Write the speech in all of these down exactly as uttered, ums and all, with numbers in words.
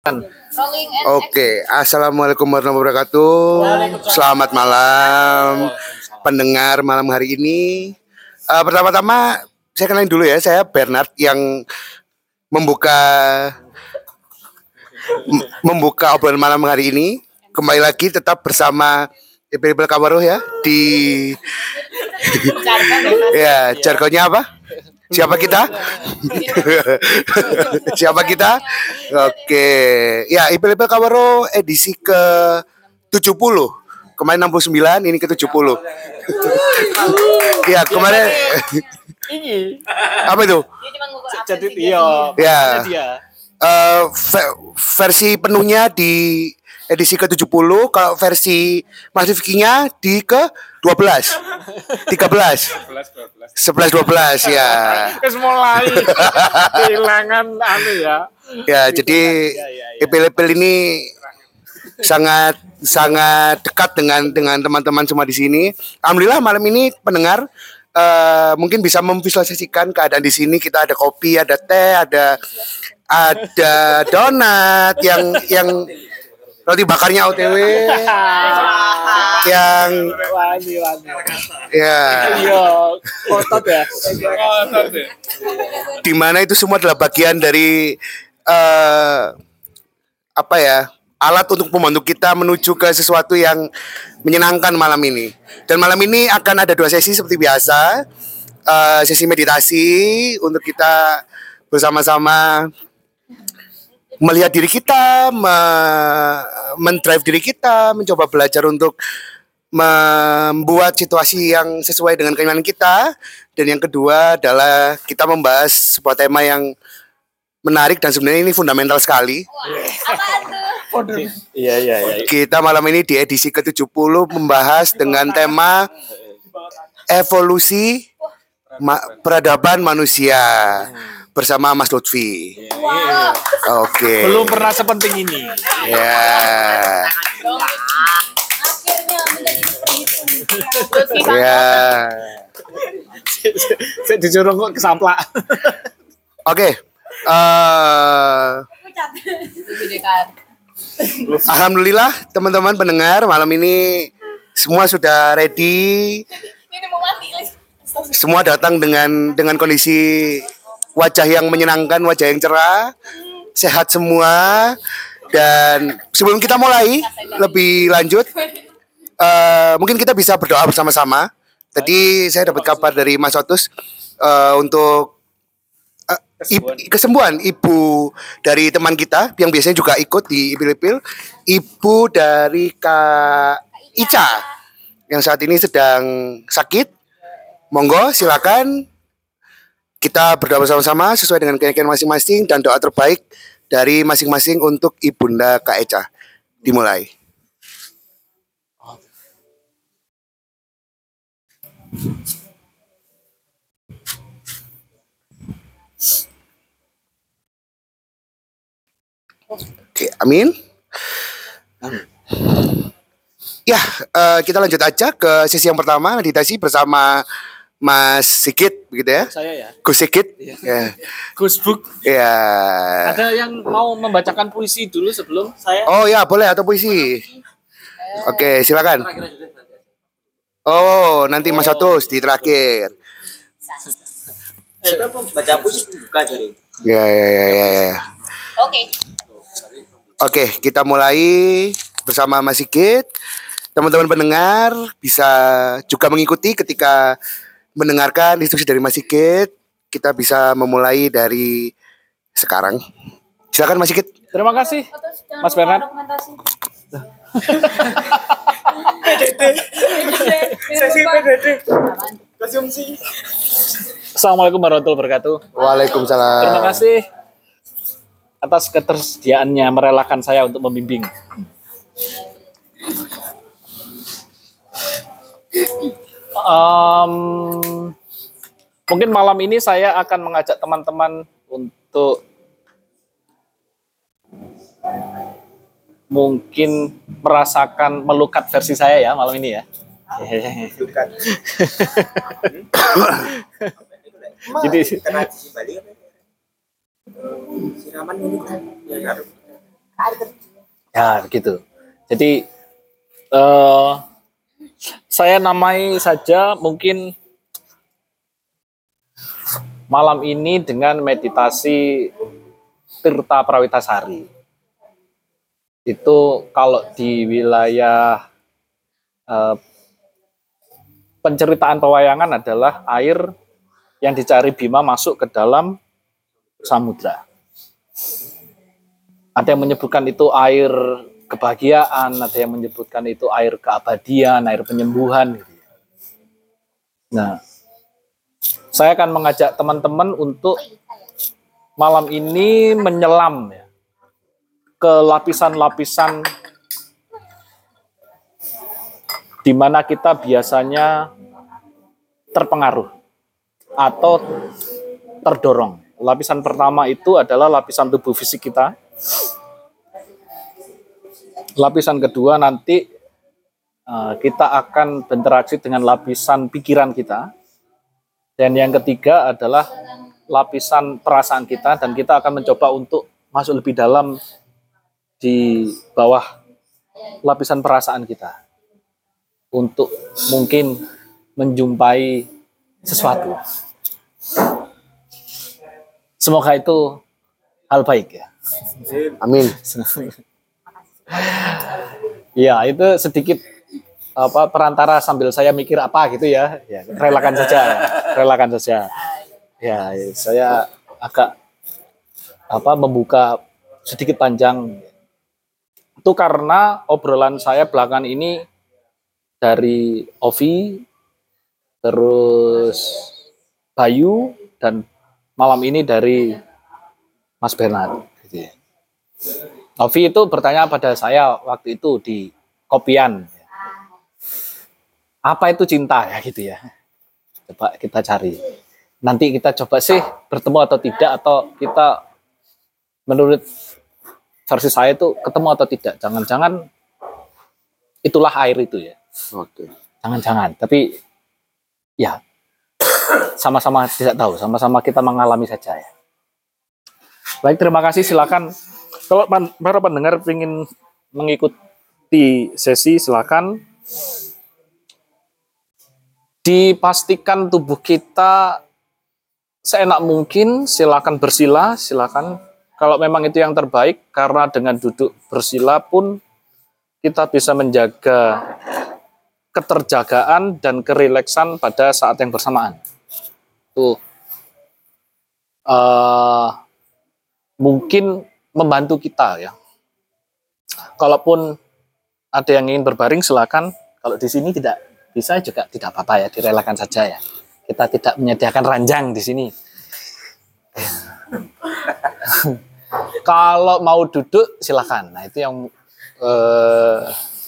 Oke, assalamualaikum warahmatullahi wabarakatuh. Selamat malam, pendengar malam hari ini. Uh, pertama-tama, saya kenalin dulu ya, saya Bernard yang membuka m- membuka obrolan malam hari ini. Kembali lagi tetap bersama Ibril Kawaruh ya di ya jargonnya apa? Siapa kita? Siapa kita? Oke. Ya, I P L P Kawaro edisi ke tujuh puluh. Kemarin enam puluh sembilan, ini ke tujuh puluh. Ya, kemarin apa itu? Jadi iya. Ya. Uh, versi penuhnya di edisi ke tujuh puluh, kalau versi Mas Rifki-nya di ke dua belas. tiga belas. sebelas dua belas ya. Wis mulai kehilangan anu ya. Ya, jadi I P L P ini sangat sangat dekat dengan dengan teman-teman semua di sini. Alhamdulillah malam ini pendengar uh, mungkin bisa memvisualisasikan keadaan di sini. Kita ada kopi, ada teh, ada ada donat yang yang roti bakarnya O T W yang ya Otot ya. di mana itu semua adalah bagian dari uh, apa ya, alat untuk membantu kita menuju ke sesuatu yang menyenangkan malam ini. Dan malam ini akan ada dua sesi seperti biasa, uh, sesi meditasi untuk kita bersama-sama melihat diri kita, me- mendrive diri kita, mencoba belajar untuk membuat situasi yang sesuai dengan keinginan kita. Dan yang kedua adalah kita membahas sebuah tema yang menarik dan sebenarnya ini fundamental sekali. Iya iya iya. Kita malam ini di edisi ke tujuh puluh membahas dengan tema evolusi ma- peradaban manusia bersama Mas Lutfi. Wow. Oke. Belum pernah sepenting ini. Ya. Akhirnya menjadi perhitung. Ya. Saya disuruh kok kesamplak. Oke. Eh, Alhamdulillah teman-teman pendengar malam ini semua sudah ready. Semua datang dengan dengan kondisi wajah yang menyenangkan, wajah yang cerah, sehat semua. Dan sebelum kita mulai lebih lanjut, uh, mungkin kita bisa berdoa bersama-sama. Tadi saya dapat kabar dari Mas Otus uh, untuk uh, i- kesembuhan ibu dari teman kita yang biasanya juga ikut di I P L P, ibu dari Kak Ica yang saat ini sedang sakit. Monggo silakan. Kita berdoa bersama-sama sesuai dengan keyakinan masing-masing dan doa terbaik dari masing-masing untuk Ibunda Kak Eca. Dimulai. Oke, amin. Ya, uh, kita lanjut aja ke sesi yang pertama, meditasi bersama Mas Sigit, begitu ya? Saya ya. Gus Sigit. Iya. Ya. Gus Book. Ya. Ada yang mau membacakan puisi dulu sebelum saya? Oh ya, boleh atau puisi. Oke, silakan. Oh, nanti Mas Otus di terakhir. Eh, baca puisi buka jadi. Ya, ya, ya, ya, ya. Oke. Oke, kita mulai bersama Mas Sigit. Teman-teman pendengar bisa juga mengikuti ketika mendengarkan instruksi dari Mas Sigit. Kita bisa memulai dari sekarang. Silakan Mas Sigit. Terima kasih, Mas Bernard. Sesi P D D. Konsumsi. Assalamualaikum warahmatullahi wabarakatuh. Waalaikumsalam. Terima kasih atas ketersediaannya merelakan saya untuk membimbing. Um, mungkin malam ini saya akan mengajak teman-teman untuk mungkin merasakan melukat versi saya ya malam ini ya. Jadi kena di Bali apa? Siraman dulu kan. Ya, Ya, begitu. Jadi eh, saya namai saja mungkin malam ini dengan meditasi Tirta Prawitasari. Itu kalau di wilayah eh, penceritaan pewayangan adalah air yang dicari Bima masuk ke dalam samudra. Ada yang menyebutkan itu air kebahagiaan, ada yang menyebutkan itu air keabadian, air penyembuhan. Nah, saya akan mengajak teman-teman untuk malam ini menyelam ya, ke lapisan-lapisan di mana kita biasanya terpengaruh atau terdorong. Lapisan pertama itu adalah lapisan tubuh fisik kita. Lapisan kedua nanti uh, kita akan berinteraksi dengan lapisan pikiran kita. Dan yang ketiga adalah lapisan perasaan kita, dan kita akan mencoba untuk masuk lebih dalam di bawah lapisan perasaan kita untuk mungkin menjumpai sesuatu. Semoga itu hal baik ya. Amin. Ya, itu sedikit apa perantara sambil saya mikir apa gitu ya. Ya, relakan saja ya. Relakan saja. Ya, saya agak apa membuka sedikit panjang. Itu karena obrolan saya belakangan ini dari Ovi, terus Bayu, dan malam ini dari Mas Bernard. Gitu ya. Ovi itu bertanya pada saya waktu itu di kopian, apa itu cinta ya gitu ya. Coba kita cari. Nanti kita coba sih bertemu atau tidak, atau kita menurut versi saya itu ketemu atau tidak. Jangan-jangan itulah air itu ya. Oke. Jangan-jangan. Tapi ya sama-sama tidak tahu. Sama-sama kita mengalami saja ya. Baik, terima kasih. Silakan. Kalau para pendengar ingin mengikuti sesi, silakan. Dipastikan tubuh kita seenak mungkin, silakan bersila, silakan. Kalau memang itu yang terbaik, karena dengan duduk bersila pun kita bisa menjaga keterjagaan dan kerileksan pada saat yang bersamaan. Tuh, uh, mungkin membantu kita ya. Kalaupun ada yang ingin berbaring, silakan. Kalau di sini tidak bisa juga tidak apa-apa ya, direlakan saja ya. Kita tidak menyediakan ranjang di sini. Kalau mau duduk silakan. Nah, itu yang eh,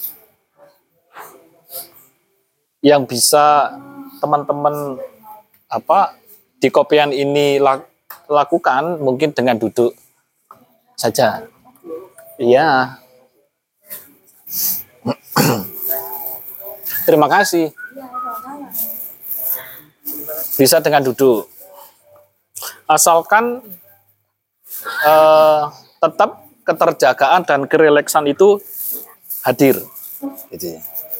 yang bisa teman-teman apa di kopian ini lakukan mungkin dengan duduk saja. Iya. Terima kasih. Bisa dengan duduk. Asalkan eh, tetap keterjagaan dan kerileksan itu hadir. Gitu.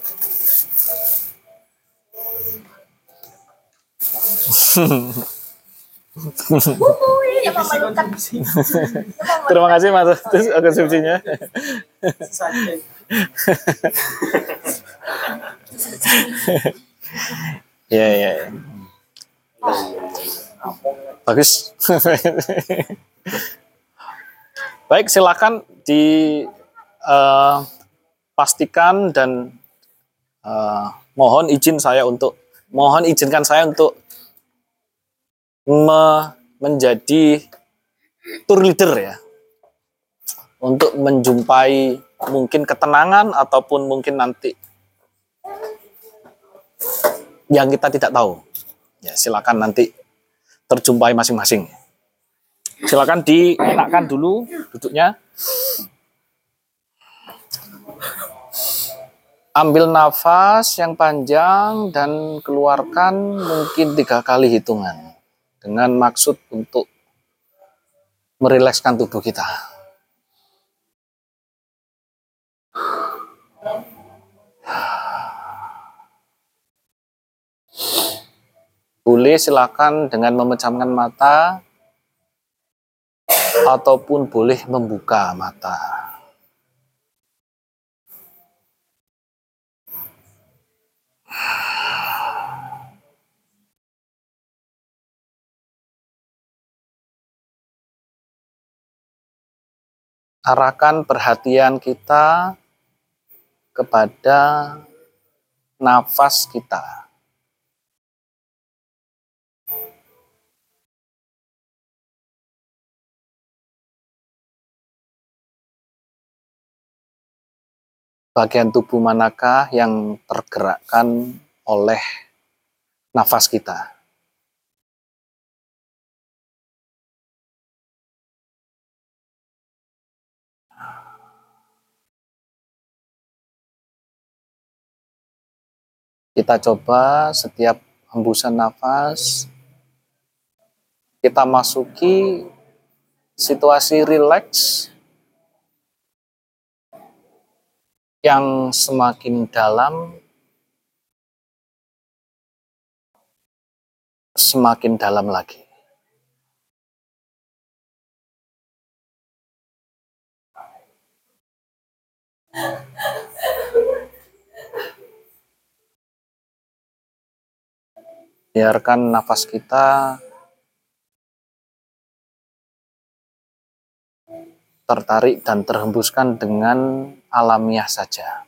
Terima kasih Mas atas konsumsinya. Ya ya. Bagus. Baik, silakan dipastikan uh, dan uh, mohon izin saya untuk mohon izinkan saya untuk me menjadi tour leader ya, untuk menjumpai mungkin ketenangan ataupun mungkin nanti yang kita tidak tahu. Ya, silakan nanti terjumpai masing-masing. Silakan dienakkan dulu duduknya. Ambil nafas yang panjang dan keluarkan mungkin tiga kali hitungan. Dengan maksud untuk merilekskan tubuh kita. boleh silakan dengan memejamkan mata ataupun boleh membuka mata. Arahkan perhatian kita kepada nafas kita. Bagian tubuh manakah yang tergerakkan oleh nafas kita? Kita coba setiap hembusan nafas, kita masuki situasi rileks yang semakin dalam, semakin dalam lagi. Biarkan nafas kita tertarik dan terhembuskan dengan alamiah saja.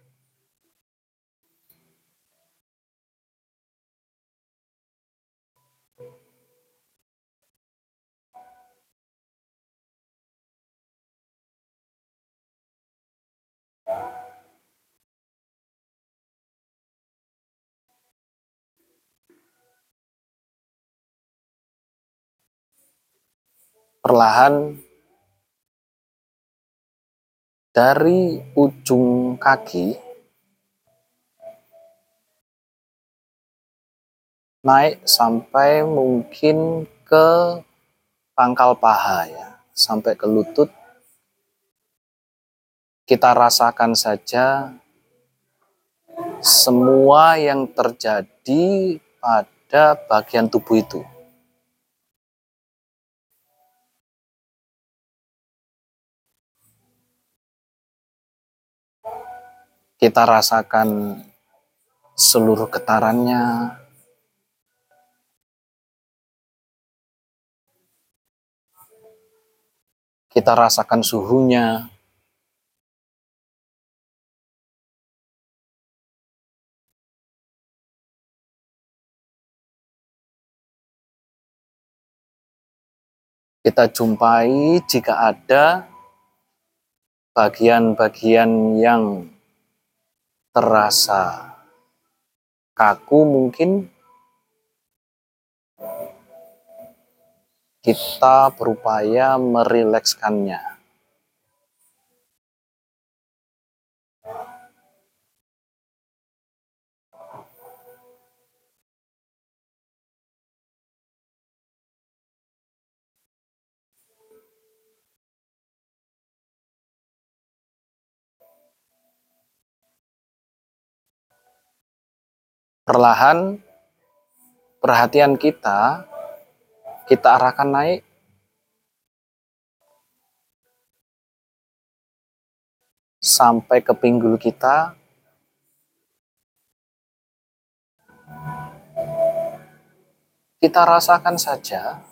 Perlahan dari ujung kaki naik sampai mungkin ke pangkal paha ya, sampai ke lutut. Kita rasakan saja semua yang terjadi pada bagian tubuh itu. Kita rasakan seluruh getarannya, kita rasakan suhunya, kita jumpai jika ada bagian-bagian yang terasa kaku mungkin, kita berupaya merilekskannya. Perlahan perhatian kita, kita arahkan naik sampai ke pinggul kita. Kita rasakan saja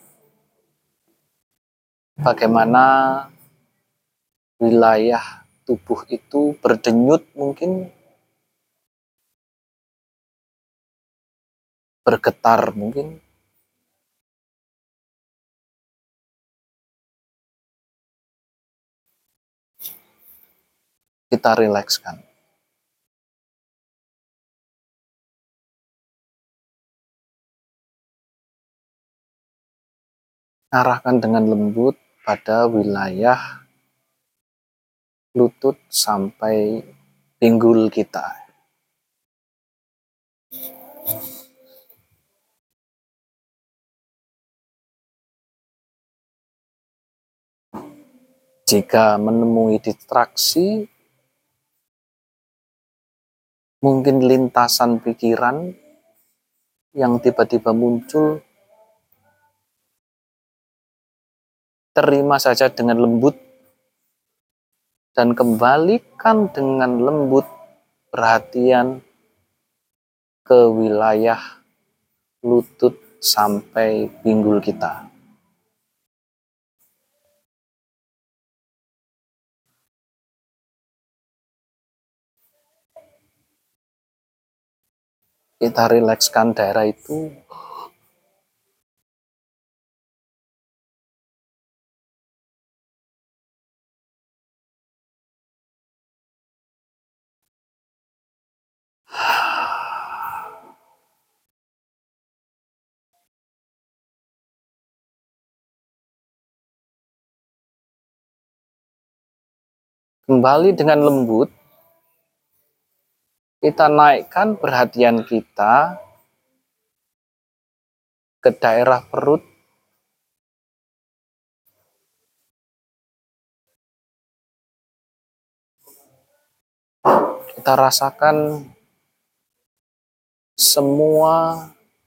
bagaimana wilayah tubuh itu berdenyut mungkin, bergetar mungkin. Kita rilekskan. Arahkan dengan lembut pada wilayah lutut sampai pinggul kita. Jika menemui distraksi, mungkin lintasan pikiran yang tiba-tiba muncul, terima saja dengan lembut dan kembalikan dengan lembut perhatian ke wilayah lutut sampai pinggul kita. Kita rilekskan daerah itu. Kembali dengan lembut, kita naikkan perhatian kita ke daerah perut, kita rasakan semua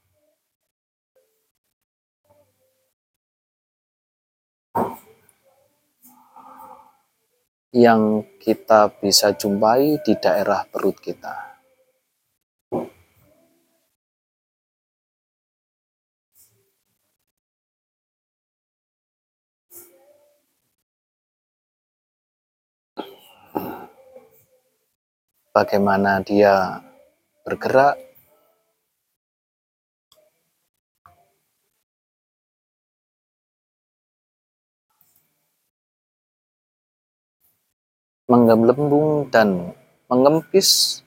yang kita bisa jumpai di daerah perut kita. Bagaimana dia bergerak, menggelembung dan mengempis,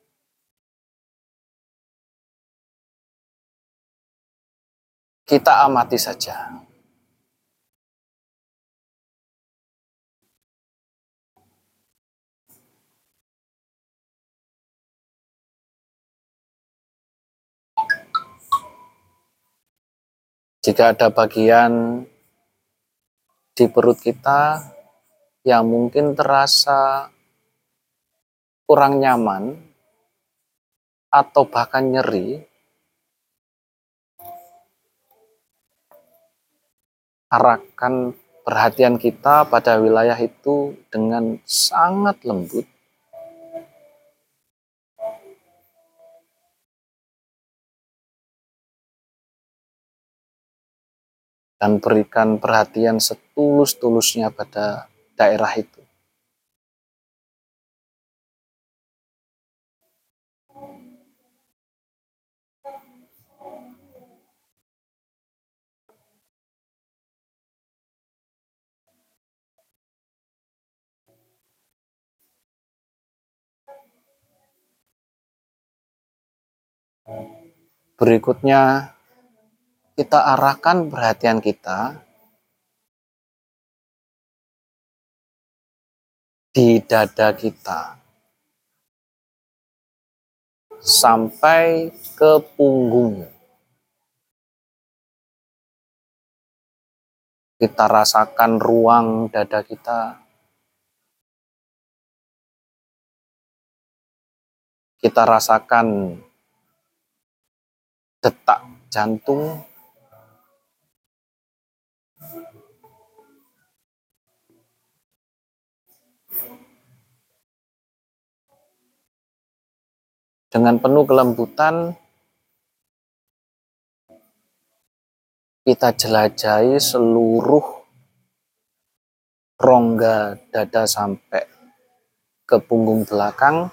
kita amati saja. Jika ada bagian di perut kita yang mungkin terasa kurang nyaman atau bahkan nyeri, arahkan perhatian kita pada wilayah itu dengan sangat lembut. Dan berikan perhatian setulus-tulusnya pada daerah itu. Berikutnya, kita arahkan perhatian kita di dada kita sampai ke punggung. Kita rasakan ruang dada kita. Kita rasakan detak jantung. Dengan penuh kelembutan, kita jelajahi seluruh rongga dada sampai ke punggung belakang.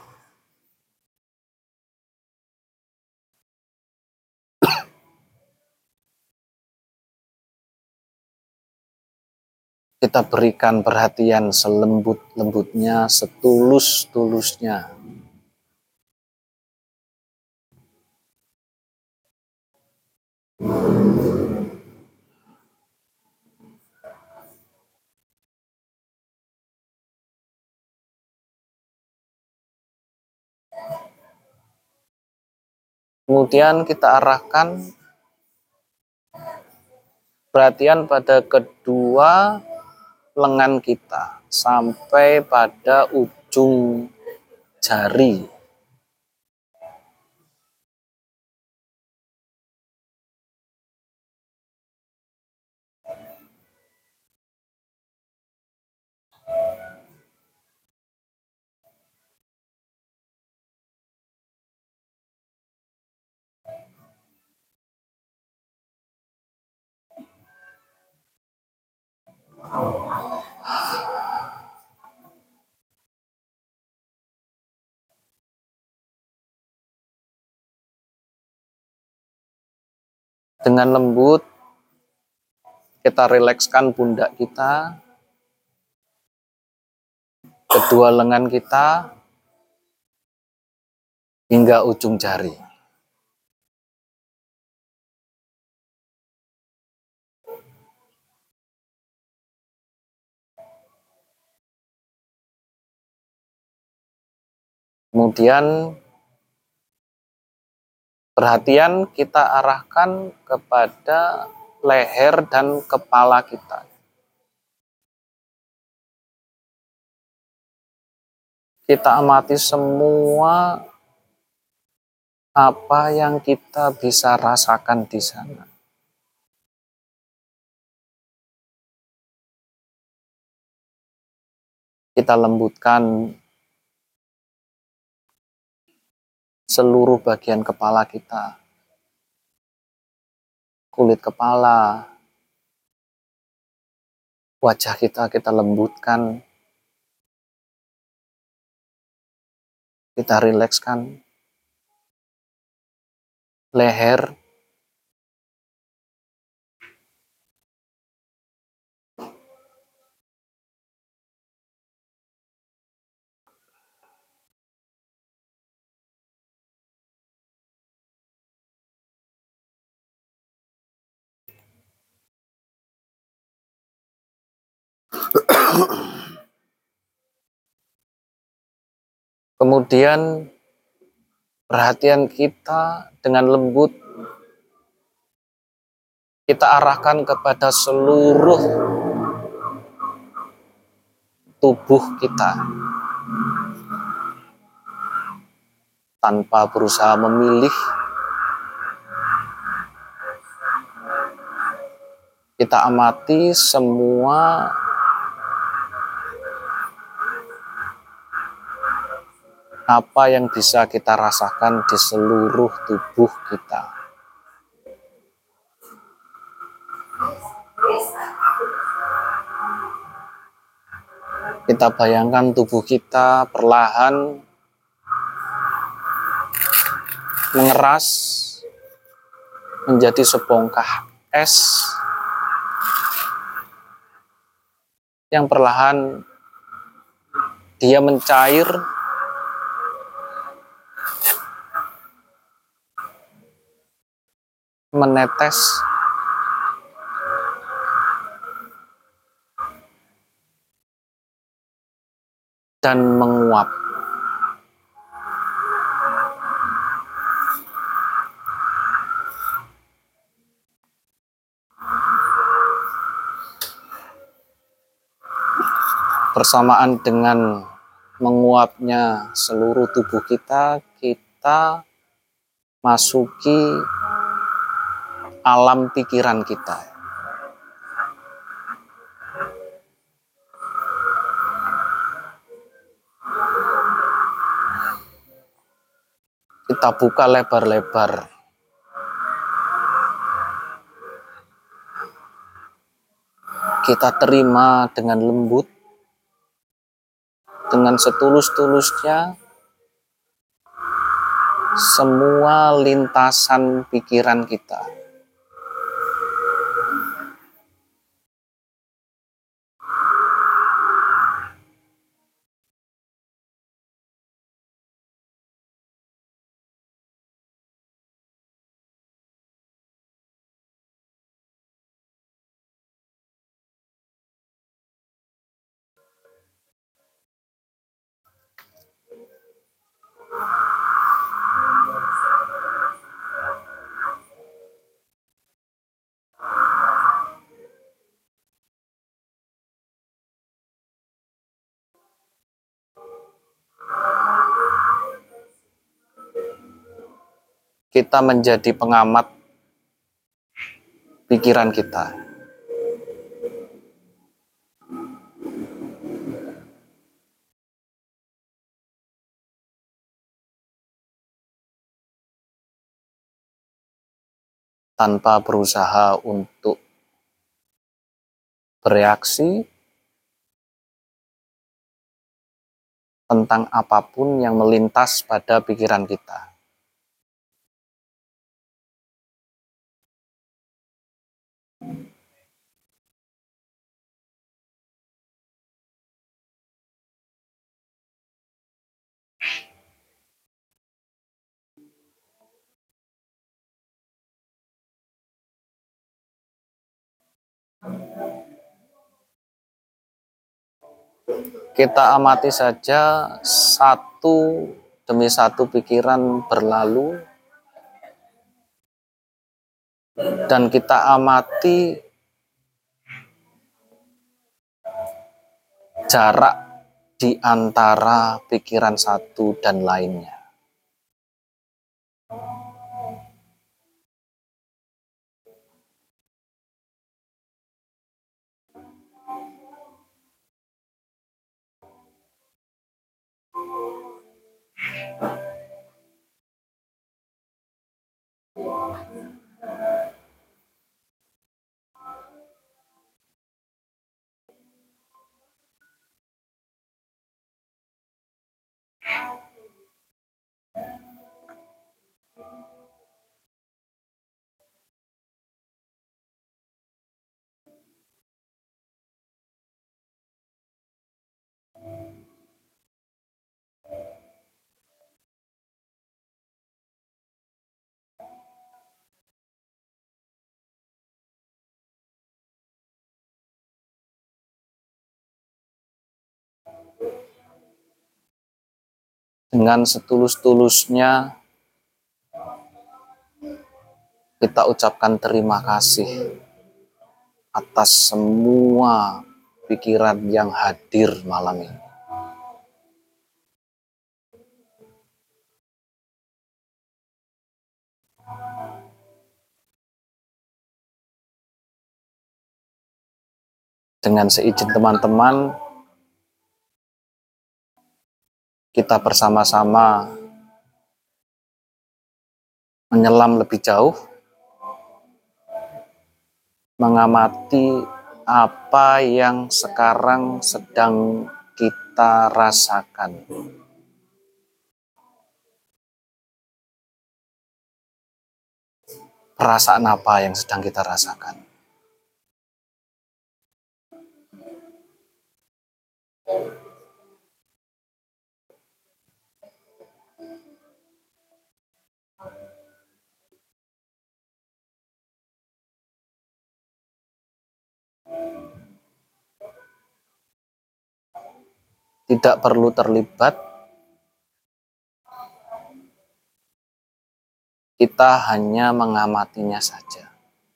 Kita berikan perhatian selembut-lembutnya, setulus-tulusnya. Kemudian kita arahkan perhatian pada kedua lengan kita sampai pada ujung jari. Dengan lembut kita rilekskan pundak kita, kedua lengan kita, hingga ujung jari. Kemudian perhatian kita arahkan kepada leher dan kepala kita. Kita amati semua apa yang kita bisa rasakan di sana. Kita lembutkan seluruh bagian kepala kita, kulit kepala, wajah kita kita lembutkan, kita rilekskan leher, kemudian perhatian kita dengan lembut kita arahkan kepada seluruh tubuh kita tanpa berusaha memilih. Kita amati semua apa yang bisa kita rasakan di seluruh tubuh kita. Kita bayangkan tubuh kita perlahan mengeras menjadi sebongkah es yang perlahan dia mencair menetes dan menguap. Bersamaan dengan menguapnya seluruh tubuh kita, kita masuki alam pikiran kita. Kita buka lebar-lebar. Kita terima dengan lembut, dengan setulus-tulusnya semua lintasan pikiran kita. Kita menjadi pengamat pikiran kita. Tanpa berusaha untuk bereaksi tentang apapun yang melintas pada pikiran kita. Kita amati saja satu demi satu pikiran berlalu, dan kita amati jarak di antara pikiran satu dan lainnya. Dengan setulus-tulusnya kita ucapkan terima kasih atas semua pikiran yang hadir malam ini. Dengan seizin teman-teman, kita bersama-sama menyelam lebih jauh, mengamati apa yang sekarang sedang kita rasakan. Perasaan apa yang sedang kita rasakan? Tidak perlu terlibat, kita hanya mengamatinya saja.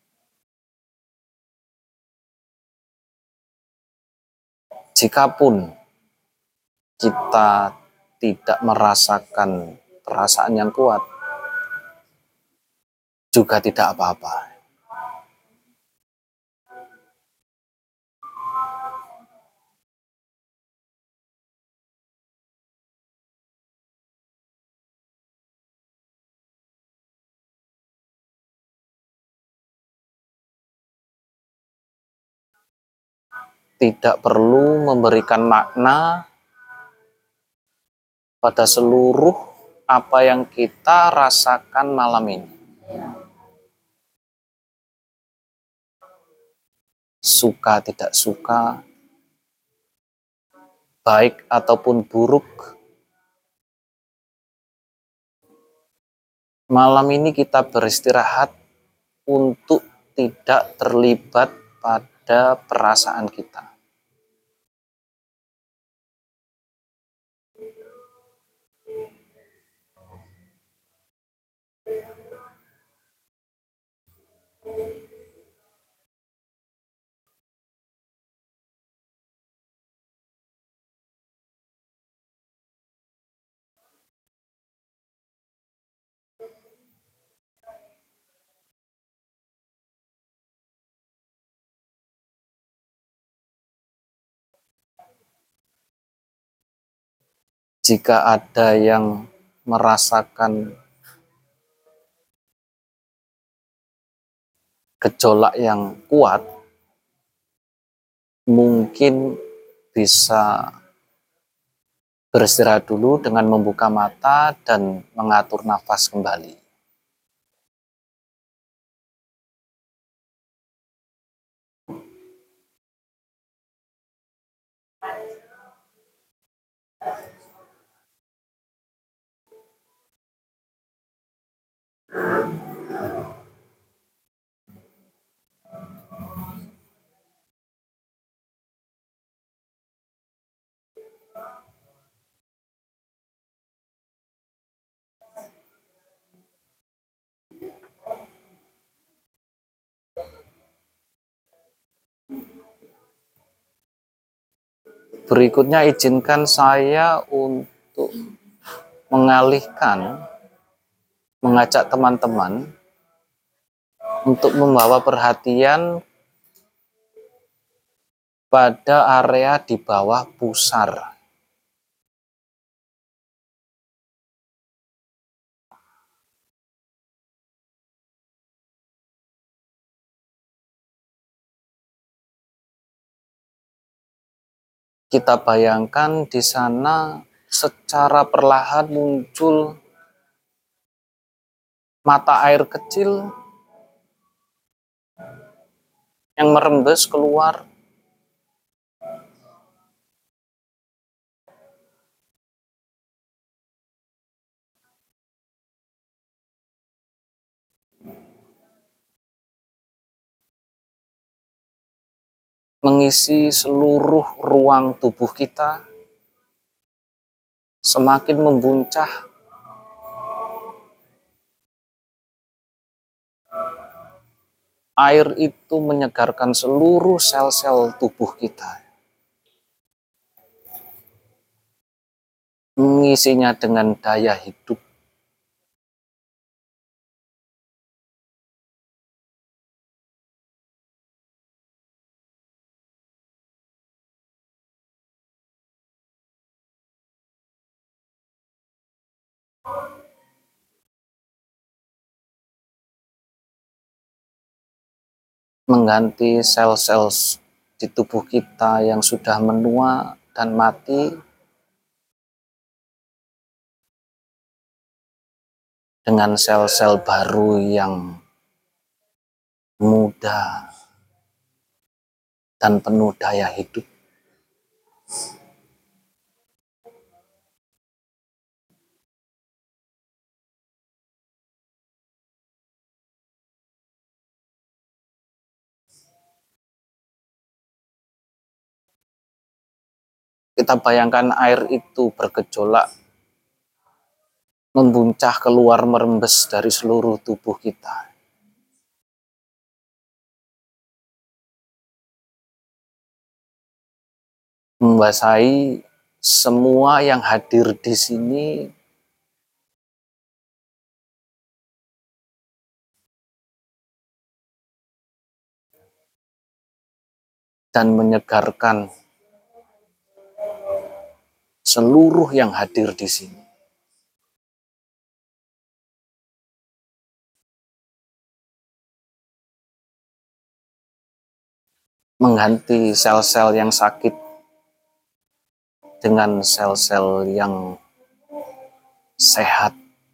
Jikapun kita tidak merasakan perasaan yang kuat, juga tidak apa-apa. Tidak perlu memberikan makna pada seluruh apa yang kita rasakan malam ini. Suka tidak suka, baik ataupun buruk, malam ini kita beristirahat untuk tidak terlibat pada perasaan kita. Jika ada yang merasakan gejolak yang kuat, mungkin bisa beristirahat dulu dengan membuka mata dan mengatur nafas kembali. Berikutnya izinkan saya untuk mengalihkan, mengajak teman-teman untuk membawa perhatian pada area di bawah pusar. Kita bayangkan di sana secara perlahan muncul mata air kecil yang merembes keluar. Mengisi seluruh ruang tubuh kita, semakin membuncah. Air itu menyegarkan seluruh sel-sel tubuh kita. Mengisinya dengan daya hidup. Mengganti sel-sel di tubuh kita yang sudah menua dan mati dengan sel-sel baru yang muda dan penuh daya hidup. Kita bayangkan air itu bergejolak, membuncah keluar, merembes dari seluruh tubuh kita. Membasahi semua yang hadir di sini, dan menyegarkan seluruh yang hadir di sini. Mengganti sel-sel yang sakit dengan sel-sel yang sehat.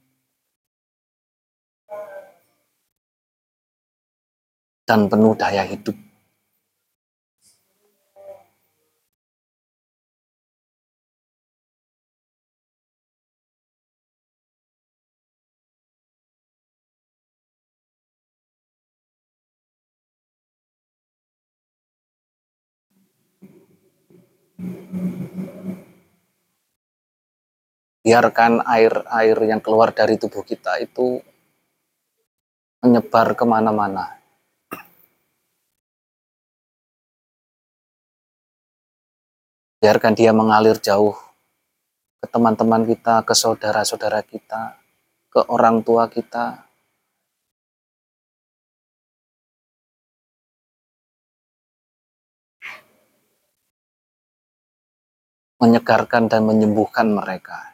Dan penuh daya hidup. Biarkan air-air yang keluar dari tubuh kita itu menyebar kemana-mana. Biarkan dia mengalir jauh ke teman-teman kita, ke saudara-saudara kita, ke orang tua kita. Menyegarkan dan menyembuhkan mereka.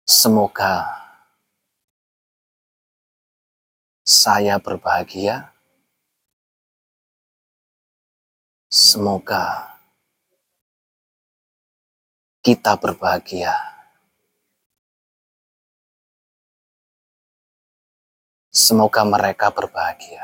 Semoga saya berbahagia. Semoga kita berbahagia. Semoga mereka berbahagia.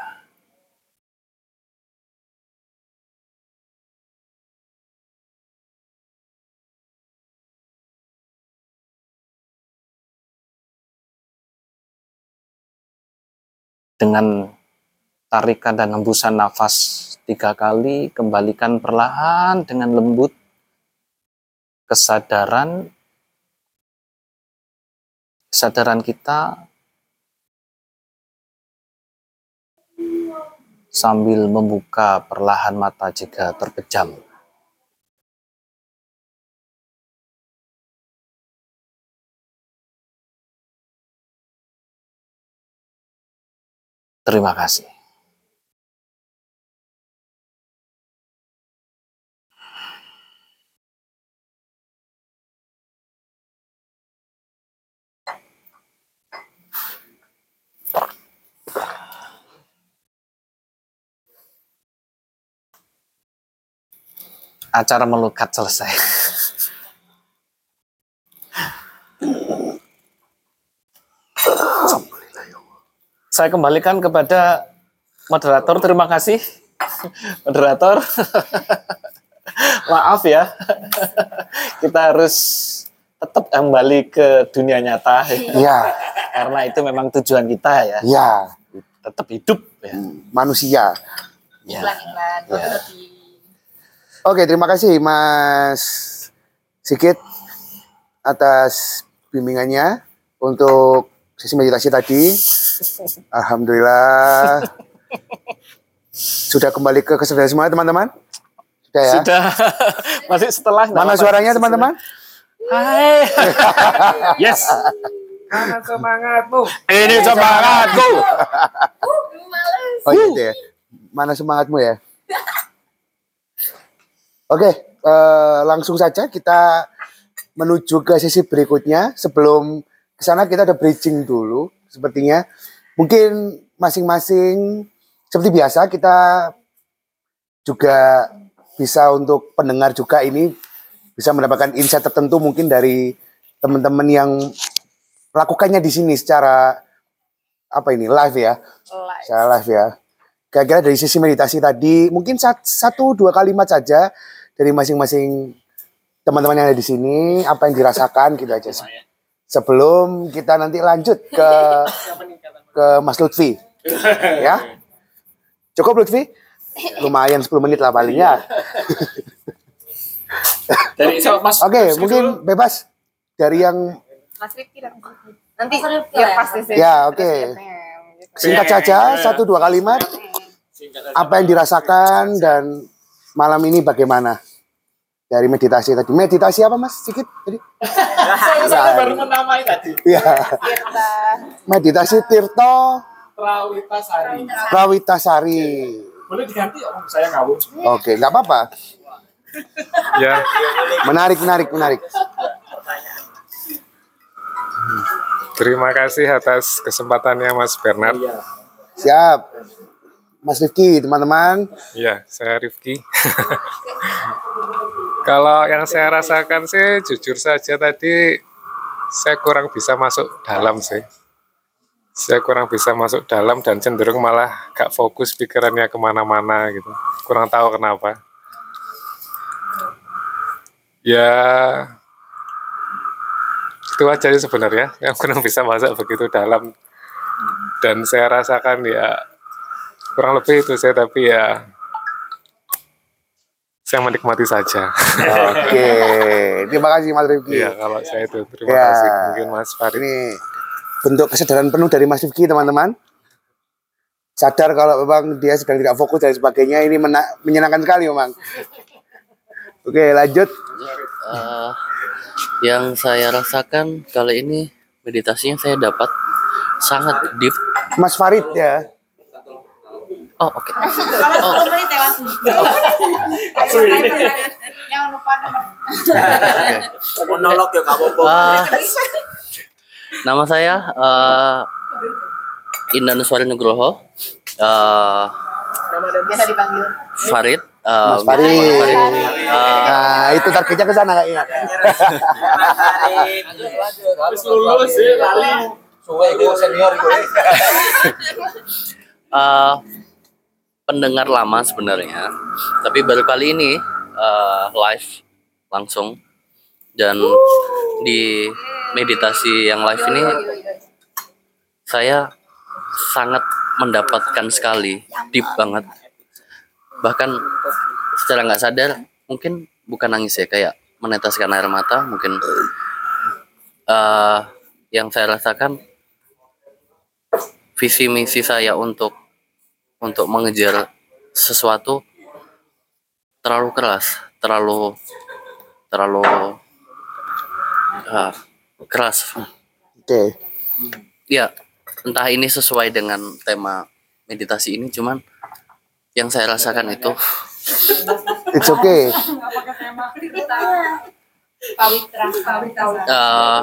Dengan tarikan dan hembusan nafas tiga kali, kembalikan perlahan dengan lembut kesadaran kesadaran kita sambil membuka perlahan mata jika terpejam. Terima kasih. Acara melukat selesai. Saya kembalikan kepada moderator. Terima kasih, moderator. Maaf ya, kita harus tetap kembali ke dunia nyata. Ya, Karena itu memang tujuan kita ya. ya, Tetap hidup ya. manusia. Ya. Iklan-iklan. Ya. Oke, terima kasih Mas Sigit atas bimbingannya untuk sesi meditasi tadi. Alhamdulillah sudah kembali ke kesadaran semua teman-teman. Sudah ya. Sudah. Masih setelah. Mana suaranya teman-teman? Hai. Yes. Mana semangatmu? Ini semangatku. Oh gitu ya. Mana semangatmu ya? Oke, eh, langsung saja kita menuju ke sesi berikutnya. Sebelum ke sana kita ada bridging dulu sepertinya. Mungkin masing-masing seperti biasa kita juga bisa untuk pendengar juga ini bisa mendapatkan insight tertentu mungkin dari teman-teman yang lakukannya di sini secara apa ini live ya, Live. secara live ya. Kira-kira dari sesi meditasi tadi mungkin sat- satu dua kalimat saja dari masing-masing teman-teman yang ada di sini apa yang dirasakan gitu aja. Sebelum kita nanti lanjut ke ke Mas Lutfi, ya. Cukup Lutfi? Lumayan sepuluh menit lah paling ya. Dari Mas. Oke, mungkin bebas dari yang Mas Rifki dan nanti ya pasti sih. ya oke. Singkat saja satu dua kalimat apa yang dirasakan dan malam ini bagaimana dari meditasi tadi. Meditasi apa Mas? Sedikit tadi. Saya baru menamai tadi. Iya. Meditasi Tirto Prawitasari. Prawitasari. Boleh diganti om, saya ngawur. Oke, nggak apa-apa. Ya, Menarik, menarik, menarik. terima kasih atas kesempatannya Mas Bernard. Siap. Mas Rifki, teman-teman. Iya, saya Rifki. Kalau yang saya rasakan sih, jujur saja tadi saya kurang bisa masuk dalam sih. Saya kurang bisa masuk dalam dan cenderung malah gak fokus pikirannya kemana-mana gitu. Kurang tahu kenapa. Ya, itu aja sih sebenarnya. Yang kurang bisa masuk begitu dalam. Dan saya rasakan ya kurang lebih itu saya, tapi ya saya menikmati saja. Oke, terima kasih Mas Rifki. Iya, kalau saya itu terima Ya. kasih. Mungkin Mas Farid. Ini bentuk kesadaran penuh dari Mas Rifki, teman-teman. Sadar kalau memang dia sedang tidak fokus dan sebagainya. Ini mena- menyenangkan sekali memang. Oke, lanjut. Eh, yang saya rasakan kali ini meditasinya saya dapat sangat deep. Mas Farid ya. Oh oke. Oh, menit ya langsung. Jangan lupa nomor. Ah, Nama saya uh, Indan Nuswari Nugroho. Uh, Biasa dipanggil. Farid. Uh, Mas Farid. Farid. Uh, Nah, itu targetnya ke sana kayaknya. uh, pendengar lama sebenarnya, tapi baru kali ini uh, live langsung, dan di meditasi yang live ini saya sangat mendapatkan sekali, deep banget, bahkan secara nggak sadar, mungkin bukan nangis ya, kayak meneteskan air mata mungkin. Uh, yang saya rasakan, visi misi saya untuk untuk mengejar sesuatu terlalu keras, terlalu terlalu uh, keras. Oke. Ya, entah ini sesuai dengan tema meditasi ini, cuman yang saya rasakan itu It's okay. Pawitra. Pawitra. uh,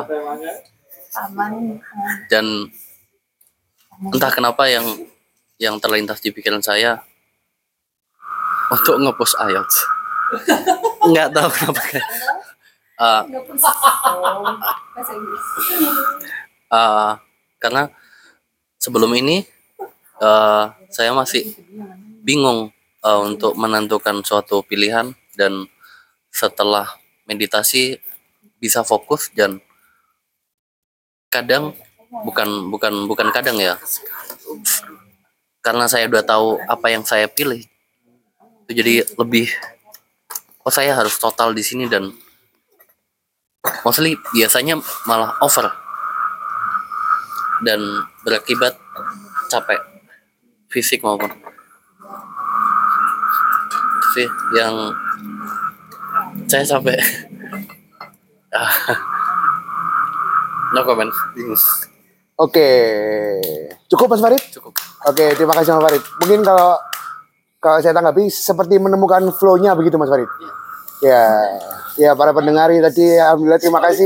dan entah kenapa yang yang terlintas di pikiran saya untuk nge-push I E L T S. Nggak tahu kenapa. Uh, Bahasa Inggris. uh, karena sebelum ini uh, saya masih bingung uh, untuk menentukan suatu pilihan, dan setelah meditasi bisa fokus, dan kadang bukan bukan bukan kadang ya, karena saya udah tahu apa yang saya pilih, itu jadi lebih, oh saya harus total di sini, dan mostly biasanya malah over dan berakibat capek fisik maupun itu sih yang saya sampai no comment. Oke. Cukup Mas Farid? Cukup. Oke, terima kasih Mas Farid. Mungkin kalau kalau saya tanggapi seperti menemukan flow-nya begitu Mas Farid. Ya. Ya, para pendengar tadi alhamdulillah terima kasih.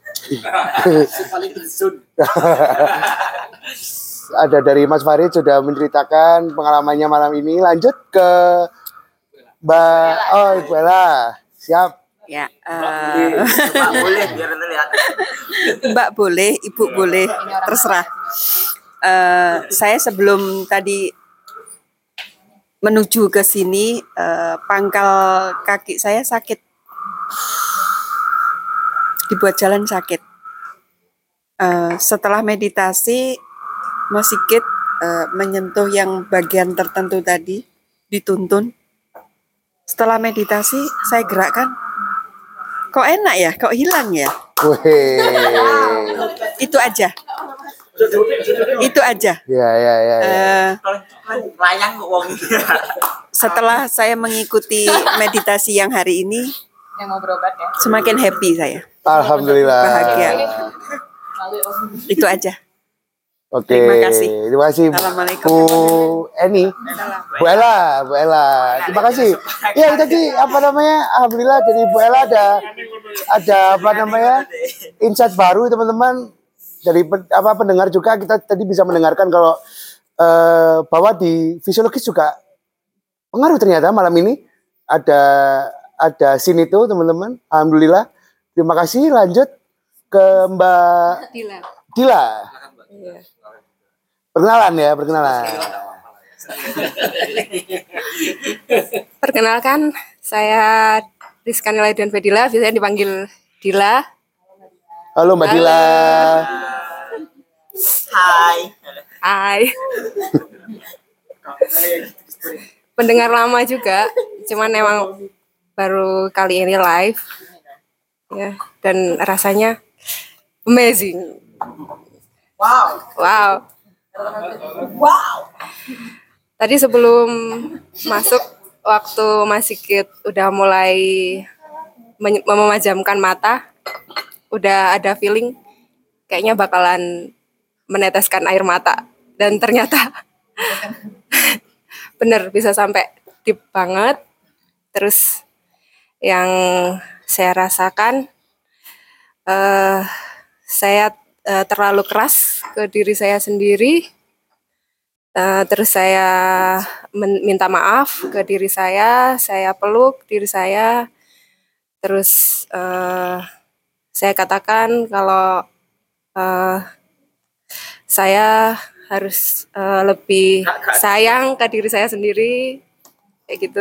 Ada dari Mas Farid sudah menceritakan pengalamannya malam ini. Lanjut ke Mbak Oh, Ibu Ella. Siap. Ya, eh, Mbak boleh, Ibu boleh, terserah. Eh, saya sebelum tadi menuju ke sini, eh, pangkal kaki saya sakit, dibuat jalan sakit. Eh, setelah meditasi, Mas Sigit eh, menyentuh yang bagian tertentu tadi, dituntun. Setelah meditasi, saya gerakkan. Kok enak ya? Kok hilang ya? Wih. Itu aja. Itu aja. Ya, ya, ya, ya. Eh, setelah saya mengikuti meditasi yang hari ini, Yang mau berobat ya. semakin happy saya. Alhamdulillah. Bahagia. Itu aja. Oke. Terima kasih. Terima kasih Assalamualaikum. Bu Eni. Bu Ella, Bu Ella. Terima kasih. Ya tadi apa namanya? Alhamdulillah dari Bu Ella ada ada apa namanya? Insight baru teman-teman. Dari pen- apa pendengar juga kita tadi bisa mendengarkan kalau eh, bahwa di fisiologis juga pengaruh ternyata malam ini ada ada scene itu teman-teman. Alhamdulillah. Terima kasih. Lanjut ke Mbak Dila. Dila. Perkenalan ya, perkenalan. Perkenalkan, saya Rizka Nilaidan Fedila, biasanya dipanggil Dila. Halo Mbak Dila. Hai. Pendengar lama juga, cuman emang baru kali ini live. Ya, dan rasanya amazing. Wow. Wow. Tadi sebelum masuk, waktu Mas Sigit udah mulai men- memejamkan mata, udah ada feeling kayaknya bakalan meneteskan air mata, dan ternyata bener bisa sampai deep banget. Terus yang saya rasakan, eh saya eh, terlalu keras ke diri saya sendiri. Eh, terus saya men- minta maaf ke diri saya, saya peluk diri saya. Terus eh, saya katakan kalau eh, saya harus eh, lebih sayang ke diri saya sendiri, kayak gitu.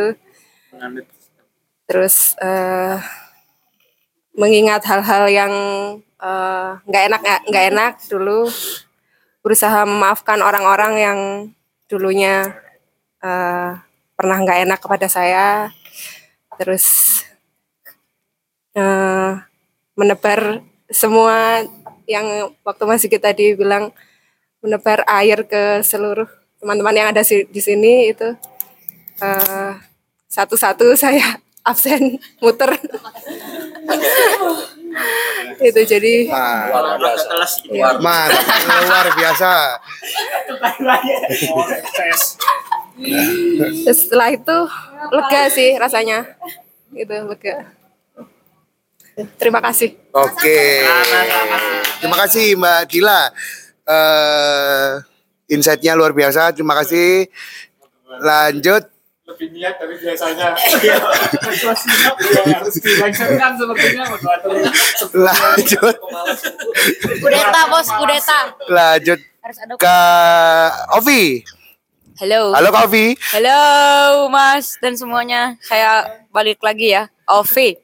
Terus eh, mengingat hal-hal yang eh, nggak enak nggak enak dulu, berusaha memaafkan orang-orang yang dulunya eh, pernah nggak enak kepada saya. Terus eh, menebar semua yang waktu Mas Sigit tadi bilang, menebar air ke seluruh teman-teman yang ada si- di sini itu. Eh, satu-satu saya absen muter. Itu jadi Mantap, luar biasa. terus setelah itu lega sih rasanya. Gitu, lega. Terima kasih. Oke. Terima kasih Mbak Dila. Eh insight-nya luar biasa. Terima kasih. Lanjut. Lebih niat dari biasanya. Harus dilanjutkan sepertinya. Lanjut. Kudeta bos, kudeta. Lanjut Harus ada. ke Ovi. Halo. Halo Kak Ovi. Halo Mas dan semuanya. Saya balik lagi ya, Ovi.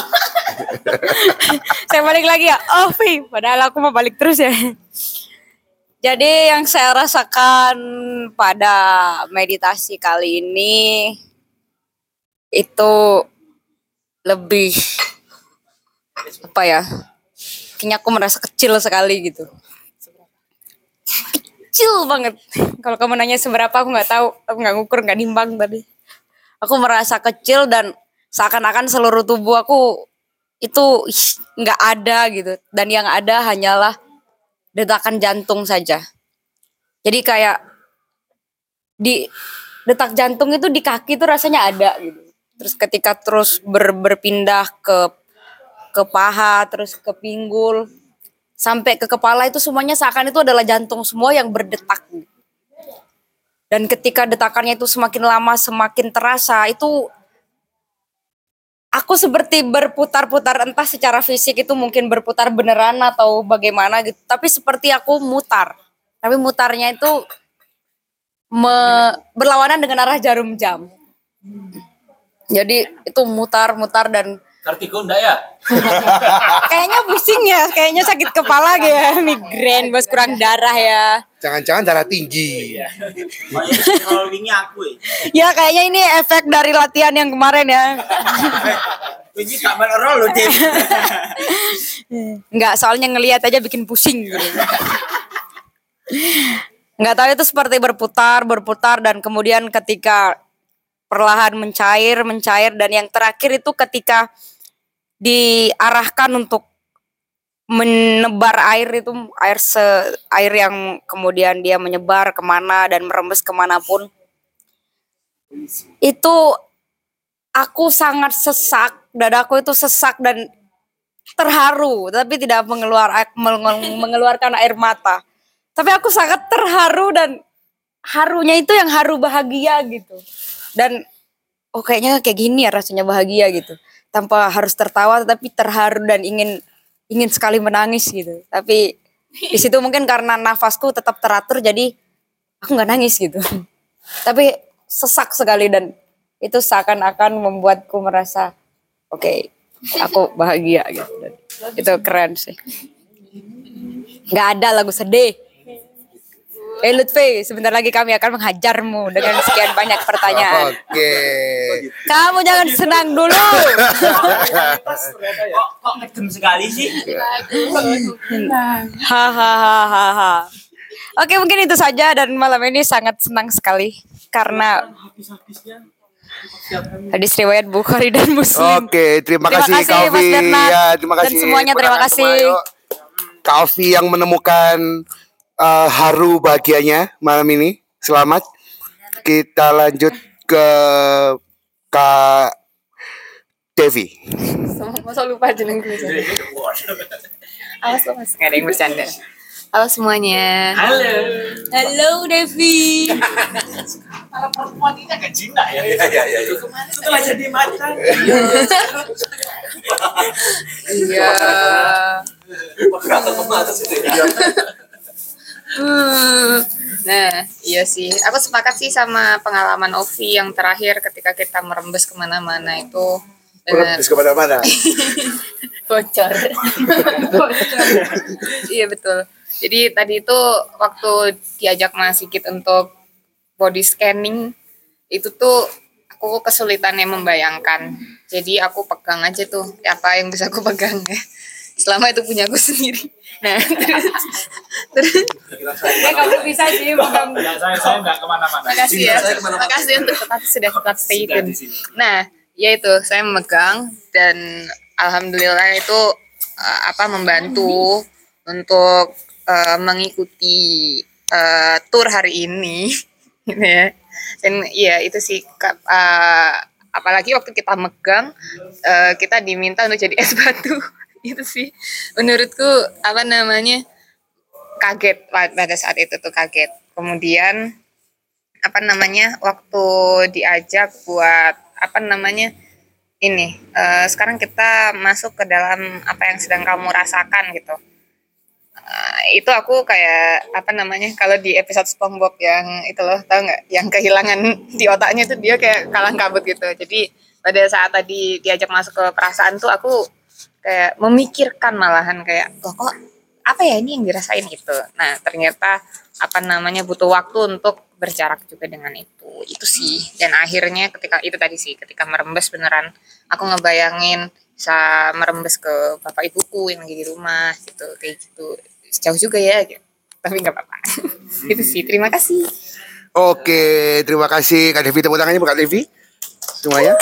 Saya balik lagi ya, Ovi. Padahal aku mau balik terus ya. Jadi yang saya rasakan pada meditasi kali ini itu lebih apa ya? Kayaknya aku merasa kecil sekali gitu. Kecil banget. Kalau kamu nanya seberapa aku nggak tahu, aku nggak ngukur, nggak nimbang tadi. Aku merasa kecil dan seakan-akan seluruh tubuh aku itu ih, nggak ada gitu. Dan yang ada hanyalah detakan jantung saja. Jadi kayak di detak jantung itu di kaki itu rasanya ada gitu. Terus ketika terus ber, berpindah ke ke paha, terus ke pinggul, sampai ke kepala itu semuanya seakan itu adalah jantung semua yang berdetak. Dan ketika detakannya itu semakin lama semakin terasa, itu aku seperti berputar-putar, entah secara fisik itu mungkin berputar beneran atau bagaimana gitu. Tapi seperti aku mutar. Tapi mutarnya itu me- berlawanan dengan arah jarum jam. Jadi itu mutar-mutar dan Kartiko enggak ya? kayaknya pusing ya, kayaknya sakit kepala gitu ya, migrain, bos kurang darah ya. Jangan-jangan darah tinggi. Ya kayaknya ini efek dari latihan yang kemarin ya. Ini tak menerol loh, Dim. Enggak, soalnya ngelihat aja bikin pusing gitu. Enggak tahu itu seperti berputar, berputar dan kemudian ketika perlahan mencair, mencair dan yang terakhir itu ketika diarahkan untuk menebar air itu air se air yang kemudian dia menyebar kemana dan merembes kemanapun itu aku sangat sesak, dadaku itu sesak dan terharu tapi tidak mengeluar, mengeluarkan air mata, tapi aku sangat terharu dan harunya itu yang haru bahagia gitu dan oh kayaknya kayak gini ya rasanya bahagia gitu. Tanpa harus tertawa tapi terharu dan ingin ingin sekali menangis gitu. Tapi di situ mungkin karena nafasku tetap teratur jadi aku nggak nangis gitu. Tapi sesak sekali dan itu seakan-akan membuatku merasa oke, okay, aku bahagia gitu. Dan itu keren sih. Nggak ada lagu sedih. Eh Lutfi, sebentar lagi kami akan menghajarmu dengan sekian banyak pertanyaan. Oke. Kamu jangan senang dulu. Kok kok ngedem sekali sih? Hahaha. Oke, mungkin itu saja dan malam ini sangat senang sekali karena hadis riwayat Bukhari dan Muslim. Oke, terima, Terima kasih kasih, Kak Mas Ovi. Bernard. Ya, terima Dan kasih. semuanya terima Pemenang kasih. semua, yuk. Kak Ovi yang menemukan uh, haru bahagianya malam ini. Selamat. Kita lanjut ke Kak Devi. Masa lupa jeneng gue. Awas lo Mas. Gak ada yang bercanda. Halo semuanya. Halo. Halo Devi. Kalau perempuan ini agak jinak ya. Iya iya iya. Setelah jadi macan. Iya. Hmm. Nah, iya sih. Aku sepakat sih sama pengalaman Ovi yang terakhir ketika kita merembes kemana-mana itu. Benar. Terus kemana-mana. Bocor. Bocor. Iya betul. Jadi tadi itu waktu diajak Mas Sigit untuk body scanning itu tuh aku kesulitannya membayangkan. Jadi aku pegang aja tuh apa yang bisa aku pegang ya. Selama itu punya aku sendiri. Nah, terus, terus ya kamu bisa sih pegang. Saya saya enggak kemana-mana. Makasih ya. Makasih untuk tetap sudah tetap stay tune. Nah, ya itu saya memegang dan alhamdulillah itu uh, apa membantu untuk uh, mengikuti uh, tour hari ini gitu ya. Dan ya itu sih uh, apalagi waktu kita megang uh, kita diminta untuk jadi es batu. Itu sih menurutku apa namanya kaget pada saat itu tuh kaget. Kemudian apa namanya waktu diajak buat apa namanya ini uh, sekarang kita masuk ke dalam apa yang sedang kamu rasakan gitu. Uh, itu aku kayak apa namanya kalau di episode SpongeBob yang itu loh tahu nggak yang kehilangan di otaknya itu dia kayak kalang kabut gitu. Jadi pada saat tadi diajak masuk ke perasaan tuh aku kayak memikirkan malahan kayak loh kok apa ya ini yang dirasain gitu. Nah ternyata apa namanya butuh waktu untuk berjarak juga dengan itu itu sih. Dan akhirnya ketika itu tadi sih ketika merembes beneran aku ngebayangin bisa merembes ke bapak ibuku yang lagi di rumah gitu kayak gitu jauh juga ya gitu. Tapi nggak apa-apa. Itu sih terima kasih. Oke, terima kasih Kak Devi, tepuk tangannya buat Kak Devi semuanya.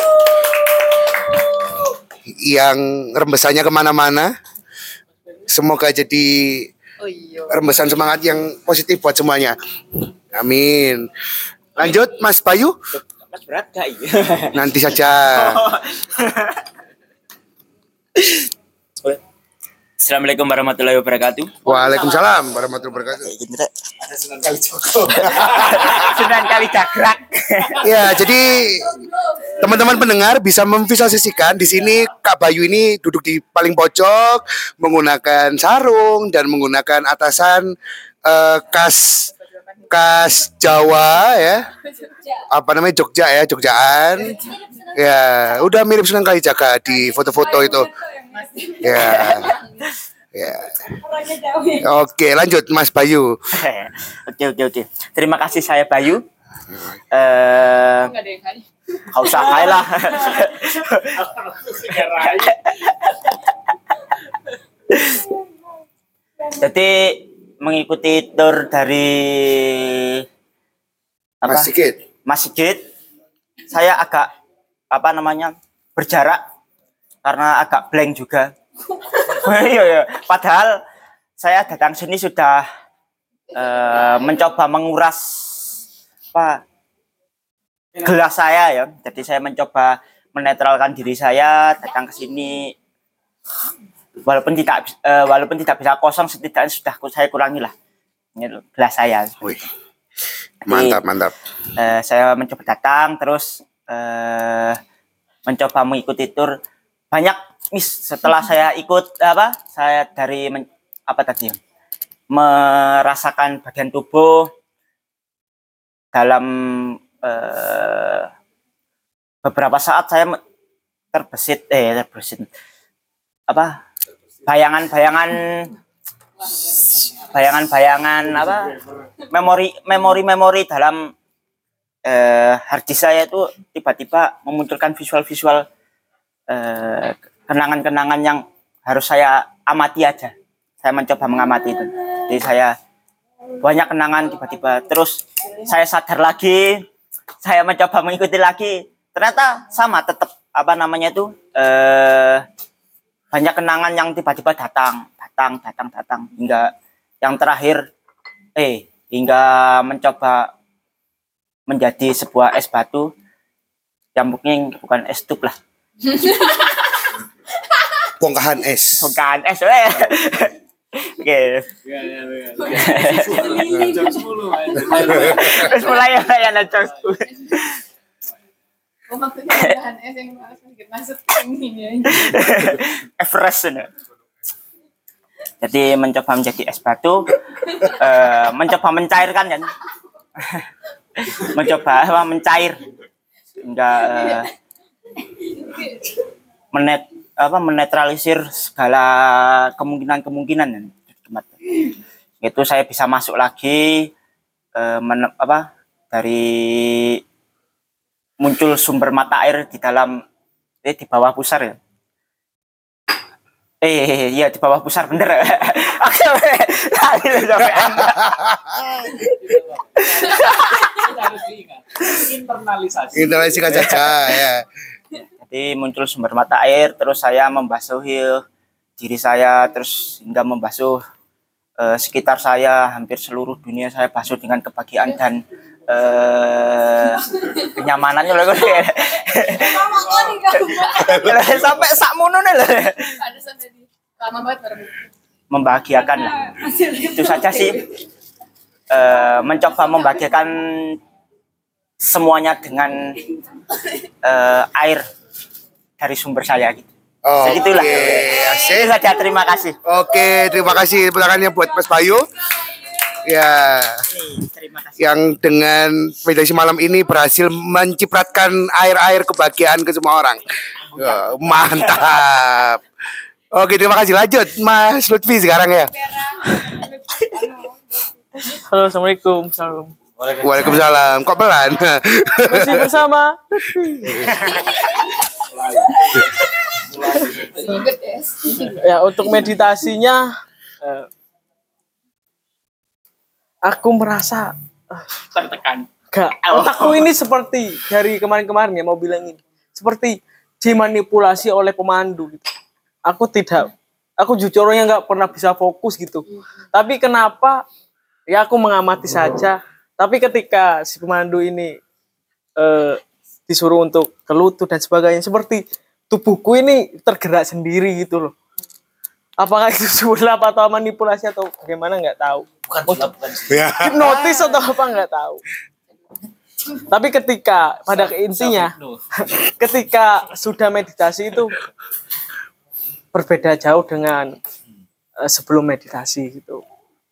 Yang rembesannya kemana-mana. Semoga jadi Oh iya. rembesan semangat yang positif buat semuanya. Amin. Lanjut Mas Bayu. Mas berat gak iya? Nanti saja. Assalamualaikum warahmatullahi wabarakatuh. Waalaikumsalam warahmatullahi wabarakatuh. Ada Sunan Kali Joko. Sunan Kali Jagrak. Ya, jadi teman-teman pendengar bisa memvisualisasikan di sini Kak Bayu ini duduk di paling pojok menggunakan sarung dan menggunakan atasan eh, khas khas Jawa ya. Apa namanya Jogja ya, Jogjaan. Ya, udah mirip Sunan Kalijaga di foto-foto itu. Ya. Ya. Oke, lanjut Mas Bayu. Oke oke oke. Terima kasih saya Bayu. Eh, Kau usah kaya lah. Jadi mengikuti tour dari apa? Mas Sigit. Mas Sigit, saya agak apa namanya berjarak karena agak blank juga. Iya, iya. Padahal saya datang sini sudah eh, mencoba menguras apa gelas saya ya. Jadi saya mencoba menetralkan diri saya datang ke sini. Walaupun tidak eh, walaupun tidak bisa kosong setidaknya sudah saya kurangi lah. Ini loh, gelas saya. Wih. Mantap, mantap. Eh, saya mencoba datang terus eh, mencoba mengikuti tur banyak mis setelah saya ikut apa saya dari men, apa tadi merasakan bagian tubuh dalam eh, beberapa saat saya terbesit eh terbesit apa bayangan-bayangan bayangan-bayangan apa memori memori-memori dalam eh, hard disk saya itu tiba-tiba memunculkan visual-visual eh, kenangan-kenangan yang harus saya amati aja. Saya mencoba mengamati itu. Jadi saya banyak kenangan tiba-tiba terus saya sadar lagi, saya mencoba mengikuti lagi. Ternyata sama tetap apa namanya itu eh, banyak kenangan yang tiba-tiba datang, datang, datang, datang hingga yang terakhir eh hingga mencoba menjadi sebuah es batu yang mungkin bukan es tup lah. Bongkahan es. Bongkahan es. Eh. Oke. Terus mulai ya ya Nachos. Oh, maksudnya bahan es yang sedikit masuk ini aja. Everest ini. Jadi mencoba menjadi es batu, eh, mencoba mencairkan kan, mencoba apa, mencair, hingga eh, menet apa menetralisir segala kemungkinan-kemungkinan kan. Itu saya bisa masuk lagi, eh, men, apa dari muncul sumber mata air di dalam eh di bawah pusar ya. Eh, iya di bawah pusar bener. Oke, Internalisasi. Internalisasikan saja ya. Jadi muncul sumber mata air, terus saya membasuhi diri saya, terus hingga membasuh eh, sekitar saya, hampir seluruh dunia saya basuh dengan kebahagiaan dan eh, kenyamanannya loh. Sampai sak mono nih loh. Lama banget baru. Membahagiakan lah. Itu saja sih. Eh, mencoba membahagiakan semuanya dengan eh, air dari sumber saya gitu. Oh, Segitulah. asik. Itu saja, terima kasih. Oke, terima kasih pelakannya buat Mas Bayu. Ya, Terima kasih. yang dengan meditasi malam ini berhasil mencipratkan air-air kebahagiaan ke semua orang. Ya, mantap. Oke, terima kasih. Lanjut, Mas Lutfi sekarang ya. Halo, assalamualaikum. Salam. Waalaikumsalam. Kok pelan? Masih bersama. Ya, untuk meditasinya, eh, aku merasa eh, Tertekan. gak, otakku ini seperti dari kemarin-kemarin ya mau bilang ini seperti dimanipulasi oleh pemandu gitu. Aku tidak, aku jujur orangnya nggak pernah bisa fokus gitu. Tapi kenapa? Ya aku mengamati saja. Tapi ketika si pemandu ini eh, disuruh untuk ke lutut dan sebagainya, seperti tubuhku ini tergerak sendiri gitu loh. Apakah itu sulap atau manipulasi atau bagaimana nggak tahu. Bukan sulap, bukan Ya. Hipnotis atau apa nggak tahu. Tapi ketika pada intinya, ketika sudah meditasi itu berbeda jauh dengan uh, sebelum meditasi gitu.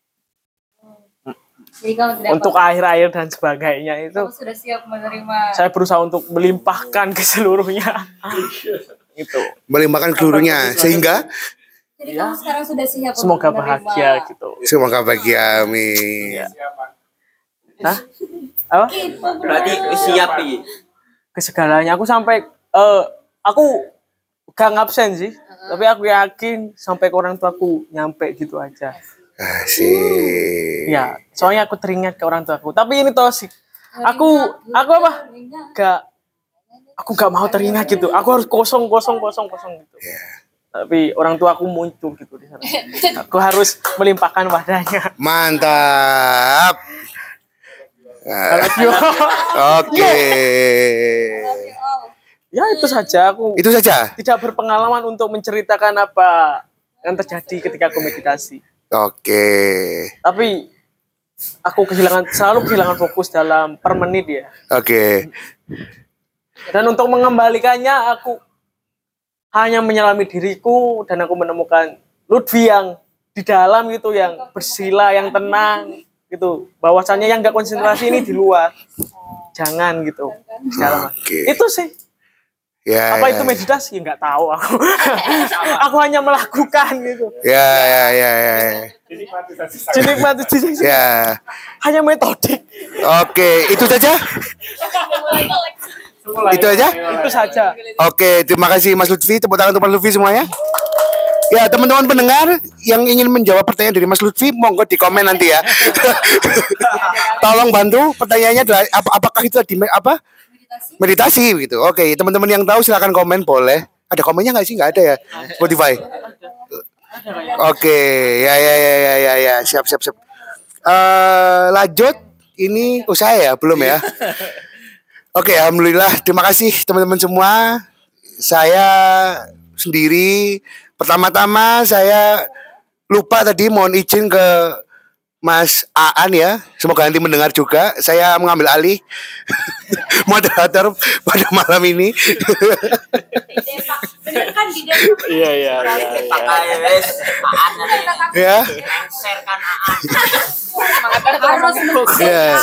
Jadi kamu tidak Untuk air-air dan sebagainya itu kamu sudah siap menerima. saya berusaha untuk melimpahkan ke seluruhnya. Gitu. Melimpahkan seluruhnya sehingga Jadi Ya. kamu sekarang sudah siap untuk Semoga menerima. bahagia gitu. semoga bahagia. Amin. Hah? Apa? Berarti siap ya. Ke segalanya aku sampai eh aku gak ngabsen sih, tapi aku yakin sampai ke orang tuaku nyampe gitu aja. Asik. Ya, soalnya aku teringat ke orang tuaku. Tapi ini toh sih, aku aku apa? Gak, aku gak mau teringat gitu. Aku harus kosong kosong kosong kosong gitu. Tapi orang tua aku muncul gitu di sana. Aku harus melimpahkan padanya. Mantap. Ah, Yo. Oke. Ya itu saja, aku Itu saja. tidak berpengalaman untuk menceritakan apa yang terjadi ketika aku meditasi. Oke. Tapi aku kehilangan selalu kehilangan fokus dalam per menit ya. Oke. Dan untuk mengembalikannya aku hanya menyelami diriku dan aku menemukan Lutfi yang di dalam gitu, yang bersila, yang tenang gitu. Bahwasannya yang gak konsentrasi ini di luar. Jangan gitu. Di dalam. Oke. Itu sih. Ya. Apa ya. itu meditasi? Nggak tahu aku. Aku hanya melakukan gitu. Ya, ya, ya, ya. Jadi meditasi Ya. hanya metodik. Oke, itu saja. Itu aja. Itu saja. Oke, terima kasih Mas Lutfi. Tepuk tangan untuk Mas Lutfi semuanya. Ya, teman-teman pendengar yang ingin menjawab pertanyaan dari Mas Lutfi, monggo di komen nanti ya. Tolong bantu pertanyaannya adalah apa, apakah itu di apa? Meditasi gitu. Oke, teman-teman yang tahu silakan komen boleh. Ada komennya nggak sih? Nggak ada ya. Spotify. Oke, ya ya ya ya ya ya. Siap siap siap. Eh, lanjut. Ini oh saya ya, belum ya. Oke, alhamdulillah. Terima kasih teman-teman semua. Saya sendiri pertama-tama saya lupa tadi, mohon izin ke Mas Aan ya, semoga nanti mendengar juga. Saya mengambil alih moderator pada malam ini. Iya iya iya. Ya. Ya.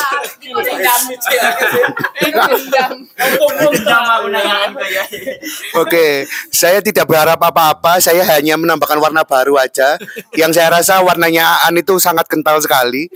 Oke, saya tidak berharap apa-apa. Saya hanya menambahkan warna baru aja. Yang saya rasa warnanya Aan itu sangat kental sekali.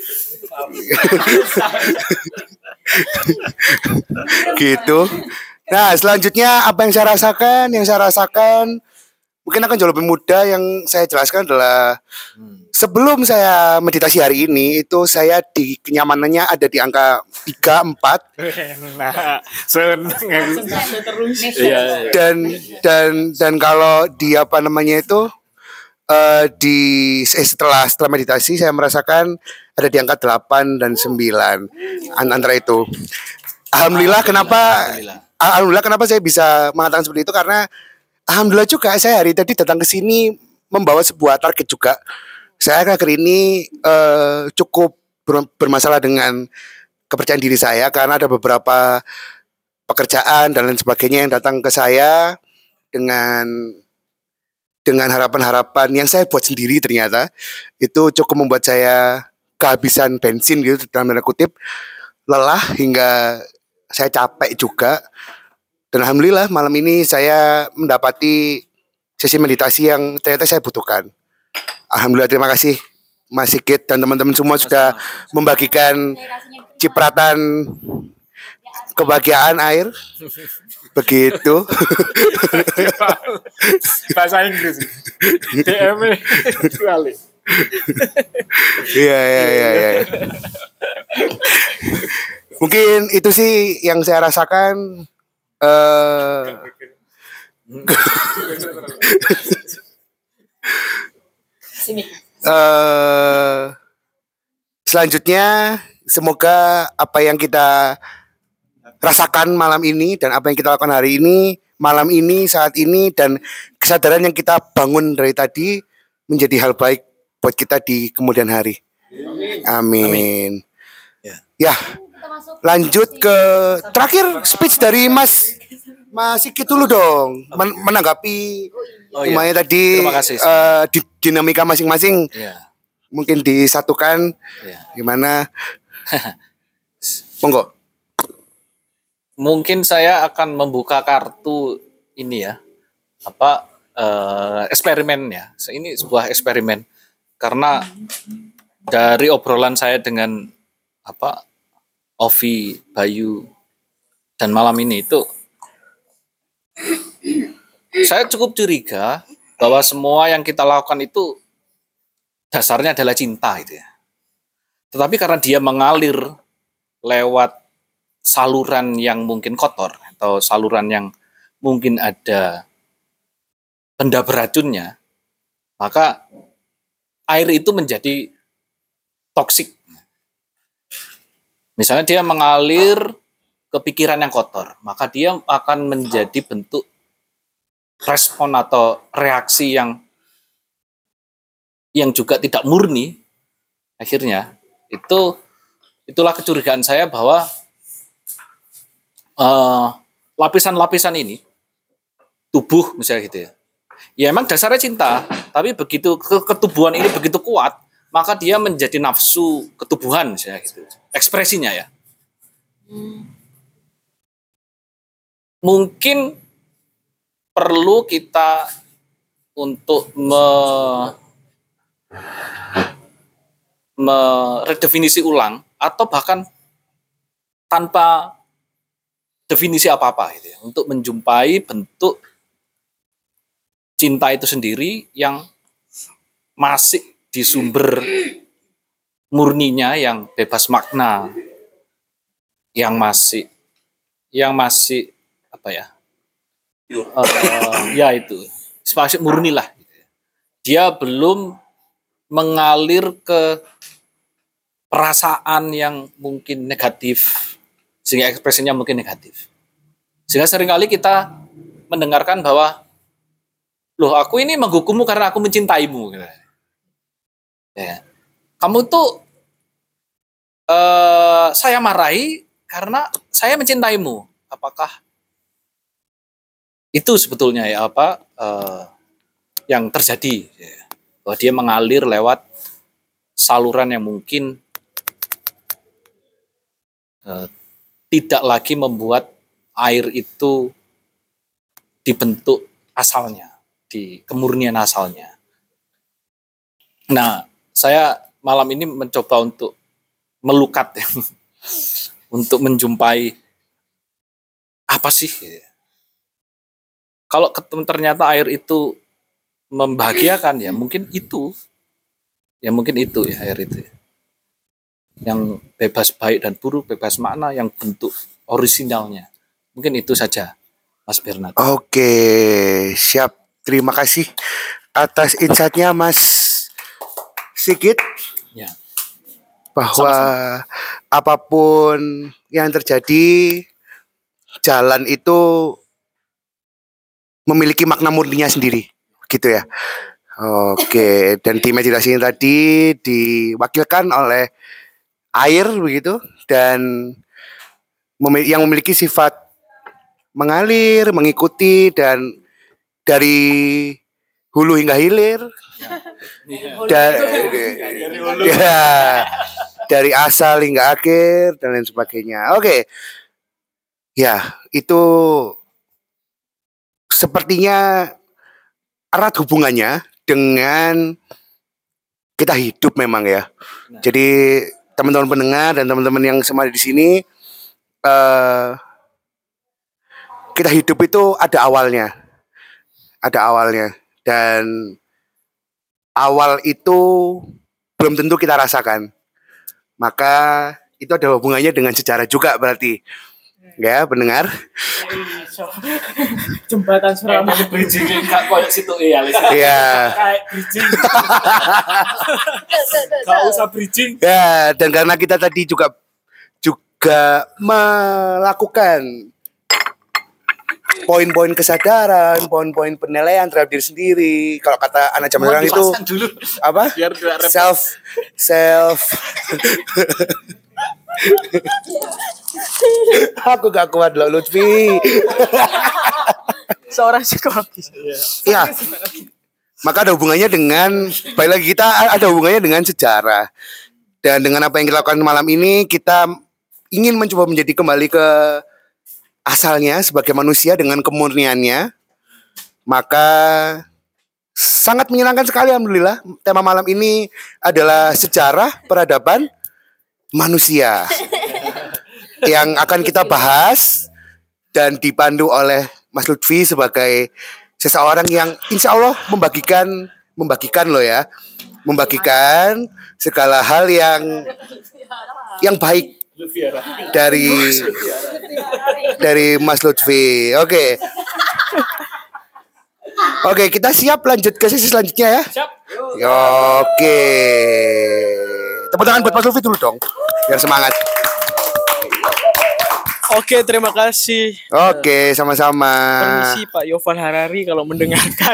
Gitu. Nah, selanjutnya apa yang saya rasakan? Yang saya rasakan mungkin akan jauh lebih mudah. Yang saya jelaskan adalah sebelum saya meditasi hari ini itu saya di kenyamanannya ada di angka tiga empat. Nah, seneng. Iya. Dan dan dan kalau di apa namanya itu uh, di eh, setelah setelah meditasi saya merasakan ada di angka delapan dan sembilan antara itu. Alhamdulillah kenapa Alhamdulillah kenapa saya bisa mengatakan seperti itu karena alhamdulillah juga saya hari tadi datang ke sini membawa sebuah target juga. Saya akhir ini uh, cukup ber- bermasalah dengan kepercayaan diri saya karena ada beberapa pekerjaan dan lain sebagainya yang datang ke saya dengan dengan harapan-harapan yang saya buat sendiri, ternyata itu cukup membuat saya kehabisan bensin gitu dalam tanda kutip, lelah hingga saya capek juga. Dan alhamdulillah malam ini saya mendapati sesi meditasi yang ternyata saya butuhkan. Alhamdulillah, terima kasih Mas Sigit dan teman-teman semua sudah membagikan cipratan kebahagiaan air. Begitu. Bahasa Inggris. D M kali. Iya iya iya iya. Mungkin itu sih yang saya rasakan. Eh uh, selanjutnya semoga apa yang kita rasakan malam ini dan apa yang kita lakukan hari ini, malam ini, saat ini, dan kesadaran yang kita bangun dari tadi menjadi hal baik buat kita di kemudian hari. Amin. Amin. Ya, lanjut ke terakhir speech dari Mas Mas Sigit dulu dong, men- menanggapi Oh, semuanya iya. tadi Terima kasih. uh, di dinamika masing-masing. Iya. Mungkin disatukan Iya. gimana? Monggo. Mungkin saya akan membuka kartu ini ya, apa eh, eksperimen ya. Ini sebuah eksperimen karena dari obrolan saya dengan apa Ovi, Bayu, dan malam ini itu saya cukup curiga bahwa semua yang kita lakukan itu dasarnya adalah cinta itu ya. Tetapi karena dia mengalir lewat saluran yang mungkin kotor atau saluran yang mungkin ada benda beracunnya, maka air itu menjadi toksik. Misalnya dia mengalir ke pikiran yang kotor, maka dia akan menjadi bentuk respon atau reaksi yang yang juga tidak murni. Akhirnya itu itulah kecurigaan saya bahwa uh, lapisan-lapisan ini tubuh misalnya gitu ya. Ya emang dasarnya cinta, tapi begitu ke- ketubuhan ini begitu kuat, maka dia menjadi nafsu ketubuhan misalnya gitu. Ekspresinya ya. Mungkin perlu kita untuk me, meredefinisi ulang atau bahkan tanpa definisi apa-apa gitu ya, untuk menjumpai bentuk cinta itu sendiri yang masih di sumber murninya yang bebas makna, yang masih yang masih apa ya? Uh, ya itu masih murni lah. Dia belum mengalir ke perasaan yang mungkin negatif, sehingga ekspresinya mungkin negatif. Sehingga seringkali kita mendengarkan bahwa, loh aku ini menghukummu karena aku mencintaimu. Ya. Kamu tuh eh saya marahi karena saya mencintaimu. Apakah itu sebetulnya ya apa eh, yang terjadi? Ya. Bahwa dia mengalir lewat saluran yang mungkin eh, tidak lagi membuat air itu dibentuk asalnya, di kemurnian asalnya. Nah, saya malam ini mencoba untuk melukat ya, untuk menjumpai apa sih? Kalau ternyata air itu membahagiakan ya mungkin itu, ya mungkin itu ya air itu, yang bebas baik dan buruk, bebas makna, yang bentuk orisinalnya, mungkin itu saja, Mas Bernard. Oke, siap. Terima kasih atas insight-nya Mas Sigit. Ya. Bahwa apapun yang terjadi, jalan itu memiliki makna murninya sendiri, gitu ya. Oke, dan di meditasi ini tadi diwakilkan oleh air begitu, dan yang memiliki sifat mengalir, mengikuti, dan dari hulu hingga hilir, dari ya, dari asal hingga akhir dan lain sebagainya. Oke, ya itu sepertinya erat hubungannya dengan kita hidup memang ya. Jadi teman-teman pendengar dan teman-teman yang semua di sini, uh, kita hidup itu ada awalnya, ada awalnya, dan awal itu belum tentu kita rasakan. Maka itu ada hubungannya dengan sejarah juga berarti, ya pendengar. Jembatan Suramadu. Bridging enggak koyo situ ya. Iya. Kayak bridging. Gak usah bridging. Ya, dan karena kita tadi juga juga melakukan poin-poin kesadaran, poin-poin penilaian terhadap diri sendiri. Kalau kata anak zaman sekarang itu dulu. apa? Biar self self Aku gak kuat loh Lutfi. Seorang psikologis. Iya. Maka ada hubungannya dengan, baik lagi kita ada hubungannya dengan sejarah. Dan dengan apa yang kita lakukan malam ini, kita ingin mencoba menjadi kembali ke asalnya sebagai manusia dengan kemurniannya. Maka sangat menyenangkan sekali alhamdulillah. Tema malam ini adalah sejarah peradaban manusia yang akan kita bahas dan dipandu oleh Mas Lutfi sebagai seseorang yang insya Allah membagikan membagikan loh ya, membagikan segala hal yang yang baik dari dari Mas Lutfi. Oke. Oke, kita siap lanjut ke sesi selanjutnya ya. Siap. Oke. Tepuk tangan buat Mas Lutfi dulu dong, biar semangat. Oke, terima kasih. Oke, sama-sama. Permisi Pak Yoval Harari kalau mendengarkan.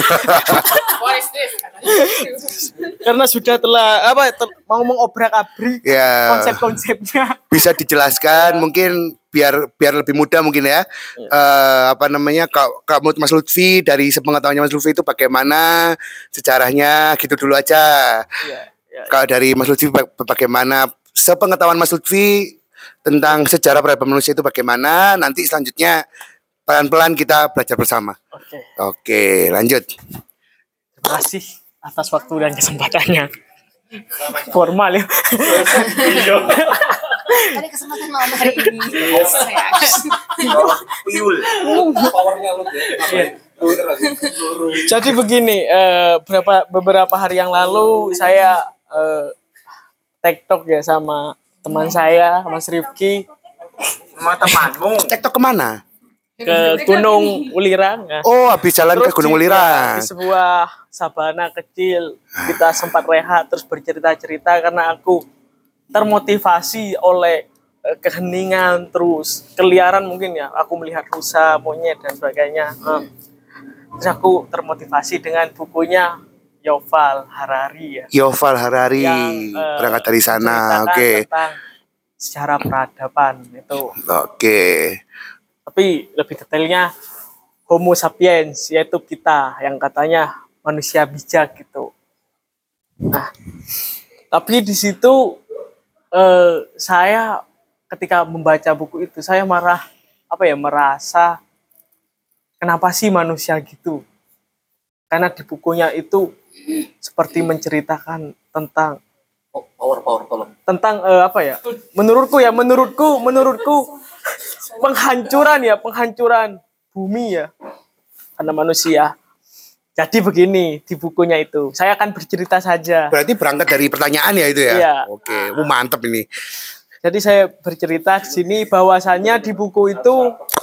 Karena sudah telah apa ter, mau mengobrak-abrik Ya. konsep-konsepnya. Bisa dijelaskan mungkin biar biar lebih mudah mungkin ya. Eh, apa namanya Kak Kak Mas Lutfi, dari sepengetahuannya Mas Lutfi itu bagaimana sejarahnya gitu dulu aja. Ya, ya. Kalau dari Mas Lutfi ba- bagaimana sepengetahuan Mas Lutfi tentang sejarah peradaban manusia itu bagaimana, nanti selanjutnya pelan-pelan kita belajar bersama. Oke. Oke, lanjut. Terima kasih atas waktu dan kesempatannya. Formal ya. Ada kesempatan malam hari ini. Jadi begini, eh, berapa beberapa hari yang lalu saya eh, TikTok ya sama teman saya, Mas Rifki, Sama temanmu. TikTok kemana? ke Gunung Ulirang. Ya. Oh, habis jalan ke Terus Gunung di- Ulirang. Di sebuah sabana kecil kita sempat rehat terus bercerita-cerita karena aku termotivasi oleh eh, keheningan, terus keliaran mungkin ya. Aku melihat rusa, monyet dan sebagainya. Eh, Terus aku termotivasi dengan bukunya Yuval Harari ya. Yuval Harari Yang, eh, berangkat dari sana. menceritakan Oke. tentang sejarah peradaban itu. Oke. Tapi lebih detailnya Homo sapiens, yaitu kita yang katanya manusia bijak gitu. Nah, tapi di situ eh, saya ketika membaca buku itu saya marah apa ya merasa kenapa sih manusia gitu? Karena di bukunya itu seperti menceritakan tentang Power power tolong. tentang eh, apa ya? Menurutku ya, menurutku, menurutku penghancuran ya, penghancuran bumi ya karena manusia. Jadi begini di bukunya itu, saya akan bercerita saja. Berarti berangkat dari pertanyaan ya itu ya? Iya. Oke, oh, mantep ini. Jadi saya bercerita di sini bahwasannya di buku itu,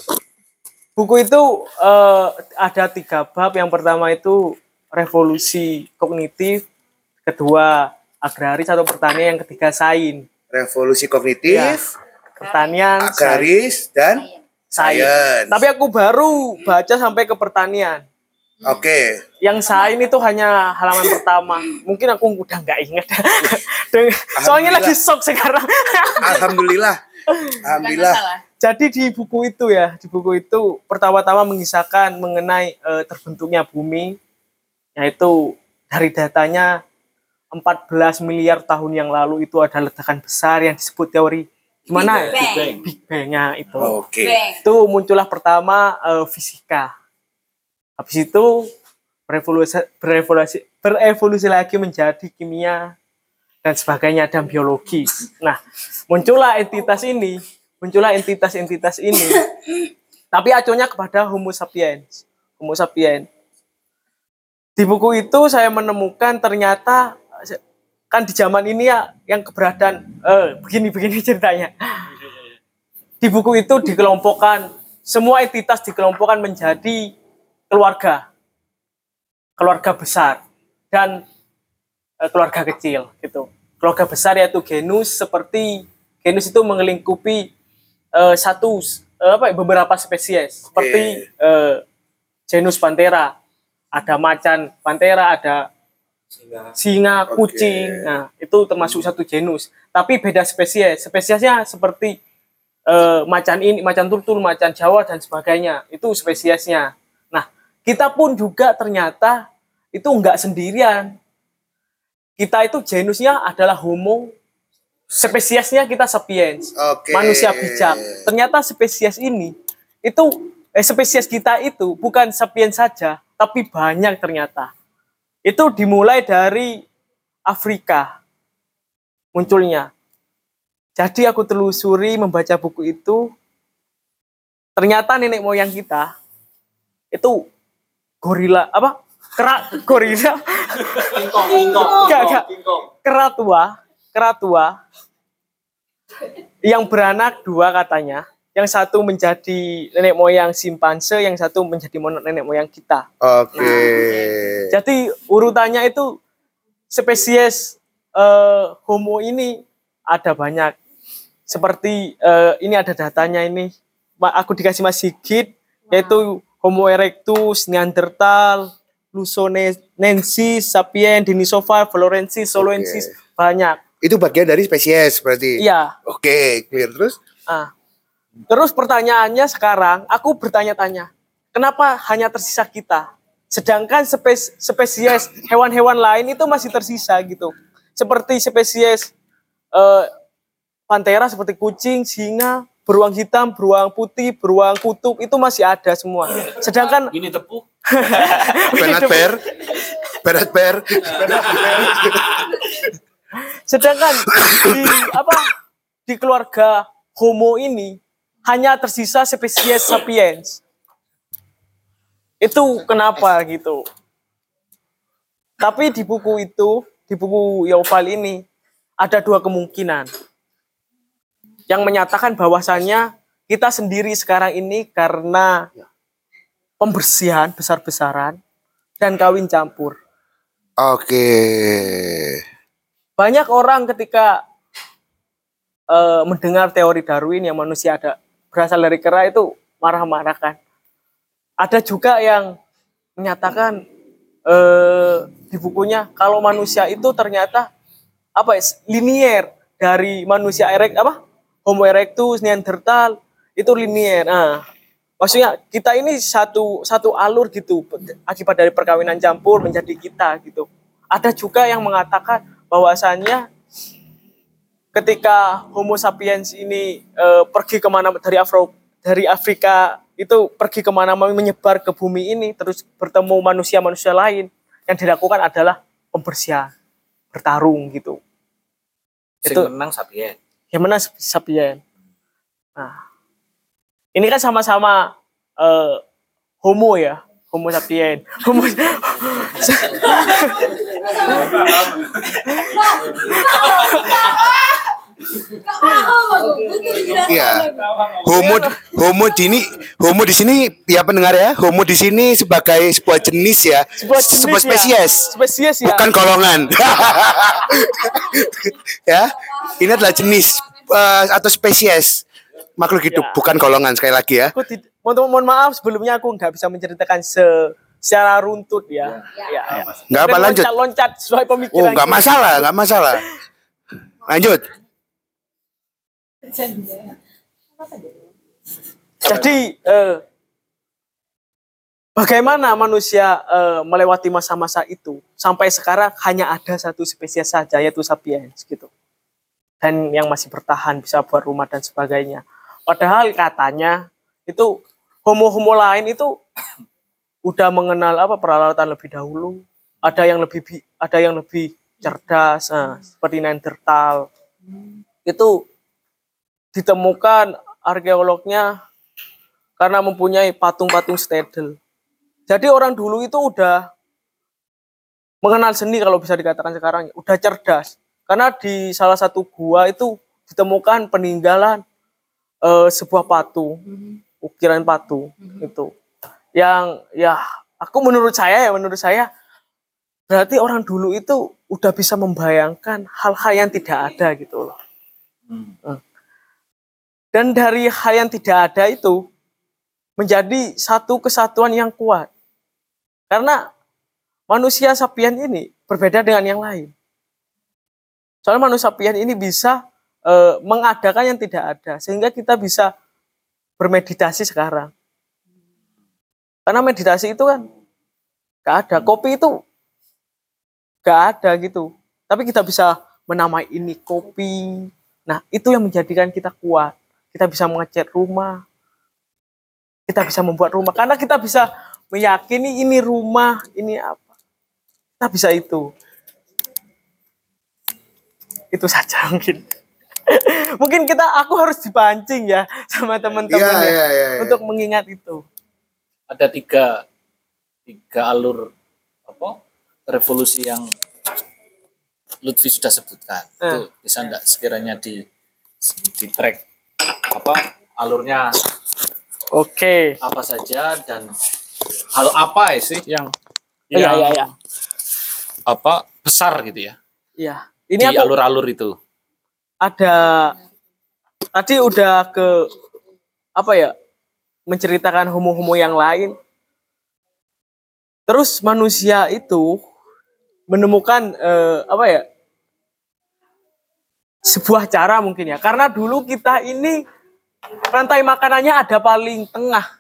buku itu eh, ada tiga bab. Yang pertama itu revolusi kognitif, kedua agraris atau pertanian, yang ketiga sains. Revolusi kognitif, Pertanian, agraris, dan sains. sains. Tapi aku baru baca sampai ke pertanian. Oke. Yang sains itu hanya halaman pertama. Mungkin aku udah nggak ingat. Soalnya lagi shock sekarang. Alhamdulillah. Alhamdulillah. Jadi di buku itu ya, di buku itu pertama-tama mengisahkan mengenai eh, terbentuknya bumi, yaitu dari datanya empat belas miliar tahun yang lalu itu ada ledakan besar yang disebut teori gimana? Big Bang. Big Bang-nya itu. Oke. Itu muncullah pertama eh, fisika. Habis itu berevolusi, berevolusi, berevolusi lagi menjadi kimia dan sebagainya dan biologi. Nah, muncullah entitas ini, muncullah entitas-entitas ini. Tapi acuannya kepada Homo sapiens. Homo sapiens. Di buku itu saya menemukan ternyata kan di zaman ini ya yang keberadaan eh, begini-begini ceritanya. Di buku itu dikelompokkan semua entitas dikelompokkan menjadi keluarga, keluarga besar dan eh, keluarga kecil gitu. Keluarga besar yaitu genus, seperti genus itu melingkupi eh, satu eh, apa ya, beberapa spesies seperti eh, genus Panthera, ada macan Panthera, ada singa, kucing. Nah, itu termasuk satu genus. Tapi beda spesies. Spesiesnya seperti eh, macan ini, macan tutul, macan Jawa dan sebagainya. Itu spesiesnya. Nah, kita pun juga ternyata itu enggak sendirian. Kita itu genusnya adalah Homo, spesiesnya kita sapiens, Oke. manusia bijak. Ternyata spesies ini itu eh, spesies kita itu bukan sapiens saja, tapi banyak ternyata. Itu dimulai dari Afrika munculnya. Jadi aku telusuri membaca buku itu, ternyata nenek moyang kita itu gorila apa? Kera gorila. Enggak, enggak. Kera tua, kera tua yang beranak dua katanya. Yang satu menjadi nenek moyang simpanse, yang satu menjadi nenek moyang kita. Oke. Nah, jadi urutannya itu spesies uh, Homo ini ada banyak. Seperti uh, ini ada datanya ini. Aku dikasih Mas Sigit, yaitu Homo erectus, Neanderthal, Lusonensis, Sapiens, Denisova, Florensis, Soloensis, Oke. banyak. Itu bagian dari spesies berarti. Iya. Oke, clear terus. Ah. Terus pertanyaannya sekarang, aku bertanya-tanya, kenapa hanya tersisa kita? Sedangkan spes spesies hewan-hewan lain itu masih tersisa gitu. Seperti spesies eh, Panthera seperti kucing, singa, beruang hitam, beruang putih, beruang kutub itu masih ada semua. Sedangkan Gini tepuk. Berat ber. Berat ber. sedangkan di apa di keluarga Homo ini hanya tersisa spesies sapiens. Itu kenapa gitu? Tapi di buku itu, di buku Yuval ini ada dua kemungkinan yang menyatakan bahwasannya kita sendiri sekarang ini karena pembersihan besar-besaran dan kawin campur. Oke. Banyak orang ketika uh, mendengar teori Darwin yang manusia ada berasal dari kera itu marah-marah kan. Ada juga yang menyatakan uh, di bukunya kalau manusia itu ternyata apa ya, linier dari manusia erect apa Homo erectus, Neanderthal itu linier. Nah, maksudnya kita ini satu satu alur gitu akibat dari perkawinan campur menjadi kita gitu. Ada juga yang mengatakan bahwasannya ketika Homo sapiens ini eh, pergi kemana dari Afro dari Afrika itu pergi kemana menyebar ke bumi ini terus bertemu manusia-manusia lain, yang dilakukan adalah pembersihan, bertarung gitu. Sing Itu menang sapien. yang mana sapien. Nah, ini kan sama-sama eh, homo ya, homo sapien. Homo Iya. Homo homo di sini homo di sini ya pendengar ya. Homo di sini sebagai sebuah jenis ya. Sebuah jenis sebuah ya. spesies. Spesies ya. Bukan golongan. Ya. Ini adalah jenis eh, atau spesies makhluk hidup, Ya. bukan golongan sekali lagi ya. Aku tid- mohon, mohon maaf sebelumnya aku nggak bisa menceritakan se secara runtut ya. Ya. ya. Nggak apa, Mungkin lanjut. Loncat-loncat sesuai Oh, pemikiran. nggak masalah, nggak masalah. Lanjut. Jadi eh, bagaimana manusia eh, melewati masa-masa itu sampai sekarang hanya ada satu spesies saja yaitu sapiens gitu. Dan yang masih bertahan bisa buat rumah dan sebagainya. Padahal katanya itu homo-homo lain itu udah mengenal apa peralatan lebih dahulu. Ada yang lebih bi- ada yang lebih cerdas, nah, seperti Neanderthal. Itu ditemukan arkeolognya karena mempunyai patung-patung Stedel. Jadi orang dulu itu udah mengenal seni kalau bisa dikatakan sekarang, udah cerdas. Karena di salah satu gua itu ditemukan peninggalan eh, sebuah patung, ukiran patung itu. Yang ya aku menurut saya ya menurut saya berarti orang dulu itu udah bisa membayangkan hal-hal yang tidak ada gitu loh. Hmm. Dan dari hal yang tidak ada itu menjadi satu kesatuan yang kuat. Karena manusia sapien ini berbeda dengan yang lain. Soalnya manusia sapien ini bisa e, mengadakan yang tidak ada. Sehingga kita bisa bermeditasi sekarang. Karena meditasi itu kan gak ada. Kopi itu gak ada gitu. Tapi kita bisa menamai ini kopi. Nah itu yang menjadikan kita kuat. Kita bisa mengecat rumah. Kita bisa membuat rumah. Karena kita bisa meyakini ini rumah, ini apa. Kita bisa itu. Itu saja mungkin. Mungkin kita, aku harus dipancing ya sama teman-teman Iya, ya, iya, iya, iya. untuk mengingat itu. Ada tiga tiga alur apa revolusi yang Lutfi sudah sebutkan. Eh. Itu bisa enggak sekiranya di di track apa alurnya Oke. apa saja dan hal apa ya sih yang Iya, yang iya, iya. apa besar gitu ya Iya. di Ini aku alur-alur itu. ada tadi udah ke apa ya menceritakan homo-homo yang lain. Terus manusia itu menemukan eh, apa ya sebuah cara mungkin ya, karena dulu kita ini rantai makanannya ada paling tengah.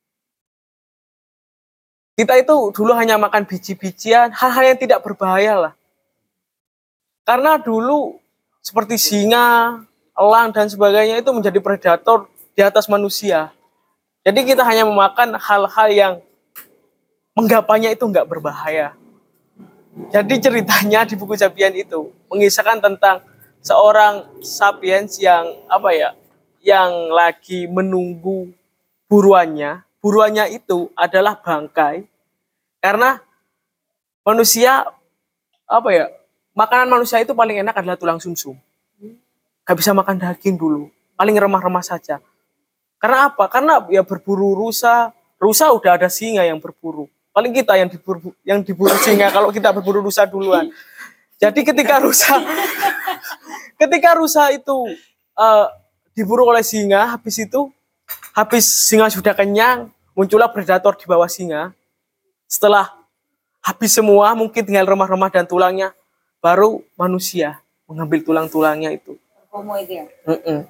Kita itu dulu hanya makan biji-bijian, hal-hal yang tidak berbahaya lah. Karena dulu seperti singa, elang dan sebagainya itu menjadi predator di atas manusia. Jadi kita hanya memakan hal-hal yang menggapainya itu nggak berbahaya. Jadi ceritanya di buku Sapiens itu mengisahkan tentang seorang sapiens yang apa ya, yang lagi menunggu buruannya. Buruannya itu adalah bangkai. Karena manusia apa ya, makanan manusia itu paling enak adalah tulang sumsum. Gak bisa makan daging dulu, paling remah-remah saja. Karena apa? Karena ya berburu rusa, rusa udah ada singa yang berburu. Paling kita yang diburu yang diburu singa kalau kita berburu rusa duluan. Jadi ketika rusa ketika rusa itu uh, diburu oleh singa, habis itu habis singa sudah kenyang, muncullah predator di bawah singa. Setelah habis semua, mungkin tinggal remah-remah dan tulangnya, baru manusia mengambil tulang-tulangnya itu. Homo itu ya. Mm-mm.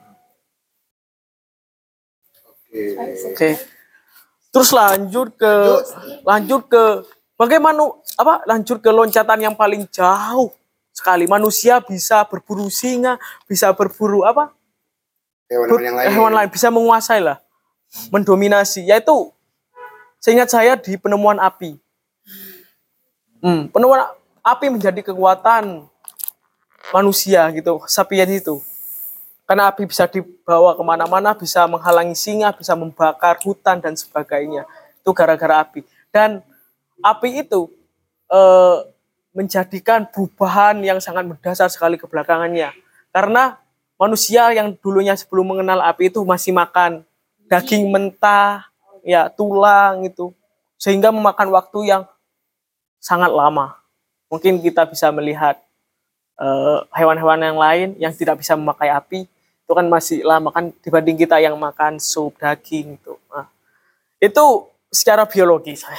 Oke. Terus lanjut ke lanjut ke bagaimana apa? Lanjut ke loncatan yang paling jauh sekali. Manusia bisa berburu singa, bisa berburu apa? Hewan-hewan yang lain. Hewan lain bisa menguasai lah, mendominasi. Yaitu seingat saya di penemuan api. Hmm, penemuan api menjadi kekuatan manusia gitu, sapiens itu. Karena api bisa dibawa kemana-mana, bisa menghalangi singa, bisa membakar hutan dan sebagainya. Itu gara-gara api. Dan api itu eh, menjadikan perubahan yang sangat mendasar sekali ke belakangannya. Karena manusia yang dulunya sebelum mengenal api itu masih makan daging mentah, ya tulang itu, sehingga memakan waktu yang sangat lama. Mungkin kita bisa melihat uh, hewan-hewan yang lain yang tidak bisa memakai api, itu kan masih lama kan dibanding kita yang makan sup daging itu. Nah, itu secara biologi saya.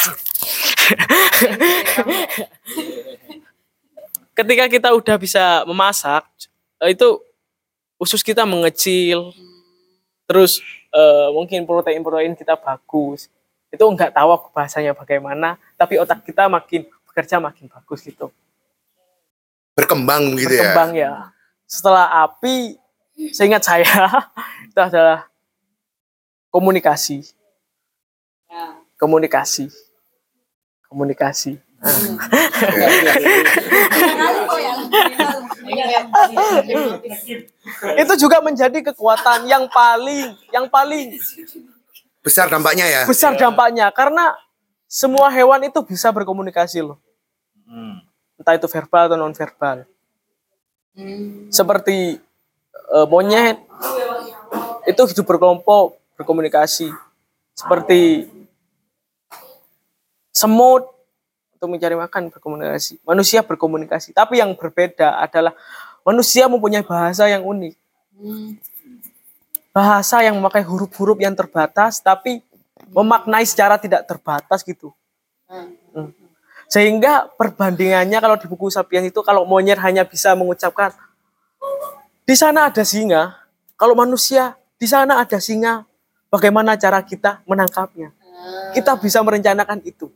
Ketika kita udah bisa memasak, itu usus kita mengecil, terus uh, mungkin protein-protein kita bagus. Itu nggak tahu aku bahasanya bagaimana, tapi otak kita makin bekerja makin bagus gitu. Berkembang gitu Berkembang ya. ya. Setelah api, seingat saya itu adalah komunikasi. Komunikasi. Komunikasi. Nah. Itu juga menjadi kekuatan yang paling yang paling Besar dampaknya ya. besar dampaknya karena semua hewan itu bisa berkomunikasi loh. Entah itu verbal atau non verbal. Seperti uh, monyet itu hidup berkelompok, berkomunikasi. Seperti semut untuk mencari makan berkomunikasi. Manusia berkomunikasi, tapi yang berbeda adalah manusia mempunyai bahasa yang unik. Bahasa yang memakai huruf-huruf yang terbatas, tapi memaknai secara tidak terbatas gitu. Hmm. Sehingga perbandingannya kalau di buku Sapiens itu, kalau monyet hanya bisa mengucapkan, di sana ada singa, kalau manusia, di sana ada singa, bagaimana cara kita menangkapnya? Kita bisa merencanakan itu.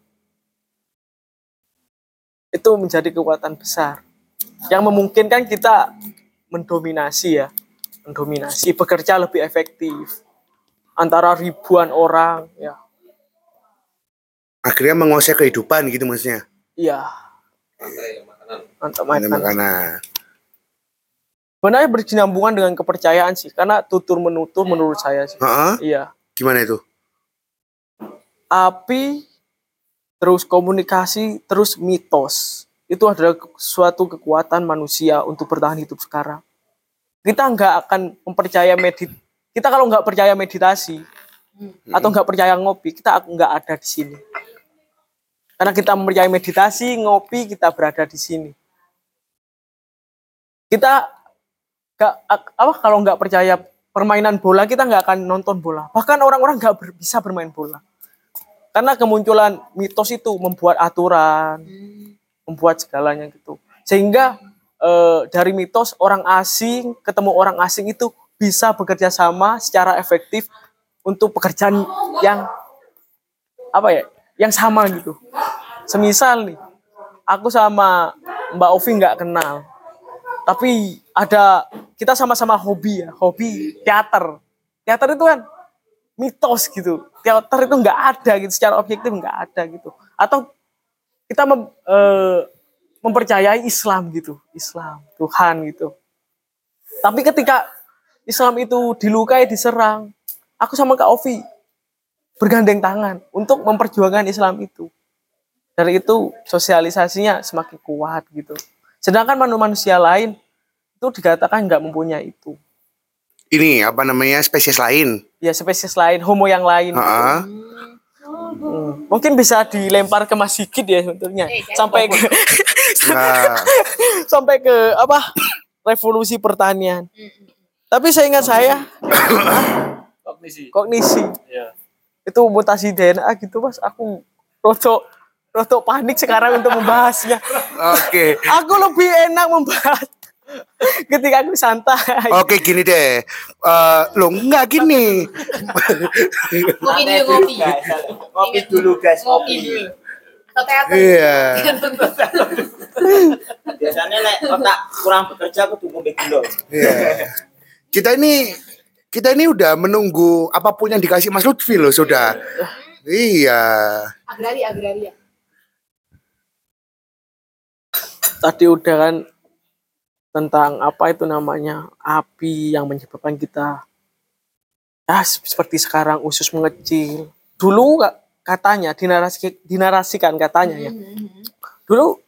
Itu menjadi kekuatan besar yang memungkinkan kita mendominasi ya. Mendominasi, bekerja lebih efektif antara ribuan orang ya. Akhirnya menguasai kehidupan gitu maksudnya. Iya. Mantap Makanan. makanan. Makanan. Sebenarnya berkesinambungan dengan kepercayaan sih, karena tutur menutur menurut saya sih. Heeh. Iya. Gimana itu? Api, terus komunikasi, terus mitos. Itu adalah suatu kekuatan manusia untuk bertahan hidup sekarang. Kita nggak akan mempercaya medit. Kita kalau nggak percaya meditasi atau nggak percaya ngopi, kita nggak ada di sini. Karena kita mempercayai meditasi, ngopi, kita berada di sini. Kita nggak apa kalau nggak percaya permainan bola, kita nggak akan nonton bola. Bahkan orang-orang nggak ber, bisa bermain bola. Karena kemunculan mitos itu membuat aturan, membuat segalanya gitu. Sehingga Eh, dari mitos orang asing ketemu orang asing itu bisa bekerja sama secara efektif untuk pekerjaan yang apa ya, yang sama gitu. Semisal nih, aku sama Mbak Ovi nggak kenal, tapi ada kita sama-sama hobi ya, hobi teater. Teater itu kan mitos gitu. Teater itu nggak ada gitu, secara objektif nggak ada gitu. Atau kita mem, eh, mempercayai Islam gitu, Islam, Tuhan gitu. Tapi ketika Islam itu dilukai, diserang, aku sama Kak Ovi bergandeng tangan untuk memperjuangkan Islam itu. Dari itu sosialisasinya semakin kuat gitu. Sedangkan manusia lain itu dikatakan nggak mempunyai itu. Ini apa namanya, spesies lain? Ya spesies lain, homo yang lain. Heeh. Gitu. Hmm. Mungkin bisa dilempar ke Mas Sigit ya sebetulnya, sampai ke Nah, sampai ke apa revolusi pertanian. Tapi saya ingat saya Kognisi. kognisi Ya. itu mutasi D N A gitu Mas. Aku roto rotok panik sekarang untuk membahasnya. Oke. Aku lebih enak membahas ketika aku santai. Oke gini deh. Eh lo enggak gini. Ngopi dulu, ngopi. Ngopi dulu guys, Ngopi ngopi. dulu. Teater. Iya. Biasanya nek otak kurang bekerja aku tunggu dulu. Iya. Kita ini kita ini udah menunggu apapun yang dikasih Mas Lutfi loh sudah. Iya. Agraria, agraria. Tadi udah kan tentang apa itu namanya api yang menyebabkan kita ah seperti sekarang usus mengecil. Dulu ka- katanya dinarasi, dinarasikan katanya ya. Dulu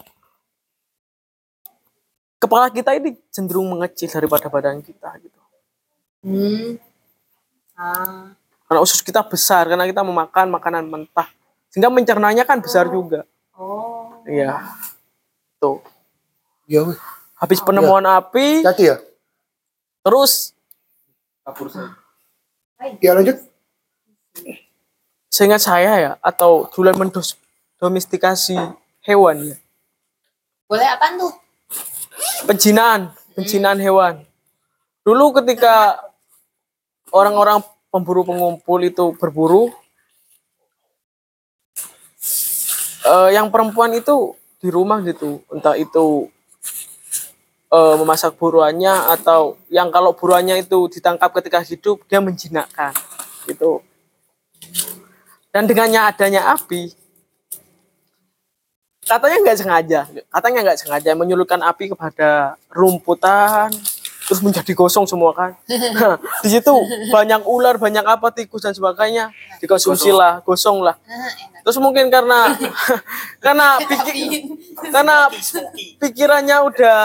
kepala kita ini cenderung mengecil daripada badan kita gitu. Hmm. Ah. Karena usus kita besar karena kita memakan makanan mentah sehingga mencernanya kan besar juga. Oh. Iya. Tuh. Ya weh. Habis penemuan api Hati ya. terus Ya lanjut. seingat saya ya atau duluan mendomestikasi hewan ya. Boleh apaan tuh? Penjinaan, penjinaan hewan. Dulu ketika orang-orang pemburu pengumpul itu berburu, eh, yang perempuan itu di rumah gitu, entah itu eh, memasak buruannya atau yang kalau buruannya itu ditangkap ketika hidup dia menjinakkan gitu. Dan dengannya adanya api, katanya nggak sengaja, katanya nggak sengaja menyulutkan api kepada rumputan, terus menjadi gosong semua kan. Nah, di situ banyak ular, banyak apa tikus dan sebagainya, dikonsumsi lah, gosong lah. Terus mungkin karena karena pikir, karena pikirannya udah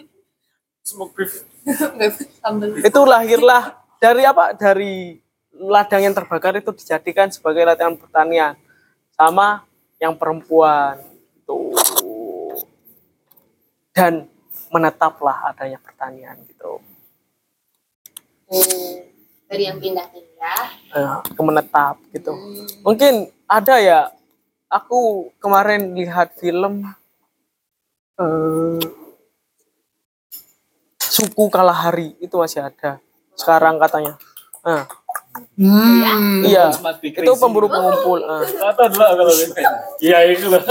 itu lahirlah dari apa dari ladang yang terbakar itu dijadikan sebagai latihan pertanian sama yang perempuan itu dan menetaplah adanya pertanian gitu. Hmm. Dari yang pindah-pindah. Eh, ke menetap gitu. Mungkin ada ya. Aku kemarin lihat film eh, Suku Kalahari itu masih ada sekarang katanya. Nah, Hmm. iya, itu pemburu pengumpul. Ah. Iya itu loh.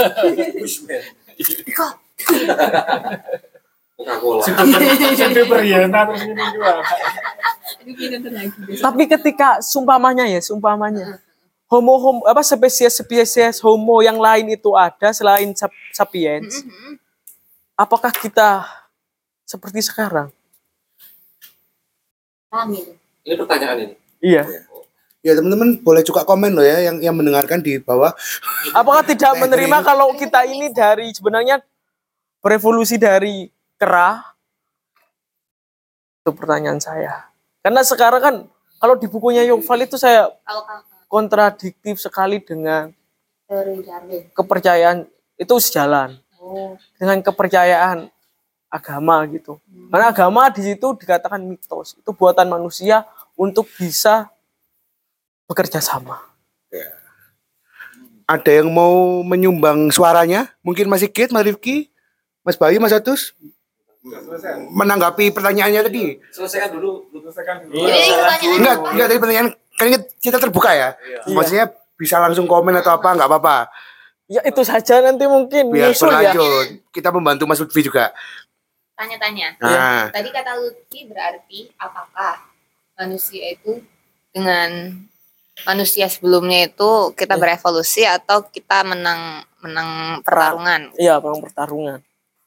Sampai beriana terus ini juga. Tapi ketika sumpamanya ya, sumpamanya homo homo apa spesies spesies homo yang lain itu ada selain sap- sapiens, apakah kita seperti sekarang? Kami. Ini pertanyaan ini. Iya. Ya teman-teman boleh juga komen loh ya yang yang mendengarkan di bawah. Apakah tidak menerima kalau kita ini dari sebenarnya berevolusi dari kera? Itu pertanyaan saya. Karena sekarang kan kalau di bukunya Yuval itu saya Kalau kakak kontradiktif sekali dengan teori Darwin. kepercayaan itu sejalan Oh. dengan kepercayaan agama gitu. Karena agama di situ dikatakan mitos, itu buatan manusia untuk bisa bekerja sama. Ada yang mau menyumbang suaranya? Mungkin Mas Sigit, Mas Rifki, Mas Bayu, Mas Atus? Menanggapi pertanyaannya tadi. Selesaikan dulu, selesaikan dulu. Ini pertanyaan Enggak, apa? enggak tadi pertanyaan kan ini kita terbuka ya. Maksudnya bisa langsung komen atau apa, enggak apa-apa. Ya itu saja nanti mungkin Biar nyusul ya. berlanjut. Kita membantu Mas Lutfi juga. Tanya-tanya. Nah, Tadi kata Lutfi berarti apakah manusia itu dengan manusia sebelumnya itu kita berevolusi atau kita menang menang pertarungan? Iya, bang pertarungan.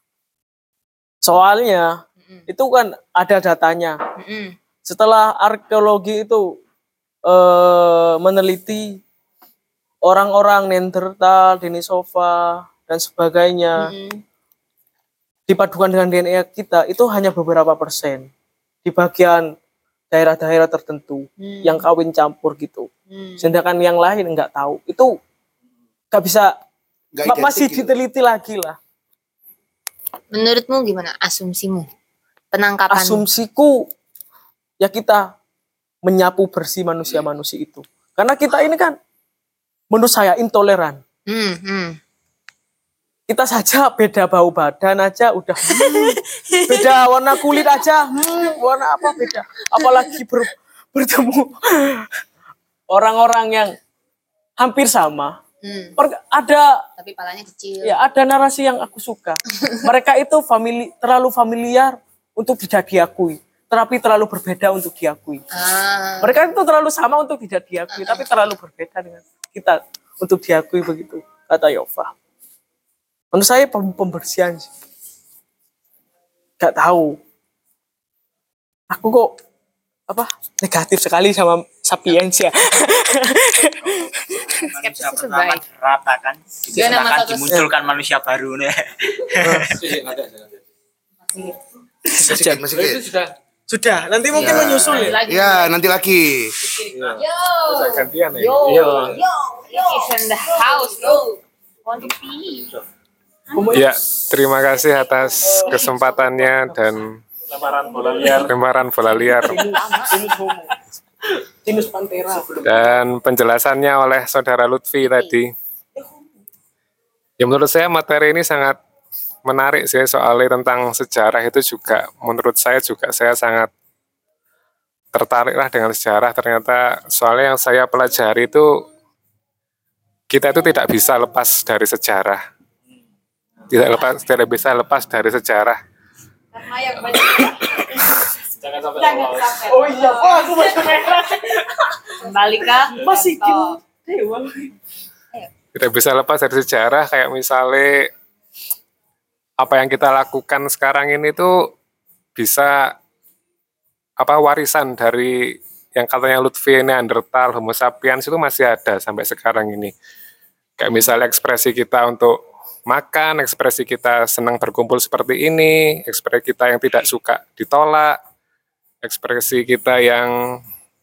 Soalnya Mm-mm. itu kan ada datanya. Mm-mm. Setelah arkeologi itu eh, meneliti orang-orang Neanderthal, Denisova dan sebagainya Mm-mm. dipadukan dengan D N A kita itu hanya beberapa persen di bagian daerah-daerah tertentu Hmm. yang kawin campur gitu. Hmm. Sedangkan yang lain nggak tahu. Itu nggak bisa enggak ma- identik masih gitu. diteliti lagi lah. Menurutmu gimana asumsimu? Penangkapan. Asumsiku ya kita menyapu bersih manusia-manusia itu. Karena kita ini kan menurut saya intoleran. Hmm, hmm. kita saja beda bau badan aja udah hmm, beda warna kulit aja hmm, warna apa beda, apalagi ber, bertemu orang-orang yang hampir sama. Hmm. Per- ada Tapi palanya kecil. ya ada narasi yang aku suka. Mereka itu famili, terlalu familiar untuk tidak diakui, tetapi terlalu berbeda untuk diakui. Ah. Mereka itu terlalu sama untuk tidak diakui, tapi terlalu berbeda dengan kita untuk diakui, begitu kata Yova. Menurut saya pem- pembersihan sih. Gak tahu. Aku kok apa negatif sekali sama sapiens ya. Manusia Skeptis itu pertama baik. diratakan, Dia nama silakan satu- dimunculkan manusia baru nih. Masih masih Sudah, nanti mungkin Ya. menyusul ya. Lagi. Ya, nanti lagi. Yo. Saya gantian ya. Yo. Yo. Yo. Yo. It's in the house, bro. Want to pee. Ya, terima kasih atas kesempatannya dan Lamaran bola liar. lemparan bola liar Tinus homo. Tinus pantera. dan penjelasannya oleh Saudara Lutfi tadi. Ya menurut saya materi ini sangat menarik sih, soalnya tentang sejarah itu juga menurut saya juga saya sangat tertarik lah dengan sejarah. Ternyata soalnya yang saya pelajari itu kita itu tidak bisa lepas dari sejarah. Tidak lepas tidak bisa lepas dari sejarah. Jangan sampai. Oh iya, oh aku masih merah. Kembali ke Masih laptop. dewa. Tidak bisa lepas dari sejarah, kayak misalnya apa yang kita lakukan sekarang ini tuh bisa apa warisan dari yang katanya Lutfi, Neanderthal, Homo sapiens itu masih ada sampai sekarang ini. Kayak misalnya ekspresi kita untuk makan, ekspresi kita senang berkumpul seperti ini, ekspresi kita yang tidak suka ditolak, ekspresi kita yang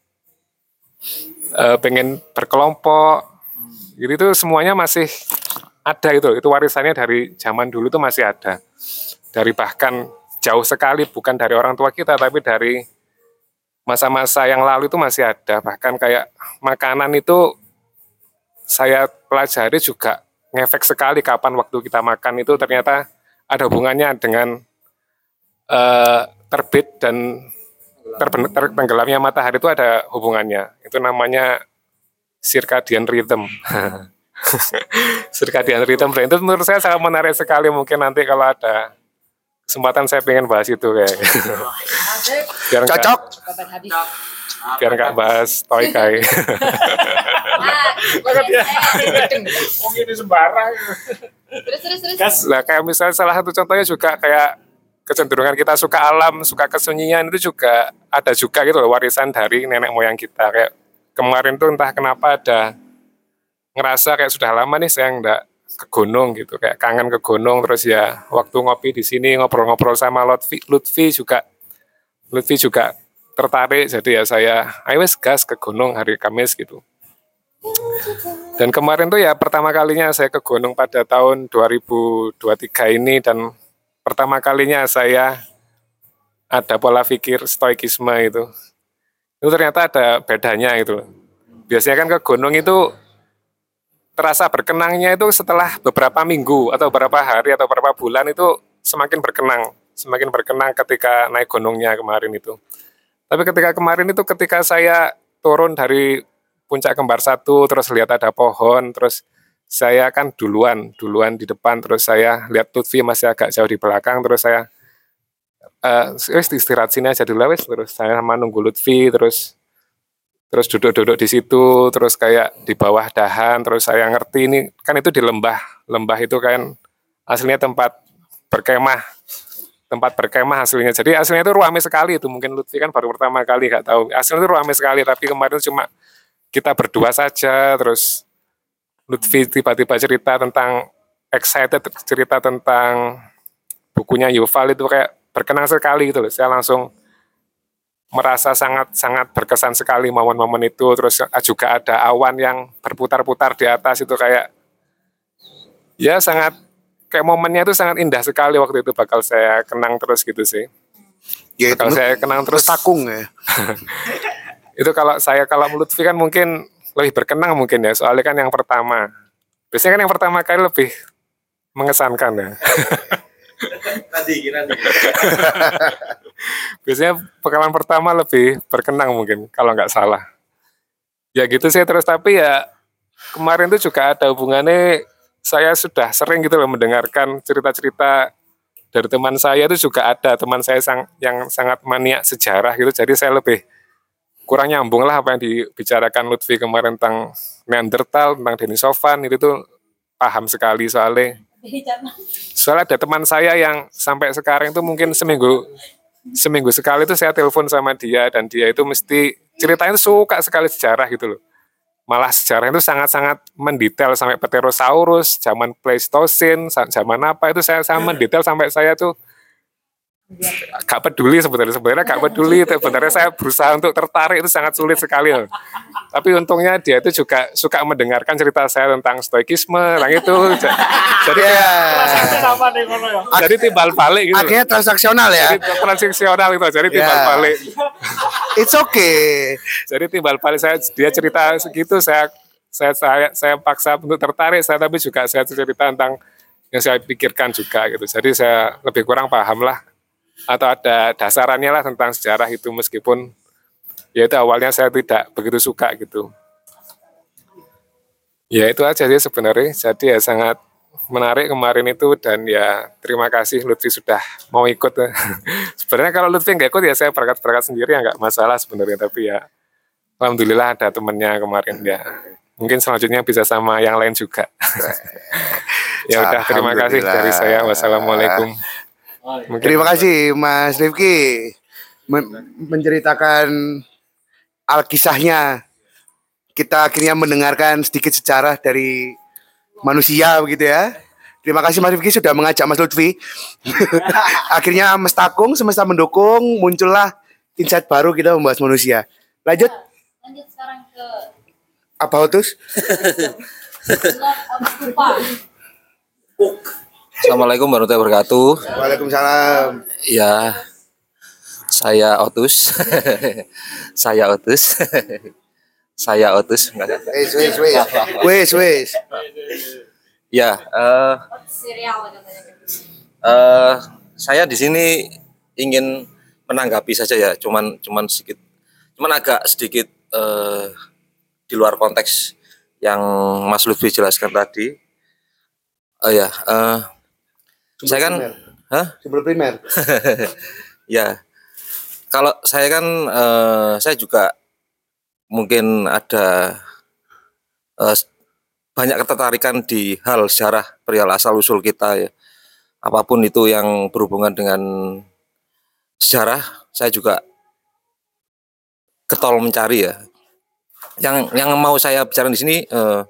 eh, pengen berkelompok, gitu itu semuanya masih ada itu. Itu warisannya dari zaman dulu itu masih ada. Dari bahkan jauh sekali, bukan dari orang tua kita, tapi dari masa-masa yang lalu itu masih ada. Bahkan kayak makanan itu saya pelajari juga ngefek sekali kapan waktu kita makan itu ternyata ada hubungannya dengan eh, terbit dan terben- ter- tenggelamnya matahari itu ada hubungannya. Itu namanya circadian rhythm. Circadian rhythm itu menurut saya sangat menarik sekali. Mungkin nanti kalau ada kesempatan saya pengen bahas itu kayak. Biar nggak- Cocok. biar nggak bahas toikai. Mungkin ini sembarang. Terus terus terus. Nah, kayak misalnya salah satu contohnya juga kayak kecenderungan kita suka alam, suka kesunyian itu juga ada juga gitu loh, warisan dari nenek moyang kita. Kayak kemarin tuh entah kenapa ada ngerasa kayak sudah lama nih saya nggak ke gunung gitu, kayak kangen ke gunung. Terus ya waktu ngopi di sini ngobrol-ngobrol sama Lutfi, Lutfi juga Lutfi juga tertarik, jadi ya saya ayo wes gas ke gunung hari Kamis gitu. Dan kemarin tuh ya pertama kalinya saya ke gunung pada tahun dua ribu dua puluh tiga ini, dan pertama kalinya saya ada pola pikir stoikisme itu. Itu ternyata ada bedanya itu. Biasanya kan ke gunung itu terasa berkenangnya itu setelah beberapa minggu atau beberapa hari atau beberapa bulan itu semakin berkenang, semakin berkenang ketika naik gunungnya kemarin itu. Tapi ketika kemarin itu ketika saya turun dari puncak kembar satu, terus lihat ada pohon, terus saya kan duluan, duluan di depan, terus saya lihat Lutfi masih agak jauh di belakang, terus saya eh wis istirahat sini aja dulu wis, terus saya sama nunggu Lutfi, terus terus duduk-duduk di situ, terus kayak di bawah dahan, terus saya ngerti ini kan itu di lembah, lembah itu kan aslinya tempat berkemah, tempat berkemah aslinya. Jadi aslinya itu ruame sekali itu, mungkin Lutfi kan baru pertama kali nggak tahu. Aslinya itu ruame sekali, tapi kemarin cuma kita berdua saja, terus Lutfi tiba-tiba cerita tentang excited, cerita tentang bukunya Yuval itu kayak berkenan sekali gitu loh. Saya langsung merasa sangat-sangat berkesan sekali momen-momen itu. Terus juga ada awan yang berputar-putar di atas itu kayak ya sangat kayak momennya itu sangat indah sekali waktu itu, bakal saya kenang terus gitu sih. Ya, Bakal itu saya kenang terus. takung ya. Itu kalau saya kalau Lutfi kan mungkin lebih berkenang mungkin ya, soalnya kan yang pertama. Biasanya kan yang pertama kali lebih mengesankan ya. Nanti, nanti. Biasanya pengalaman pertama lebih berkenang mungkin kalau nggak salah. Ya gitu sih terus, tapi ya kemarin tuh juga ada hubungannya, saya sudah sering gitu loh mendengarkan cerita-cerita dari teman saya. Itu juga ada teman saya sang, yang sangat maniak sejarah gitu, jadi saya lebih kurang nyambung lah apa yang dibicarakan Lutfi kemarin tentang Neanderthal, tentang Denisovan, itu tuh paham sekali soalnya. Soalnya ada teman saya yang sampai sekarang itu mungkin seminggu seminggu sekali itu saya telepon sama dia, dan dia itu mesti ceritanya tuh suka sekali sejarah gitu loh. Malah sejarah itu sangat-sangat mendetail sampai Pterosaurus, zaman Pleistosen, zaman apa itu saya sama mendetail sampai saya tuh gak peduli sebenarnya, sebenarnya gak peduli. Sebenarnya saya berusaha untuk tertarik, itu sangat sulit sekali loh. Tapi untungnya dia itu juga suka mendengarkan cerita saya tentang stoikisme, yang itu. Jadi Yeah. jadi timbal balik gitu. Akhirnya transaksional ya. Jadi transaksional itu, jadi timbal Yeah. balik. It's okay. Jadi timbal balik saya, dia cerita segitu, saya saya saya, saya paksa untuk tertarik, saya tapi juga saya cerita tentang yang saya pikirkan juga gitu. Jadi saya lebih kurang paham lah, atau ada dasarannya lah tentang sejarah itu, meskipun ya itu awalnya saya tidak begitu suka gitu. Ya itu aja sih sebenarnya. Jadi ya sangat menarik kemarin itu, dan ya terima kasih Lutfi sudah mau ikut. Sebenarnya kalau Lutfi nggak ikut ya saya berangkat-berangkat sendiri ya nggak masalah sebenarnya, tapi ya alhamdulillah ada temennya kemarin ya. Mungkin selanjutnya bisa sama yang lain juga. Ya udah, terima kasih dari saya. Wassalamualaikum. Mungkin Terima kasih Mas Rifki men- menceritakan alkisahnya. Kita akhirnya mendengarkan sedikit sejarah dari manusia begitu ya. Terima kasih Mas Rifki sudah mengajak Mas Lutfi. Akhirnya Mestakung semesta mendukung, muncullah insight baru kita membahas manusia. Lanjut. Lanjut sekarang ke Apa Otus? Assalamualaikum warahmatullahi wabarakatuh. Waalaikumsalam. Ya, saya Otus. saya Otus. saya Otus. Wes wes wes. Wes wes. Ya, eh serial katanya. eh, saya di sini ingin menanggapi saja ya, cuman cuman sedikit, cuman agak sedikit eh, di luar konteks yang Mas Lutfi jelaskan tadi. Oh ya, eh, saya kan, primer. hah? Sebelum primer. Ya, kalau saya kan, eh, saya juga mungkin ada eh, banyak ketertarikan di hal sejarah perihal asal usul kita ya. Apapun itu yang berhubungan dengan sejarah, saya juga getol mencari ya. Yang yang mau saya bicara di sini, eh,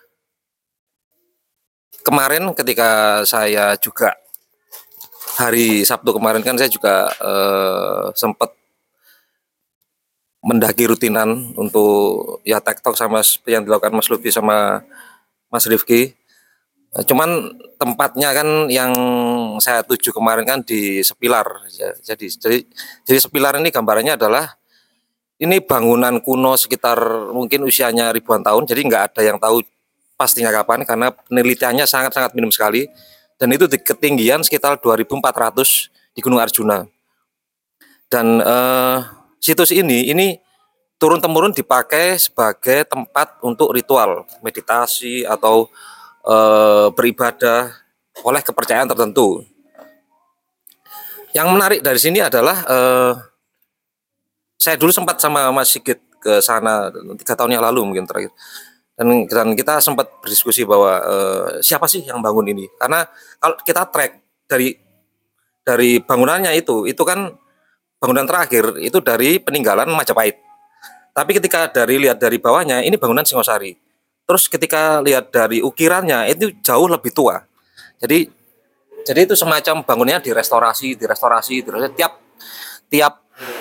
kemarin ketika saya juga hari Sabtu kemarin kan saya juga eh, sempat mendaki rutinan untuk ya TikTok sama seperti yang dilakukan Mas Lutfi sama Mas Rifki. Eh, Cuman tempatnya kan yang saya tuju kemarin kan di Sepilar. Ya, jadi jadi jadi Sepilar ini gambarannya adalah ini bangunan kuno sekitar mungkin usianya ribuan tahun. Jadi nggak ada yang tahu pastinya kapan karena penelitiannya sangat-sangat minim sekali, dan itu di ketinggian sekitar dua ribu empat ratus di Gunung Arjuna. Dan eh, situs ini ini turun temurun dipakai sebagai tempat untuk ritual meditasi atau eh, beribadah oleh kepercayaan tertentu. Yang menarik dari sini adalah eh, saya dulu sempat sama Mas Sigit ke sana tiga tahun yang lalu mungkin terakhir. Dan, dan kita sempat berdiskusi bahwa eh, siapa sih yang bangun ini? Karena kalau kita track dari dari bangunannya itu, itu kan bangunan terakhir itu dari peninggalan Majapahit. Tapi ketika dari lihat dari bawahnya, ini bangunan Singosari. Terus ketika lihat dari ukirannya itu jauh lebih tua. Jadi jadi itu semacam bangunannya direstorasi, direstorasi, direstorasi. Tiap tiap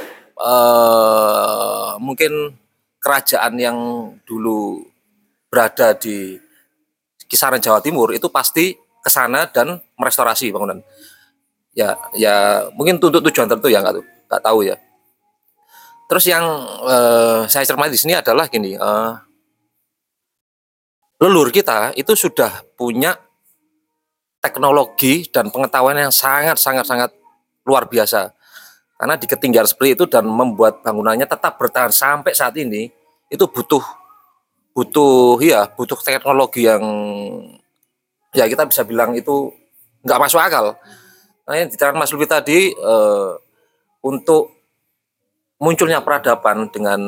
eh, mungkin kerajaan yang dulu berada di kisaran Jawa Timur itu pasti ke sana dan merestorasi bangunan. Ya, ya mungkin untuk tujuan tertentu ya nggak tuh, nggak tahu ya. Terus yang eh, saya cermati di sini adalah gini, eh, leluhur kita itu sudah punya teknologi dan pengetahuan yang sangat sangat sangat luar biasa. Karena di ketinggian seperti itu dan membuat bangunannya tetap bertahan sampai saat ini itu butuh butuh ya butuh teknologi yang ya kita bisa bilang itu nggak masuk akal. Nah, yang diterangkan Mas Lutfi tadi eh, untuk munculnya peradaban dengan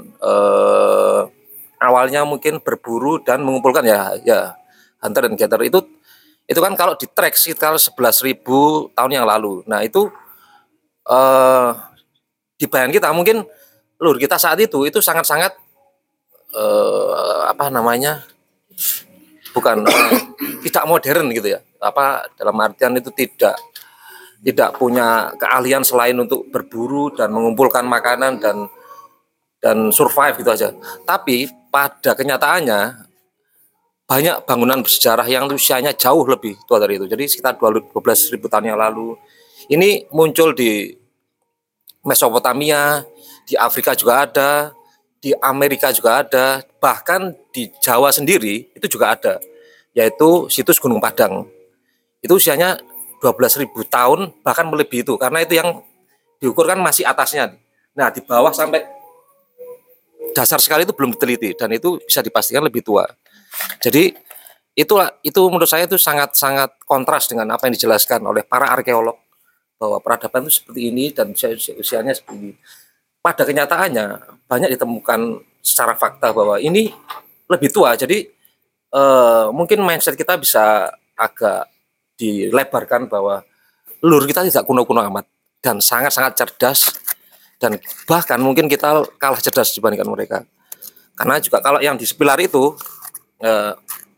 eh, awalnya mungkin berburu dan mengumpulkan ya ya hunter dan gatherer itu itu kan kalau di track sekitar sebelas ribu tahun yang lalu. Nah itu eh, di bayangan kita mungkin lur kita saat itu itu sangat-sangat eh, apa namanya bukan eh, tidak modern gitu ya, apa dalam artian itu tidak tidak punya keahlian selain untuk berburu dan mengumpulkan makanan dan dan survive gitu aja. Tapi pada kenyataannya banyak bangunan bersejarah yang usianya jauh lebih tua dari itu. Jadi sekitar dua belas ribu tahun yang lalu. Ini muncul di Mesopotamia, di Afrika juga ada, di Amerika juga ada, bahkan di Jawa sendiri itu juga ada, yaitu situs Gunung Padang. Itu usianya dua belas ribu tahun, bahkan melebihi itu, karena itu yang diukur kan masih atasnya. Nah, di bawah sampai dasar sekali itu belum diteliti, dan itu bisa dipastikan lebih tua. Jadi itulah itu menurut saya itu sangat-sangat kontras dengan apa yang dijelaskan oleh para arkeolog bahwa peradaban itu seperti ini dan usia, usia, usianya seperti ini. Pada kenyataannya banyak ditemukan secara fakta bahwa ini lebih tua. Jadi eh, mungkin mindset kita bisa agak dilebarkan bahwa lur kita tidak kuno-kuno amat dan sangat-sangat cerdas dan bahkan mungkin kita kalah cerdas dibandingkan mereka. Karena juga kalau yang di sepilar itu eh,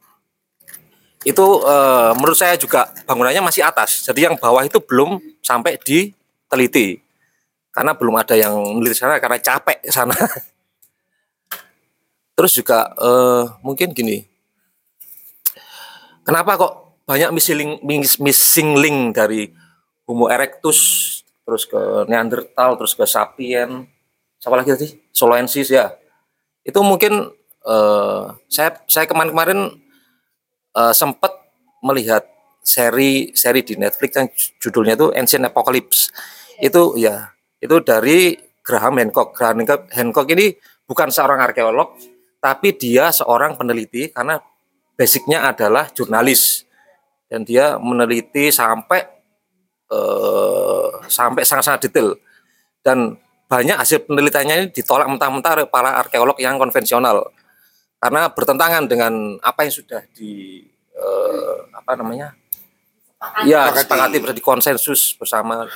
itu eh, menurut saya juga bangunannya masih atas. Jadi yang bawah itu belum sampai diteliti. Karena belum ada yang meneliti sana karena capek sana. Terus juga eh, mungkin gini. Kenapa kok banyak missing link, missing link dari Homo erectus terus ke Neanderthal terus ke Sapien. Siapa lagi tadi? Soloensis ya. Itu mungkin eh, saya saya kemarin-kemarin Uh, sempat melihat seri seri di Netflix yang judulnya itu Ancient Apocalypse. Itu ya, itu dari Graham Hancock. Graham Hancock ini bukan seorang arkeolog, tapi dia seorang peneliti karena basicnya adalah jurnalis dan dia meneliti sampai uh, sampai sangat-sangat detail dan banyak hasil penelitiannya ini ditolak mentah-mentah oleh para arkeolog yang konvensional. Karena bertentangan dengan apa yang sudah di eh, apa namanya ya disepakati di konsensus bersama.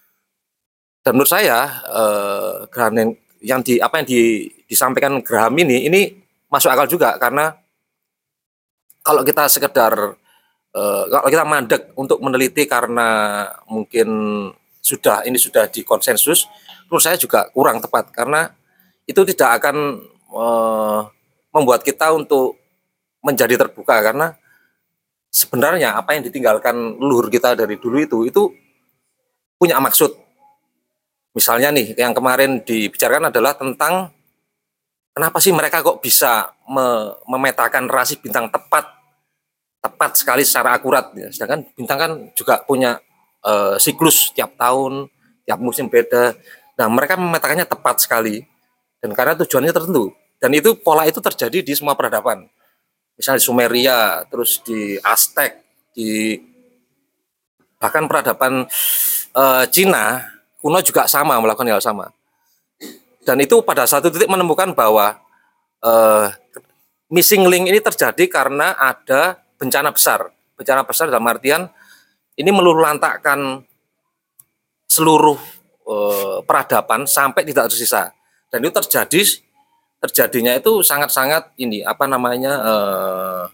Dan menurut saya eh, Graham yang di apa yang di, disampaikan Graham ini ini masuk akal juga karena kalau kita sekedar eh, kalau kita mandek untuk meneliti karena mungkin sudah ini sudah di konsensus, menurut saya juga kurang tepat karena itu tidak akan eh, membuat kita untuk menjadi terbuka karena sebenarnya apa yang ditinggalkan leluhur kita dari dulu itu itu punya maksud. Misalnya nih yang kemarin dibicarakan adalah tentang kenapa sih mereka kok bisa me memetakan rasi bintang tepat tepat sekali secara akurat ya. Sedangkan bintang kan juga punya uh, siklus tiap tahun, tiap musim beda. Nah, mereka memetakannya tepat sekali dan karena tujuannya tertentu. Dan itu pola itu terjadi di semua peradaban. Misalnya di Sumeria, terus di Aztec, di bahkan peradaban e, Cina kuno juga sama melakukan hal sama. Dan itu pada satu titik menemukan bahwa e, missing link ini terjadi karena ada bencana besar. Bencana besar dalam artian ini meluluhlantakkan seluruh e, peradaban sampai tidak tersisa. Dan itu terjadi terjadinya itu sangat-sangat ini apa namanya eh,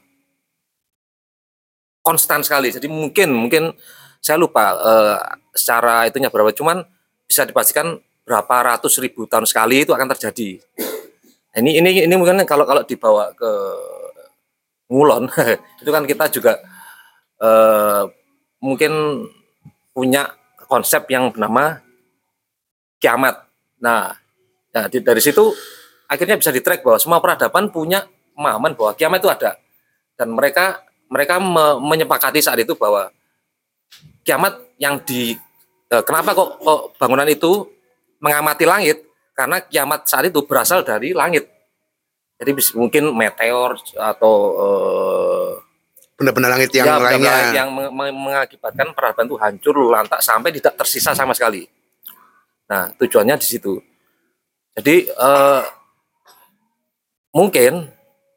konstan sekali. Jadi mungkin mungkin saya lupa eh, secara itunya berapa, cuman bisa dipastikan berapa ratus ribu tahun sekali itu akan terjadi. Ini ini ini mungkin kalau kalau dibawa ke Ngulon itu kan kita juga eh, mungkin punya konsep yang bernama kiamat. Nah, nah dari situ akhirnya bisa di-track bahwa semua peradaban punya pemahaman bahwa kiamat itu ada dan mereka mereka me- menyepakati saat itu bahwa kiamat yang di eh, kenapa kok, kok bangunan itu mengamati langit, karena kiamat saat itu berasal dari langit. Jadi bis- mungkin meteor atau eh, Benda-benda langit yang ya, benda-benda lainnya. langit yang meng- meng- mengakibatkan peradaban itu hancur lantak sampai tidak tersisa sama sekali. Nah, tujuannya di situ. Jadi eh, mungkin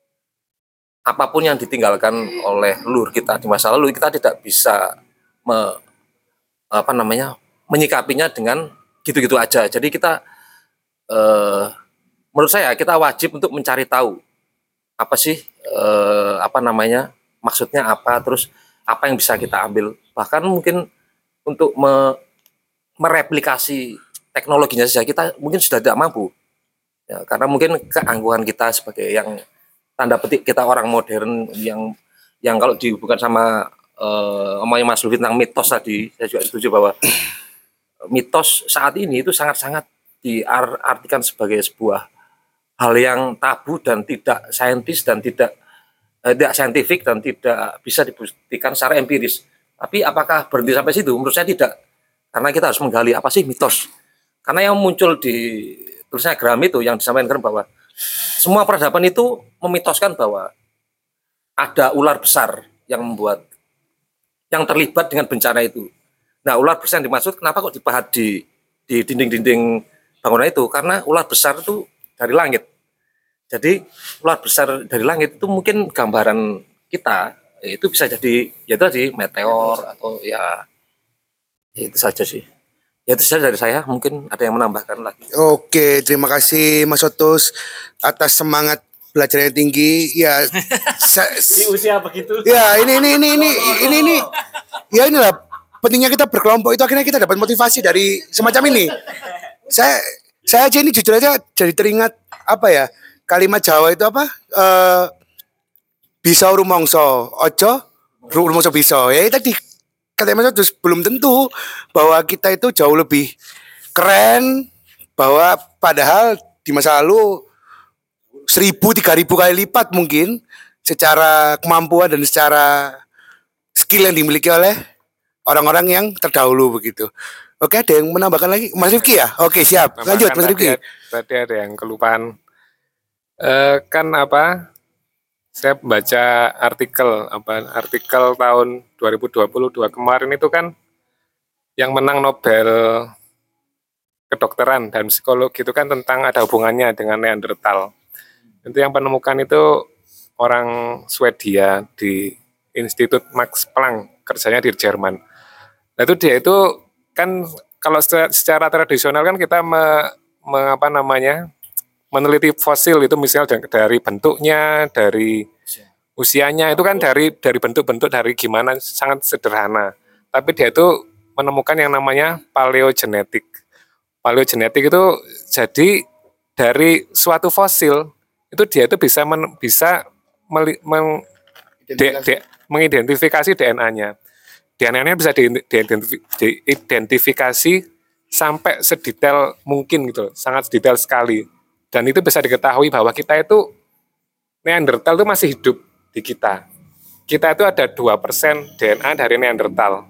apapun yang ditinggalkan oleh leluhur kita di masa lalu, kita tidak bisa me- apa namanya menyikapinya dengan gitu-gitu aja. Jadi kita eh, menurut saya kita wajib untuk mencari tahu apa sih eh, apa namanya maksudnya apa, terus apa yang bisa kita ambil. Bahkan mungkin untuk me- mereplikasi teknologinya saja kita mungkin sudah tidak mampu. Ya, karena mungkin keangkuhan kita sebagai yang tanda petik kita orang modern yang yang kalau dihubungkan sama eh, omongnya Mas Lufi tentang mitos tadi, saya juga setuju bahwa mitos saat ini itu sangat-sangat diartikan sebagai sebuah hal yang tabu dan tidak saintis dan tidak eh, tidak saintifik dan tidak bisa dibuktikan secara empiris. Tapi apakah berhenti sampai situ? Menurut saya tidak. Karena kita harus menggali apa sih mitos. Karena yang muncul di tulisannya Graham itu yang disampaikan bahwa semua peradaban itu memitoskan bahwa ada ular besar yang membuat yang terlibat dengan bencana itu. Nah, ular besar yang dimaksud kenapa kok dipahat di di dinding-dinding bangunan itu? Karena ular besar itu dari langit. Jadi ular besar dari langit itu mungkin gambaran kita itu bisa jadi ya itu tadi meteor atau ya, ya itu saja sih. Ya itu saja dari saya, mungkin ada yang menambahkan lagi. Oke, terima kasih Mas Otus atas semangat belajar yang tinggi. Ya, sa- Di usia begitu. ya ini ini ini ini ini ini. Ya inilah pentingnya kita berkelompok itu, akhirnya kita dapat motivasi dari semacam ini. Saya saya aja ini jujur aja jadi teringat apa ya kalimat Jawa itu apa? Eh bisa rumongso, ojo rumongso bisa. Ya tadi kata Mas Otus belum tentu bahwa kita itu jauh lebih keren, bahwa padahal di masa lalu seribu tiga ribu kali lipat mungkin secara kemampuan dan secara skill yang dimiliki oleh orang-orang yang terdahulu begitu. Oke, ada yang menambahkan lagi Mas Rifki ya? Oke, siap, lanjut Mas Tadi, Rifki. tadi ada yang kelupaan. Eh, kan apa? Saya baca artikel apa artikel tahun dua ribu dua puluh dua kemarin itu kan yang menang Nobel kedokteran dan psikologi itu kan tentang ada hubungannya dengan Neanderthal. Itu yang penemukan itu orang Swedia di Institut Max Planck, kerjanya di Jerman. Nah itu dia itu kan kalau secara, secara tradisional kan kita me, me, apa namanya meneliti fosil itu misalnya dari bentuknya, dari usianya itu kan dari dari bentuk-bentuk dari gimana sangat sederhana. Tapi dia itu menemukan yang namanya paleogenetik. Paleogenetik itu jadi dari suatu fosil itu dia itu bisa men, bisa meli, meng, de, de, mengidentifikasi D N A-nya. D N A-nya bisa diidentifikasi sampai sedetail mungkin gitu, sangat detail sekali. Dan itu bisa diketahui bahwa kita itu Neanderthal itu masih hidup di kita. Kita itu ada dua persen D N A dari Neanderthal.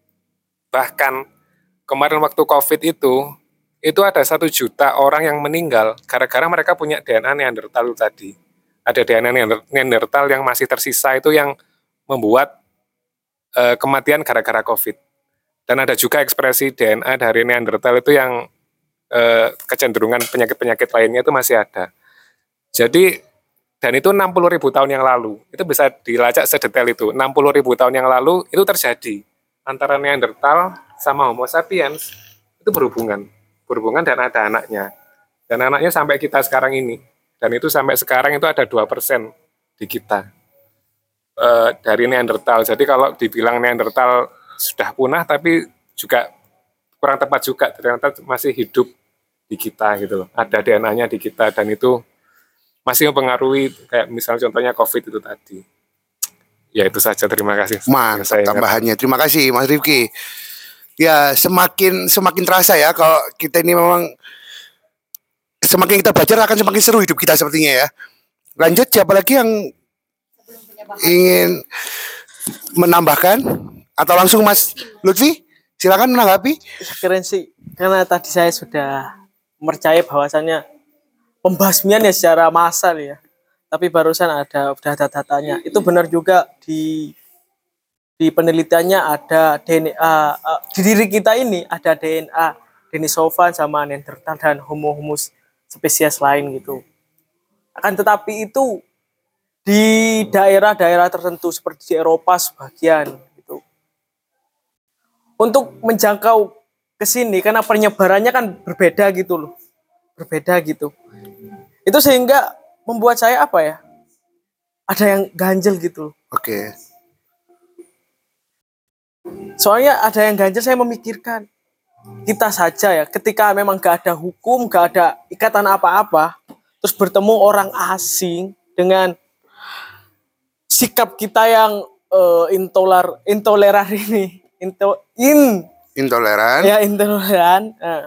Bahkan kemarin waktu COVID itu, itu ada satu juta orang yang meninggal gara-gara mereka punya D N A Neanderthal tadi. Ada D N A Neanderthal yang masih tersisa itu yang membuat eh, kematian gara-gara COVID. Dan ada juga ekspresi D N A dari Neanderthal itu yang eh, kecenderungan penyakit-penyakit lainnya itu masih ada. Jadi, dan itu enam puluh ribu tahun yang lalu. Itu bisa dilacak sedetail itu. enam puluh ribu tahun yang lalu itu terjadi. Antara Neanderthal sama Homo sapiens itu berhubungan. Berhubungan dan ada anaknya. Dan anaknya sampai kita sekarang ini. Dan itu sampai sekarang itu ada dua persen di kita. E, dari Neanderthal. Jadi kalau dibilang Neanderthal sudah punah, tapi juga kurang tepat juga. Ternyata masih hidup di kita gitu loh. Ada D N A-nya di kita dan itu masih mempengaruhi kayak misalnya contohnya COVID itu tadi. Ya itu saja, terima kasih. Mantap tambahannya. Terima kasih Mas Rifki. Ya semakin semakin terasa ya kalau kita ini memang semakin kita belajar akan semakin seru hidup kita sepertinya ya. Lanjut siapa lagi yang ingin menambahkan atau langsung Mas Lutfi silakan menanggapi. Keren sih, karena tadi saya sudah percaya bahwasannya pembasmian ya secara massal ya. Tapi barusan ada udah ada datanya. Itu benar juga di di penelitiannya ada D N A uh, di diri kita ini ada D N A Denisovan sama Neanderthal dan Homo humus spesies lain gitu. Akan tetapi itu di daerah-daerah tertentu seperti di Eropa sebagian gitu. Untuk menjangkau ke sini karena penyebarannya kan berbeda gitu loh. Berbeda gitu. Itu sehingga membuat saya apa ya? Ada yang ganjel gitu loh. Oke. Soalnya ada yang ganjel, saya memikirkan kita saja ya, ketika memang gak ada hukum, gak ada ikatan apa-apa, terus bertemu orang asing dengan sikap kita yang uh, intoler intoleran ini, into in Intoleran. ya intoleran. Nah.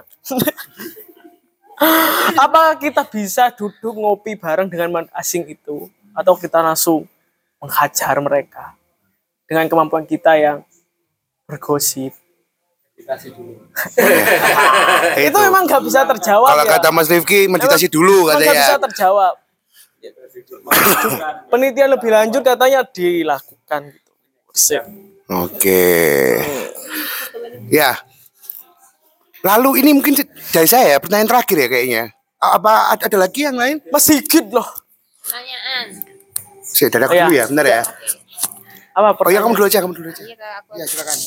Apa kita bisa duduk ngopi bareng dengan man asing itu, atau kita langsung menghajar mereka dengan kemampuan kita yang bergosip? Itu memang nggak bisa terjawab. Kalau ya. kata Mas Rifki meditasi dulu Memang katanya. nggak bisa terjawab. Penelitian lebih lanjut katanya dilakukan gitu. Oke. Ya. Lalu ini mungkin dari saya pertanyaan terakhir ya kayaknya. Apa ada lagi yang lain? Mas Sigit loh. Pertanyaan. Saya dari aku dulu ya, benar ya. Apa Oh ya kamu dulu aja, kamu dulu aja. Iya, aku. Ya silakan.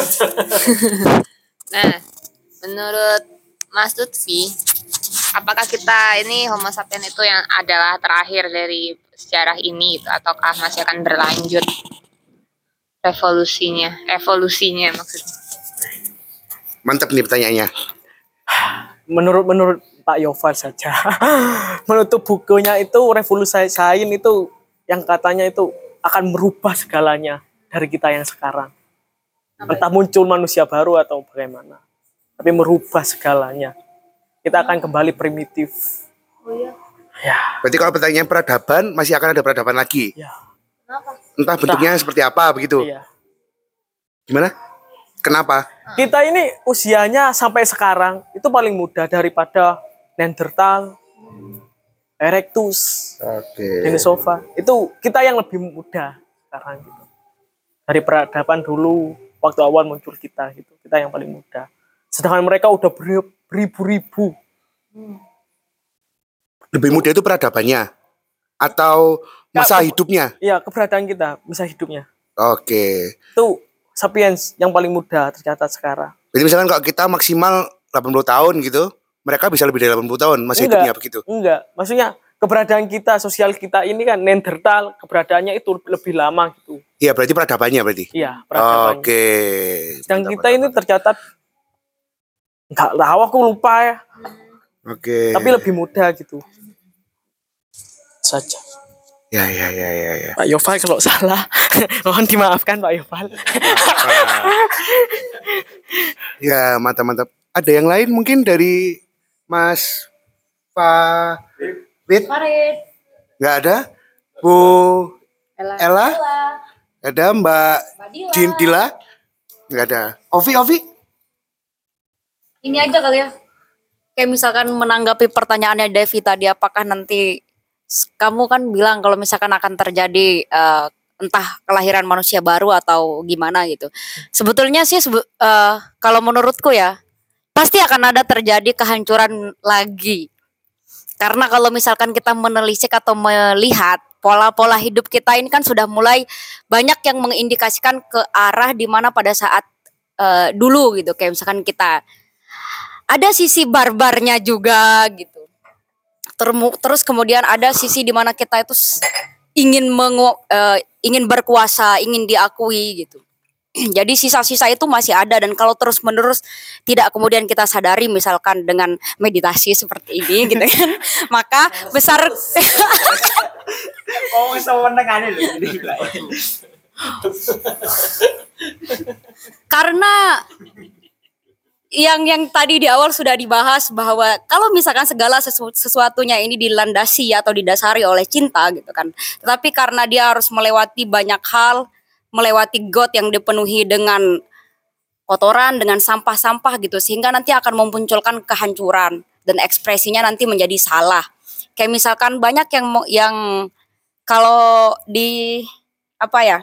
Nah, menurut Mas Lutfi, apakah kita ini Homo sapien itu yang adalah terakhir dari sejarah ini gitu, ataukah masih akan berlanjut revolusinya, evolusinya maksudnya? Mantap nih pertanyaannya. Menurut menurut Pak Yoval saja. Menutup bukunya itu revolusi sains itu yang katanya itu akan merubah segalanya dari kita yang sekarang. Entah muncul manusia baru atau bagaimana. Tapi merubah segalanya. Kita akan kembali primitif. Oh iya. Ya. Berarti kalau pertanyaan peradaban masih akan ada peradaban lagi. Ya. Kenapa? Entah bentuknya Entah. seperti apa begitu. Iya. Gimana? Kenapa? Kita ini usianya sampai sekarang itu paling muda daripada Neanderthal, Erectus, Oke. Denisova. Itu kita yang lebih muda sekarang gitu. Dari peradaban dulu waktu awal muncul kita gitu. Kita yang paling muda. Sedangkan mereka udah beribu-ribu. Lebih muda itu peradabannya atau masa ya, hidupnya? Iya, keberadaan kita, masa hidupnya. Oke. Itu sapiens yang paling muda tercatat sekarang. Jadi misalkan kalau kita maksimal delapan puluh tahun gitu, mereka bisa lebih dari delapan puluh tahun masa enggak, hidupnya begitu? Enggak, maksudnya keberadaan kita, sosial kita ini kan Neanderthal, keberadaannya itu lebih lama gitu. Iya, berarti peradabannya berarti? Iya, peradabannya. Oke. Dan kita ini tercatat, enggak tahu aku lupa ya. Oke. Tapi lebih muda gitu. Saja. Ya, ya, ya, ya, ya. Pak Yoval kalau salah, mohon dimaafkan Pak Yoval. Ya, mantap-mantap. Ada yang lain mungkin dari Mas Farid? Farid. Nggak ada? Bu Ella. Ella? Ada Mbak Dila. Din Dila? Nggak ada. Ovi, Ovi? Ini aja kali ya. Kayak misalkan menanggapi pertanyaannya Devi tadi, apakah nanti kamu kan bilang kalau misalkan akan terjadi uh, entah kelahiran manusia baru atau gimana gitu. Sebetulnya sih sebe uh, kalau menurutku ya pasti akan ada terjadi kehancuran lagi. Karena kalau misalkan kita menelisik atau melihat pola-pola hidup kita ini kan sudah mulai banyak yang mengindikasikan ke arah dimana pada saat uh, dulu gitu. Kayak misalkan kita ada sisi barbarnya juga gitu. Terus kemudian ada sisi di mana kita itu ingin mengu, uh, ingin berkuasa, ingin diakui gitu. Jadi sisa-sisa itu masih ada, dan kalau terus-menerus tidak kemudian kita sadari misalkan dengan meditasi seperti ini gitu kan, maka besar Oh, sewenengane lho. Karena yang yang tadi di awal sudah dibahas bahwa kalau misalkan segala sesu- sesuatunya ini dilandasi atau didasari oleh cinta gitu kan. Tetapi karena dia harus melewati banyak hal, melewati got yang dipenuhi dengan kotoran, dengan sampah-sampah gitu, sehingga nanti akan memunculkan kehancuran dan ekspresinya nanti menjadi salah. Kayak misalkan banyak yang mo- yang kalau di apa ya?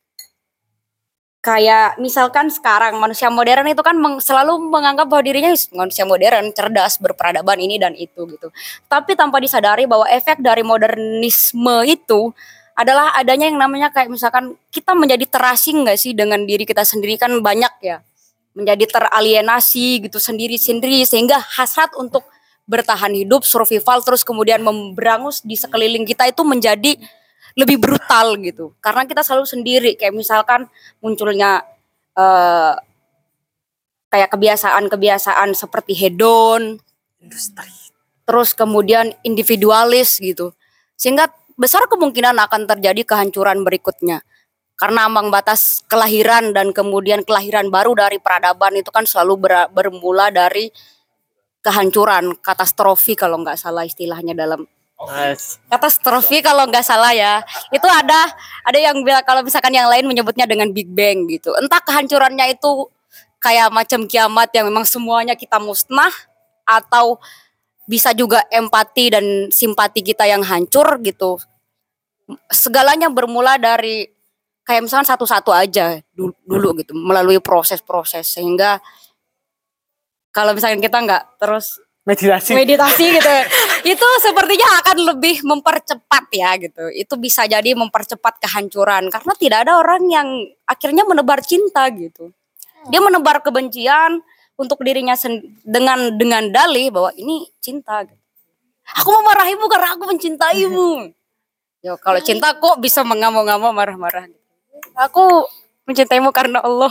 Kayak misalkan sekarang manusia modern itu kan meng- selalu menganggap bahwa dirinya is- manusia modern, cerdas, berperadaban ini dan itu gitu. Tapi tanpa disadari bahwa efek dari modernisme itu adalah adanya yang namanya kayak misalkan kita menjadi terasing nggak sih dengan diri kita sendiri, kan banyak ya, menjadi teralienasi gitu sendiri-sendiri sehingga hasrat untuk bertahan hidup, survival, terus kemudian memberangus di sekeliling kita itu menjadi lebih brutal gitu. Karena kita selalu sendiri, kayak misalkan munculnya eh, kayak kebiasaan-kebiasaan seperti hedon, terus kemudian individualis gitu. Sehingga besar kemungkinan akan terjadi kehancuran berikutnya. Karena ambang batas kelahiran dan kemudian kelahiran baru dari peradaban itu kan selalu ber- bermula dari kehancuran, katastrofi kalau nggak salah istilahnya dalam katastrofi kalau nggak salah ya. Itu ada ada yang bilang kalau misalkan yang lain menyebutnya dengan Big Bang gitu. Entah kehancurannya itu kayak macam kiamat yang memang semuanya kita musnah, atau bisa juga empati dan simpati kita yang hancur gitu. Segalanya bermula dari kayak misalkan satu-satu aja dulu, dulu gitu, melalui proses-proses sehingga kalau misalkan kita nggak terus Meditasi. meditasi gitu, itu sepertinya akan lebih mempercepat ya gitu. Itu bisa jadi mempercepat kehancuran karena tidak ada orang yang akhirnya menebar cinta gitu. Dia menebar kebencian untuk dirinya sen- dengan dengan dalih bahwa ini cinta. Gitu. Aku memarahimu karena aku mencintaimu. Ya kalau cinta kok bisa mengamuk-ngamuk marah-marah. Aku mencintaimu karena Allah.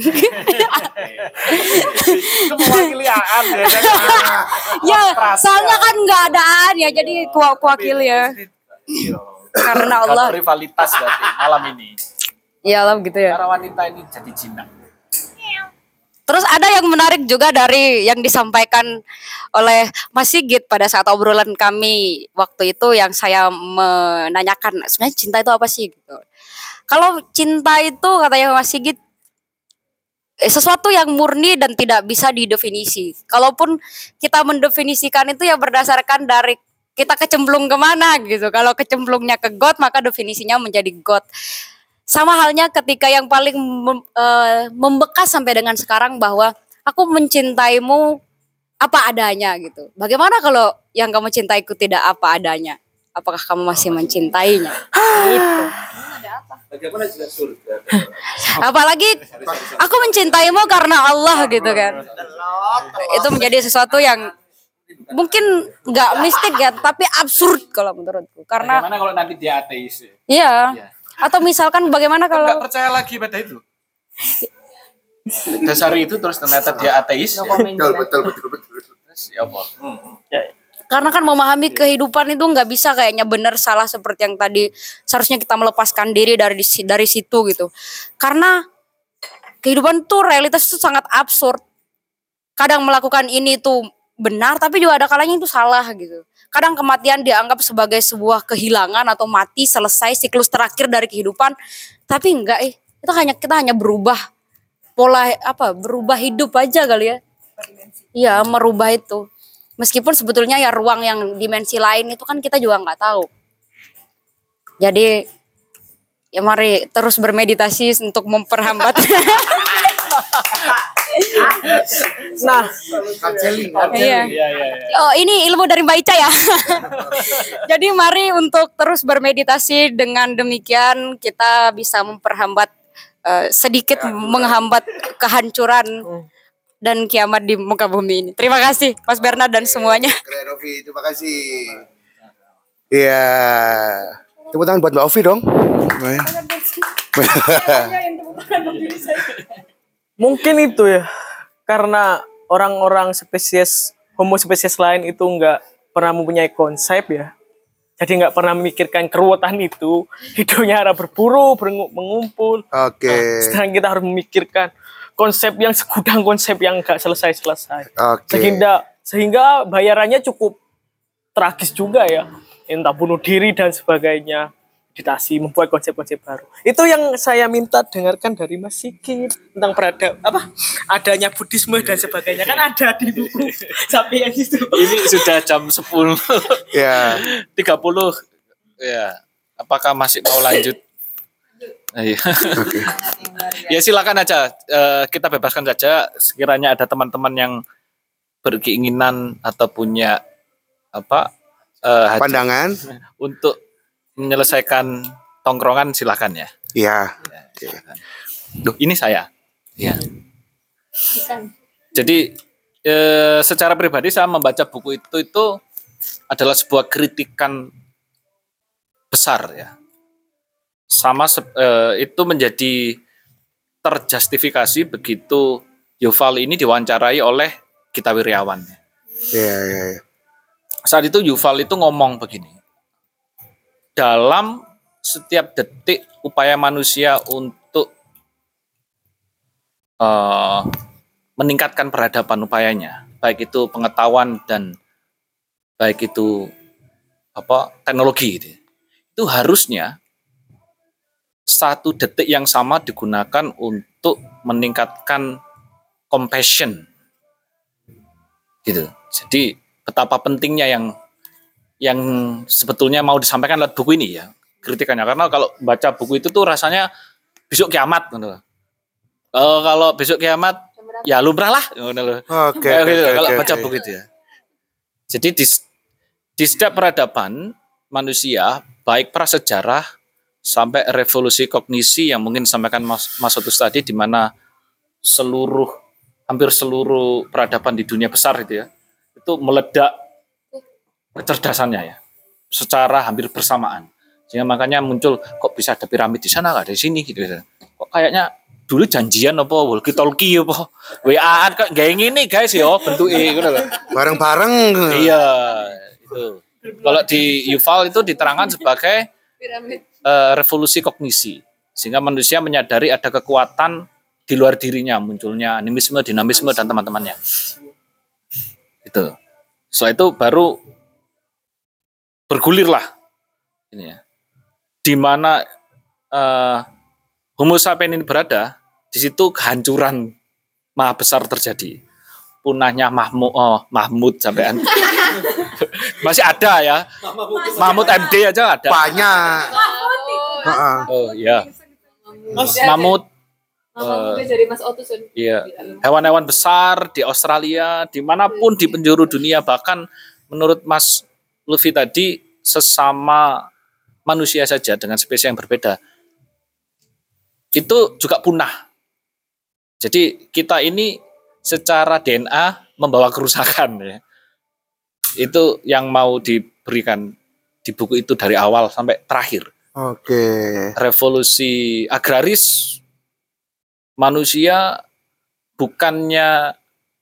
Itu mewakili Aan ya kan? Ya, soalnya kan nggak ada Aan ya, jadi kuak kuakil ya. Karena Allah. Kalau rivalitas berarti malam ini. Iyalah gitu ya. Para wanita ini jadi jinak. Terus ada yang menarik juga dari yang disampaikan oleh Mas Sigit pada saat obrolan kami waktu itu yang saya menanyakan sebenarnya cinta itu apa sih gitu. Kalau cinta itu katanya Mas Sigit eh, sesuatu yang murni dan tidak bisa didefinisi. Kalaupun kita mendefinisikan itu ya berdasarkan dari kita kecemplung kemana gitu. Kalau kecemplungnya ke God maka definisinya menjadi God. Sama halnya ketika yang paling mem- eh, membekas sampai dengan sekarang bahwa aku mencintaimu apa adanya gitu. Bagaimana kalau yang kamu cintaiku tidak apa adanya? Apakah kamu masih mencintainya? Gitu. Bagaimana juga surga? Apalagi aku mencintaimu karena Allah gitu kan. Itu menjadi sesuatu yang mungkin nggak mistik ya, tapi absurd kalau menurutku. Karena Bagaimana kalau nanti dia ateis? Ya? iya. Atau misalkan bagaimana Nggak kalau percaya lagi pada itu. Dasari itu terus ternyata dia ateis. Ya. Betul, betul, betul, betul. Terus ya apa? karena kan memahami kehidupan itu nggak bisa kayaknya benar salah seperti yang tadi, seharusnya kita melepaskan diri dari dari situ gitu. Karena kehidupan tuh realitas itu sangat absurd. Kadang melakukan ini tuh benar tapi juga ada kalanya itu salah gitu. Kadang kematian dianggap sebagai sebuah kehilangan atau mati, selesai siklus terakhir dari kehidupan, tapi enggak eh itu hanya kita hanya berubah pola apa berubah hidup aja kali ya. Iya, merubah itu. Meskipun sebetulnya ya ruang yang dimensi lain itu kan kita juga nggak tahu. Jadi ya mari terus bermeditasi untuk memperhambat. Nah, Iya. Oh, ini ilmu dari Mbak Ica ya. Jadi mari untuk terus bermeditasi, dengan demikian kita bisa memperhambat uh, sedikit menghambat kehancuran dan kiamat di muka bumi ini. Terima kasih Mas Bernard dan semuanya. Keren Ovi, terima kasih. Iya. Tepuk tangan buat Mbak Ovi dong. mungkin itu ya, karena orang-orang spesies homo spesies lain itu nggak pernah mempunyai konsep ya, jadi nggak pernah memikirkan keruwetan itu, hidupnya harus berburu, mengumpul. Oke. Nah, sekarang kita harus memikirkan konsep yang segudang konsep yang nggak selesai-selesai. Oke. Sehingga sehingga bayarannya cukup tragis juga ya. Entah bunuh diri dan sebagainya. Meditasi, membuat konsep-konsep baru. Itu yang saya minta dengarkan dari Mas Sigit tentang peradab apa adanya Buddhisme dan sebagainya, kan ada di buku sampai yang itu. Ini sudah jam sepuluh Ya. tiga puluh. Ya. Apakah masih mau lanjut? Iya. Oke. Ya silakan aja. Eh, kita bebaskan saja. Sekiranya ada teman-teman yang berkeinginan atau punya apa eh, hajat Pandangan? untuk menyelesaikan tongkrongan, silakan ya. Iya. Duh, ini saya. Ya. Jadi eh, secara pribadi saya membaca buku itu itu adalah sebuah kritikan besar ya. Sama se- eh, itu menjadi terjustifikasi begitu Yuval ini diwawancarai oleh Gita Wirjawan. Iya, iya, iya. Saat itu Yuval itu ngomong begini. Dalam setiap detik upaya manusia untuk uh, meningkatkan peradaban upayanya, baik itu pengetahuan dan baik itu apa teknologi, gitu. Itu harusnya satu detik yang sama digunakan untuk meningkatkan compassion, gitu. Jadi betapa pentingnya yang yang sebetulnya mau disampaikan lewat buku ini ya, kritikannya. Karena kalau baca buku itu tuh rasanya besok kiamat gitu. Uh, kalau besok kiamat ya lumrah lah gitu. Oke, Kayak oke, gitu, oke, kalau oke, baca oke. buku itu ya. Jadi di, di setiap peradaban manusia, baik prasejarah sampai revolusi kognisi yang mungkin disampaikan Mas, Mas Otus tadi, di mana seluruh hampir seluruh peradaban di dunia besar itu ya, itu meledak kecerdasannya ya, secara hampir bersamaan. Sehingga makanya muncul, kok bisa ada piramid di sana, nggak ada di sini gitu. Kok kayaknya dulu janjian apa, walkie talkie apa, W A-an kok kayak gini guys ya, bentuk E gitu loh. Bareng-bareng. Iya, itu. Kalau di Yuval itu diterangkan sebagai uh, revolusi kognisi, sehingga manusia menyadari ada kekuatan di luar dirinya, munculnya animisme, dinamisme dan teman-temannya. Itu. Setelah itu baru bergulirlah ini ya, di mana uh, Homo sapiens ini berada, di situ kehancuran maha besar terjadi. Punahnya Mahmud, oh, Mahmud sampean. Masih ada ya. Mahmud M D aja ada. Banyak. Heeh. Oh iya. Mamut. Uh, dari Mas Otus. iya. Hewan-hewan besar di Australia, dimanapun di penjuru dunia, bahkan menurut Mas Lutfi tadi, sesama manusia saja dengan spesies yang berbeda, itu juga punah. Jadi kita ini secara D N A membawa kerusakan ya. Itu yang mau diberikan di buku itu dari awal sampai terakhir. Oke. Revolusi agraris, manusia bukannya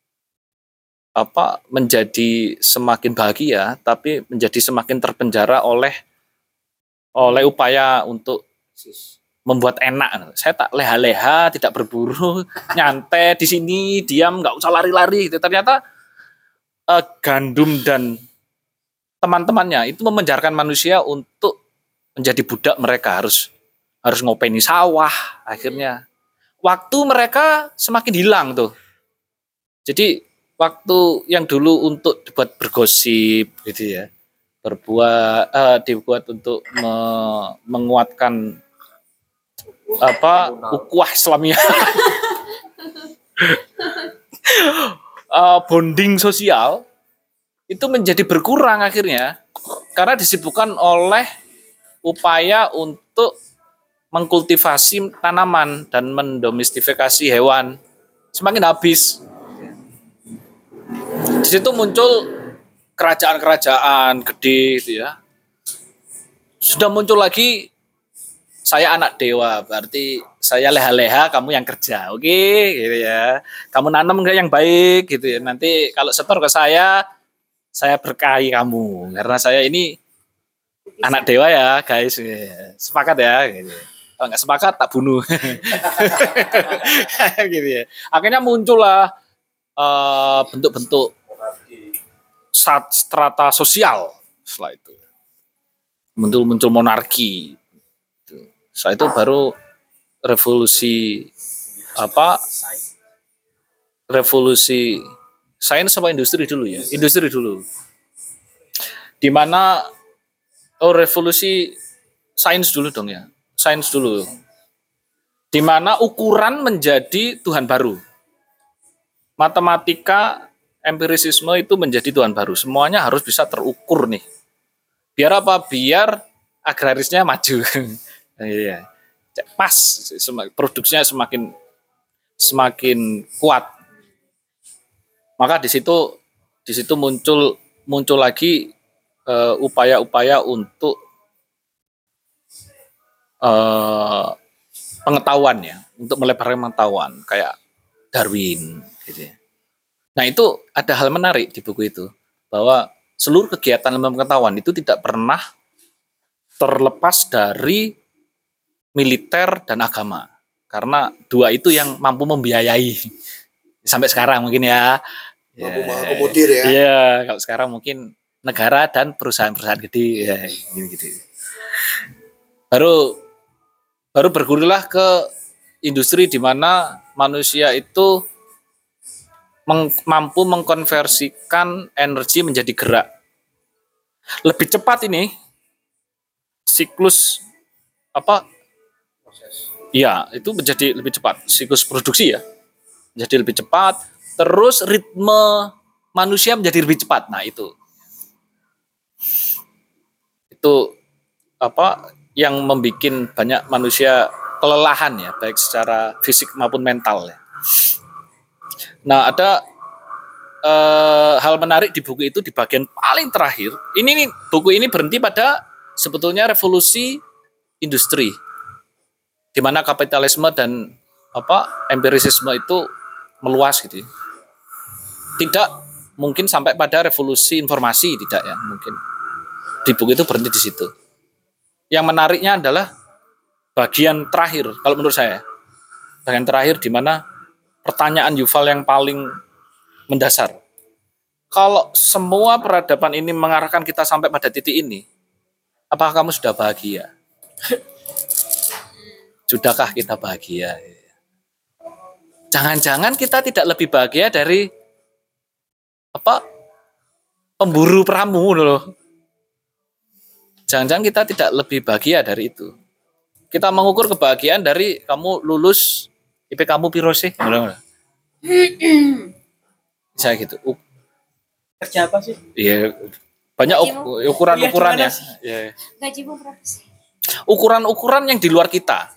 apa menjadi semakin bahagia, tapi menjadi semakin terpenjara oleh oleh upaya untuk membuat enak. Saya tak leha-leha, tidak berburu, nyantai di sini, diam, nggak usah lari-lari. Gitu. Ternyata eh, gandum dan teman-temannya itu memenjarakan manusia untuk menjadi budak mereka, harus harus ngopeni sawah. Akhirnya waktu mereka semakin hilang tuh. Jadi waktu yang dulu untuk dibuat bergosip gitu ya, berbuat eh, dibuat untuk me- menguatkan apa ukhuwah Islamiyah, uh, bonding sosial itu menjadi berkurang akhirnya karena disibukkan oleh upaya untuk mengkultivasi tanaman dan mendomestifikasi hewan, semakin habis. Di situ muncul kerajaan-kerajaan gede gitu ya. Sudah muncul lagi, saya anak dewa, berarti saya leha-leha, kamu yang kerja, oke, gitu ya. Kamu nanam yang baik, gitu ya. Nanti kalau setor ke saya, saya berkahi kamu, karena saya ini anak dewa ya, guys. Sepakat ya, gitu. Kalau nggak sepakat tak bunuh. Gitu ya. Akhirnya muncullah eh, bentuk-bentuk sat- strata sosial setelah itu. Muncul-muncul monarki. Setelah itu baru revolusi apa? Revolusi sains sama industri dulu ya. Industri dulu. Di mana oh revolusi sains dulu dong ya. Sains dulu. Di mana ukuran menjadi Tuhan baru. Matematika, empirisisme itu menjadi Tuhan baru. Semuanya harus bisa terukur nih. Biar apa? Biar agrarisnya maju. Iya. Pas, produksinya semakin semakin kuat. Maka di situ di situ muncul muncul lagi uh, upaya-upaya untuk uh, pengetahuan ya, untuk melebarkan pengetahuan kayak Darwin gitu ya. Nah, itu ada hal menarik di buku itu bahwa seluruh kegiatan ilmu pengetahuan itu tidak pernah terlepas dari militer dan agama. Karena dua itu yang mampu membiayai sampai sekarang mungkin ya. Mampu mengakomodir ya. Iya, kalau sekarang mungkin negara dan perusahaan-perusahaan gede ya gitu. Baru baru bergulirlah ke industri di mana manusia itu meng, mampu mengkonversikan energi menjadi gerak. Lebih cepat ini siklus apa? Iya, itu menjadi lebih cepat siklus produksi ya. Menjadi lebih cepat, terus ritme manusia menjadi lebih cepat. Nah, itu. Itu apa yang membuat banyak manusia kelelahan ya, baik secara fisik maupun mental ya. Nah, ada eh, hal menarik di buku itu di bagian paling terakhir. Ini nih, buku ini berhenti pada sebetulnya revolusi industri, di mana kapitalisme dan apa empirisisme itu meluas gitu. Tidak mungkin sampai pada revolusi informasi, tidak ya mungkin. Di buku itu berhenti di situ. Yang menariknya adalah bagian terakhir, kalau menurut saya, bagian terakhir di mana pertanyaan Yuval yang paling mendasar. Kalau semua peradaban ini mengarahkan kita sampai pada titik ini, apakah kamu sudah bahagia? Sudahkah kita bahagia? Jangan-jangan kita tidak lebih bahagia dari apa pemburu peramu loh. Jangan-jangan kita tidak lebih bahagia dari itu. Kita mengukur kebahagiaan dari kamu lulus I P kamu piro sih? Saya gitu. Kerja apa sih? Iya, banyak uk- ukuran-ukuran ya. Iya. Gajimu berapa sih? Ukuran-ukuran yang di luar kita.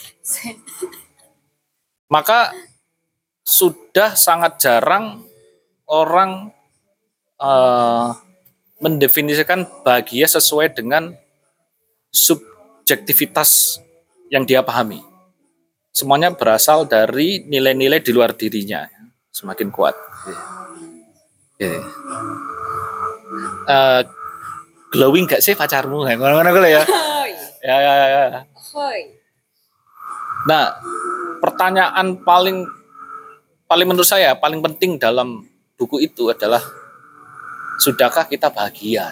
Maka sudah sangat jarang orang uh, mendefinisikan bahagia sesuai dengan subjektivitas yang dia pahami. Semuanya berasal dari nilai-nilai di luar dirinya, semakin kuat. Yeah. Uh, glowing gak sih pacarmu? Ngono-ngono ya. Ya, ya, ya. Nah, pertanyaan paling paling menurut saya paling penting dalam buku itu adalah sudahkah kita bahagia?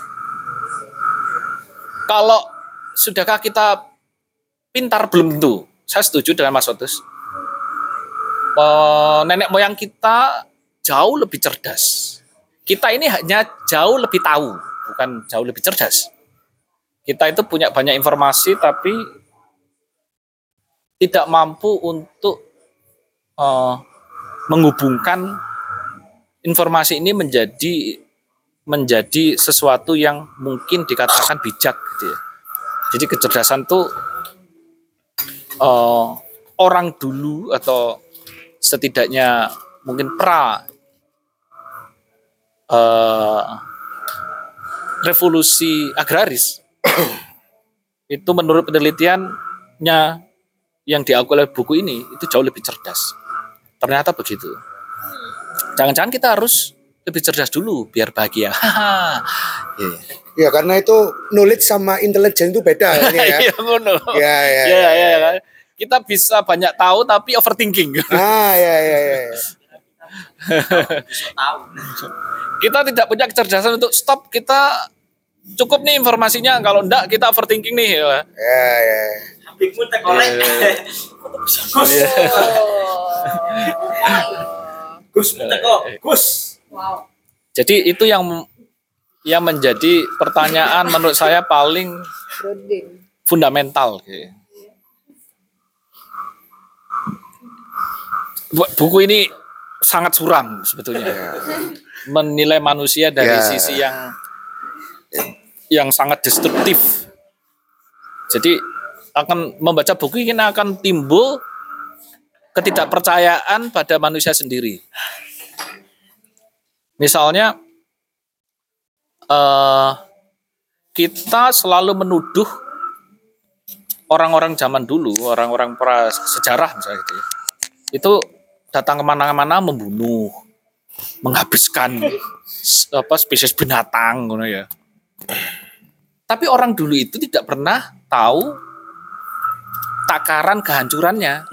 Kalau sudahkah kita pintar belum tentu. Saya setuju dengan Mas Otus. Uh, nenek moyang kita jauh lebih cerdas. Kita ini hanya jauh lebih tahu, bukan jauh lebih cerdas. Kita itu punya banyak informasi tapi tidak mampu untuk uh, menghubungkan informasi ini menjadi menjadi sesuatu yang mungkin dikatakan bijak gitu ya. Jadi kecerdasan tuh uh, orang dulu atau setidaknya mungkin pra uh, revolusi agraris itu menurut penelitiannya yang diakui oleh buku ini itu jauh lebih cerdas. Ternyata begitu. Jangan-jangan kita harus lebih cerdas dulu biar bahagia. yeah. Ya karena itu knowledge sama intelijen itu beda ya. Ya. Iya ngono. Ya, ya, Ya, ya, ya, ya. ya. Kita bisa banyak tahu tapi overthinking. Ah, ya, ya, ya. Kita tidak punya kecerdasan untuk stop, kita cukup nih informasinya, kalau enggak kita overthinking nih ya. Ya, ya. Habibmu tekorek. Gus. Gus teko. Gus. Wow. Jadi itu yang yang menjadi pertanyaan menurut saya paling fundamental. Bu- Buku ini sangat suram sebetulnya, menilai manusia dari Ya. sisi yang yang sangat destruktif. Jadi akan membaca buku ini akan timbul ketidakpercayaan pada manusia sendiri. Misalnya eh, kita selalu menuduh orang-orang zaman dulu, orang-orang pra sejarah misalnya gitu, itu datang kemana-mana membunuh, menghabiskan s- apa spesies binatang, gitu ya. Tapi orang dulu itu tidak pernah tahu takaran kehancurannya.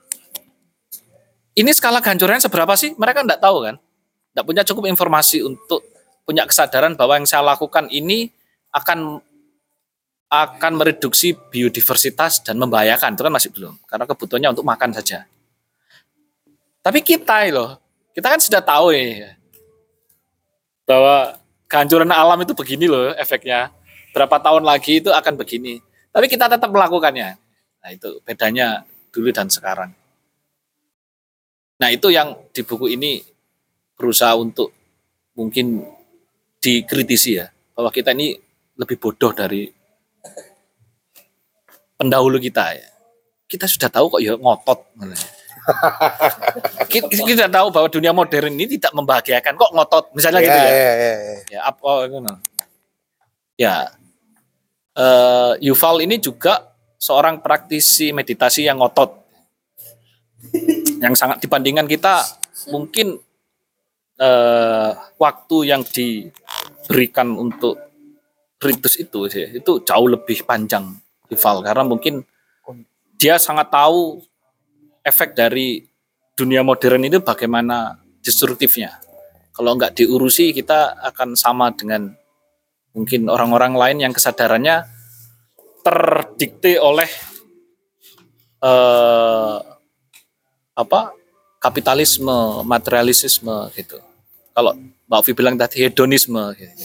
Ini skala kehancurannya seberapa sih? Mereka tidak tahu kan? Tidak punya cukup informasi untuk punya kesadaran bahwa yang saya lakukan ini akan akan mereduksi biodiversitas dan membahayakan. Itu kan masih belum, karena kebutuhannya untuk makan saja. Tapi kita loh, kita kan sudah tahu nih bahwa kehancuran alam itu begini loh efeknya. Berapa tahun lagi itu akan begini. Tapi kita tetap melakukannya. Nah itu bedanya dulu dan sekarang. Nah itu yang di buku ini berusaha untuk mungkin dikritisi ya. Bahwa kita ini lebih bodoh dari pendahulu kita ya. Kita sudah tahu kok ya ngotot. Kita, kita tahu bahwa dunia modern ini tidak membahagiakan, kok ngotot misalnya Ya, gitu ya. ya, ya, ya. Ya, apa oh, itu, no. Ya, eh, Yuval ini juga seorang praktisi meditasi yang ngotot, yang sangat dibandingkan kita mungkin eh, waktu yang diberikan untuk ritus itu sih, itu jauh lebih panjang Yuval, karena mungkin dia sangat tahu efek dari dunia modern itu bagaimana destruktifnya. Kalau nggak diurusi kita akan sama dengan mungkin orang-orang lain yang kesadarannya terdikte oleh eh, apa kapitalisme, materialisme gitu. Kalau Mbak Ovi bilang tadi hedonisme gitu.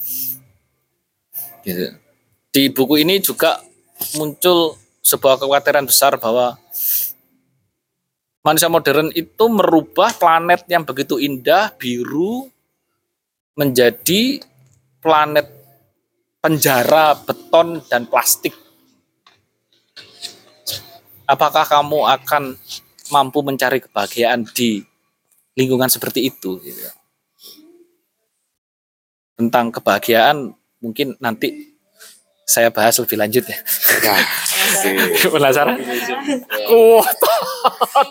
Gitu. Di buku ini juga muncul sebuah kekhawatiran besar bahwa manusia modern itu merubah planet yang begitu indah, biru, menjadi planet penjara, beton, dan plastik. Apakah kamu akan mampu mencari kebahagiaan di lingkungan seperti itu? Gitu. Tentang kebahagiaan mungkin nanti saya bahas lebih lanjut ya. Ya. Penasaran? Kuotot.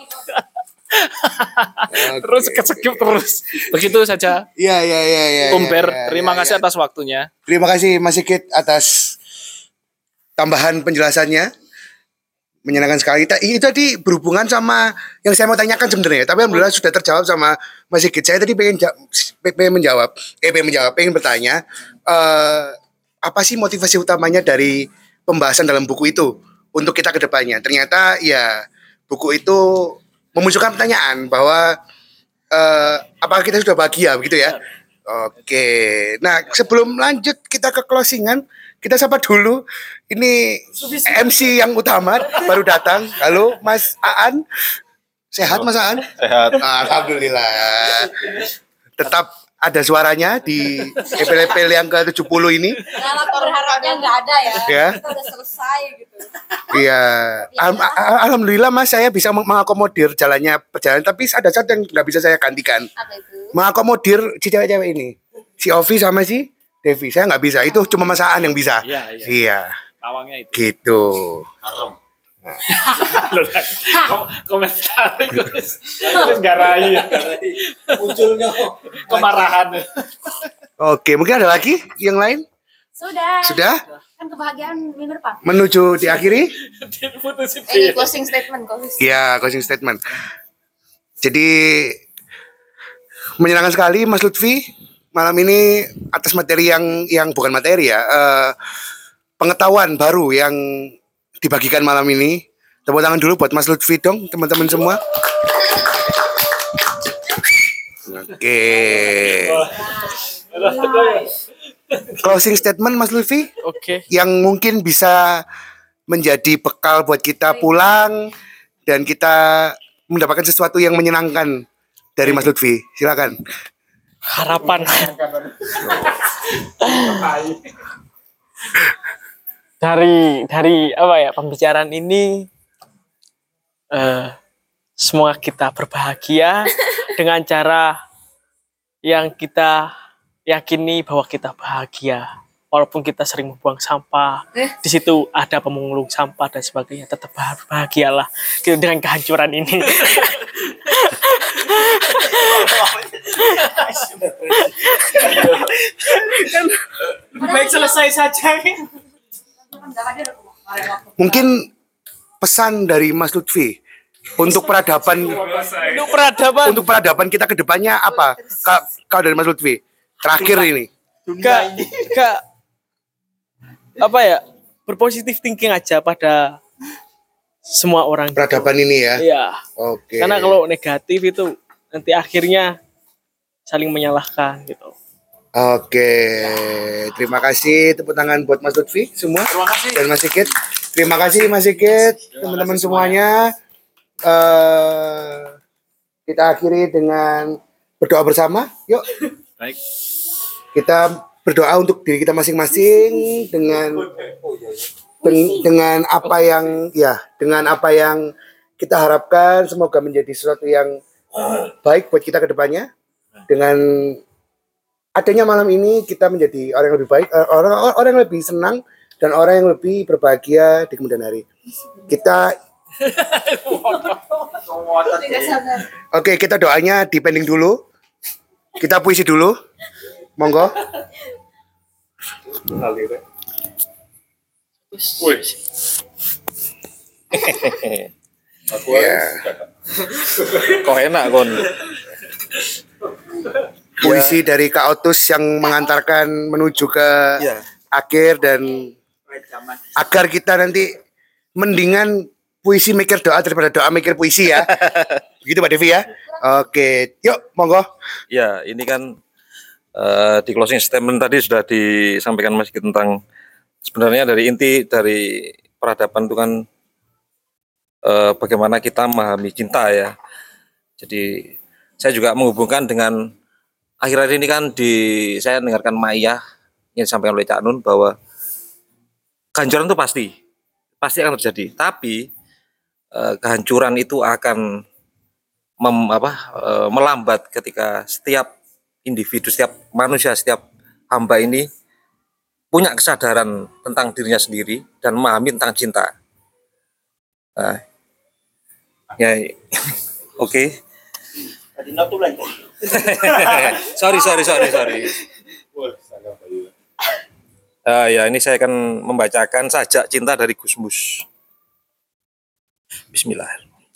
Terus kesekip terus. Begitu saja. Iya, iya, iya, iya. Umber, ya, ya, terima ya, kasih ya. atas waktunya. Terima kasih Mas Sigit atas tambahan penjelasannya. Menyenangkan sekali. Ta- Itu tadi berhubungan sama yang saya mau tanyakan sebenarnya. Tapi alhamdulillah sudah terjawab sama Mas Sigit. Saya tadi pengen, ja- pengen menjawab, eh pengen menjawab, pengen bertanya. eh apa sih motivasi utamanya dari pembahasan dalam buku itu untuk kita ke depannya? Ternyata ya buku itu memunculkan pertanyaan bahwa eh, apakah kita sudah bahagia begitu ya? Oke. Nah, sebelum lanjut kita ke closingan, kita sapa dulu. Ini M C yang utama baru datang. Halo Mas Aan. Sehat Mas Aan? Sehat. Alhamdulillah. Tetap ada suaranya di E P L P yang ke tujuh puluh ini. Karena lapor harapnya nggak ada ya. Ya. Kita udah selesai gitu. Iya. Al- al- Alhamdulillah Mas, saya bisa meng- mengakomodir jalannya perjalanan, tapi ada satu yang nggak bisa saya gantikan. Apa itu? Mengakomodir si cewek-cewek ini. Si Ovi sama si Devi. Saya nggak bisa. Itu cuma Mas Aan yang bisa. Iya, iya. Iya. Tawangnya itu. Gitu. Kom- komentar terus terus garai munculnya kemarahan. Oke, mungkin ada lagi yang lain? Sudah. Sudah? Kan kebahagiaan minggu depan. Menuju diakhiri? Ini closing statement closing. Ya, closing statement. Jadi menyenangkan sekali Mas Lutfi malam ini atas materi yang yang bukan materi ya, eh, pengetahuan baru yang dibagikan malam ini. Tepuk tangan dulu buat Mas Lutfi dong, teman-teman semua. Oke. Closing statement Mas Lutfi. Oke. Yang mungkin bisa menjadi bekal buat kita pulang dan kita mendapatkan sesuatu yang menyenangkan dari Mas Lutfi. Silakan. Harapan. dari dari apa ya pembicaraan ini, eh, semoga kita berbahagia dengan cara yang kita yakini bahwa kita bahagia. Walaupun kita sering membuang sampah, Eh. di situ ada pemulung sampah dan sebagainya, tetap bahagialah gitu dengan kehancuran ini. Kan lebih baik selesai saja. Mungkin pesan dari Mas Lutfi untuk peradaban Untuk peradaban. untuk peradaban kita ke depannya apa? Ka- Kalau dari Mas Lutfi terakhir ini. Gak, gak, apa ya, berpositif thinking aja pada semua orang. Peradaban ini ya. Iya. Oke. Karena kalau negatif itu nanti akhirnya saling menyalahkan gitu. Oke, terima kasih, tepuk tangan buat Mas Lutfi semua dan Mas Sigit. Terima kasih Mas Sigit, teman-teman semuanya. Eh, kita akhiri dengan berdoa bersama. Yuk. Baik. Kita berdoa untuk diri kita masing-masing dengan den- dengan apa yang ya, dengan apa yang kita harapkan semoga menjadi sesuatu yang baik buat kita ke depannya. Dengan adanya malam ini kita menjadi orang yang lebih baik, eh, orang orang yang lebih senang dan orang yang lebih berbahagia di kemudian hari. Kita Oke, kita doanya dipending dulu. Kita puisi dulu. Monggo. Ya. Kok enak kon? Puisi dari Kak Otus yang mengantarkan menuju ke Iya. akhir dan agar kita nanti mendingan puisi mikir doa daripada doa mikir puisi ya. Begitu Pak Devi ya. Oke, yuk monggo. Ya, ini kan eh, di closing statement tadi sudah disampaikan Mas Sigit tentang sebenarnya dari inti dari peradaban itu kan eh, bagaimana kita memahami cinta ya. Jadi saya juga menghubungkan dengan akhir-akhir ini kan di saya dengarkan Maya yang disampaikan oleh Cak Nun bahwa kehancuran itu pasti pasti akan terjadi, tapi eh, kehancuran itu akan mem, apa, eh, melambat ketika setiap individu, setiap manusia, setiap hamba ini punya kesadaran tentang dirinya sendiri dan memahami tentang cinta. Nah, ya, oke. Okay. sorry, sorry, sorry, sorry. Uh, ya, ini saya akan membacakan sajak cinta dari Gusmus. Bismillah.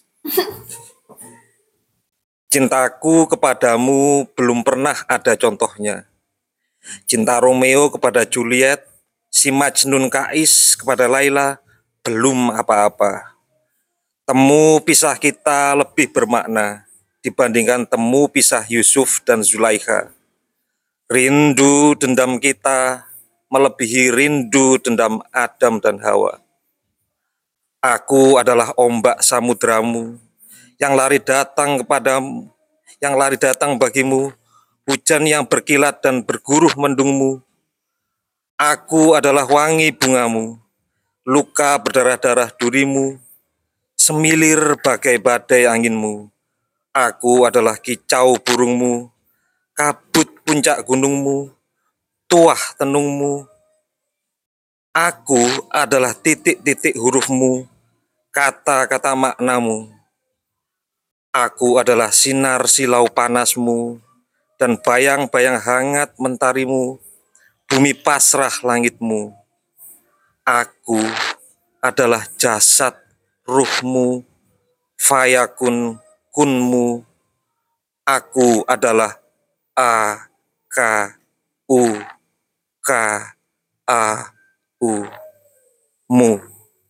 Cintaku kepadamu belum pernah ada contohnya. Cinta Romeo kepada Juliet, si Majnun Kais kepada Laila belum apa-apa. Temu pisah kita lebih bermakna dibandingkan temu pisah Yusuf dan Zulaikha. Rindu dendam kita melebihi rindu dendam Adam dan Hawa. Aku adalah ombak samudramu yang lari datang kepadamu, yang lari datang bagimu, hujan yang berkilat dan berguruh mendungmu. Aku adalah wangi bungamu, luka berdarah-darah durimu, semilir bagai badai anginmu. Aku adalah kicau burungmu, kabut puncak gunungmu, tuah tenungmu. Aku adalah titik-titik hurufmu, kata-kata maknamu. Aku adalah sinar silau panasmu dan bayang-bayang hangat mentarimu, bumi pasrah langitmu. Aku adalah jasad ruhmu, fayakun kunmu. Aku adalah A, K, U, K, A, U, mu.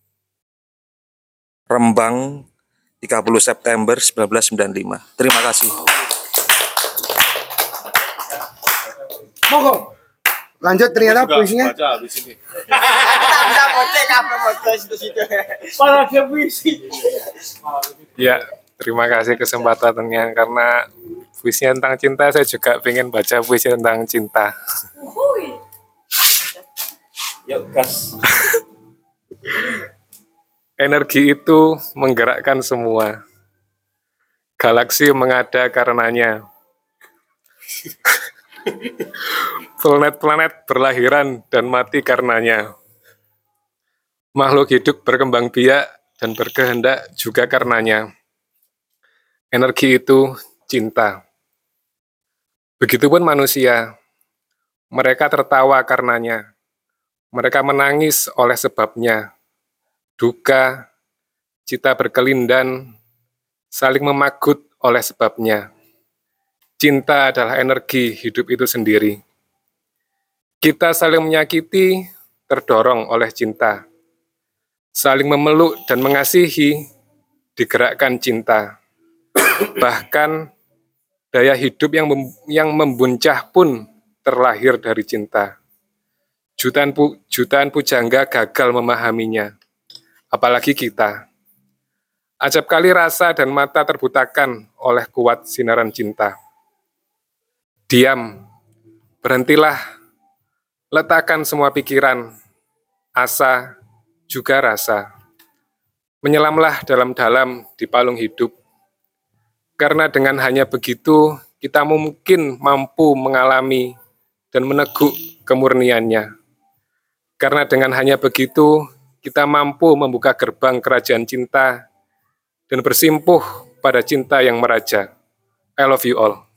Rembang, tiga puluh September seribu sembilan ratus sembilan puluh lima. Terima kasih. Monggo. Lanjut ternyata puisinya. Ya, terima kasih kesempatannya karena puisinya tentang cinta, saya juga pengen baca puisi tentang cinta. Yuk, gas. Energi itu menggerakkan semua. Galaksi mengada karenanya. Planet-planet berlahiran dan mati karenanya. Makhluk hidup berkembang biak dan berkehendak juga karenanya. Energi itu cinta. Begitupun manusia. Mereka tertawa karenanya. Mereka menangis oleh sebabnya. Duka, cita berkelindan, saling memagut oleh sebabnya. Cinta adalah energi hidup itu sendiri. Kita saling menyakiti, terdorong oleh cinta. Saling memeluk dan mengasihi, digerakkan cinta. Bahkan, daya hidup yang mem yang membuncah pun terlahir dari cinta. Jutaan, pu jutaan pujangga gagal memahaminya, apalagi kita. Acap kali rasa dan mata terbutakan oleh kuat sinaran cinta. Diam, berhentilah, letakkan semua pikiran, asa, juga rasa. Menyelamlah dalam-dalam di palung hidup. Karena dengan hanya begitu, kita mungkin mampu mengalami dan meneguk kemurniannya. Karena dengan hanya begitu, kita mampu membuka gerbang kerajaan cinta dan bersimpuh pada cinta yang meraja. I love you all.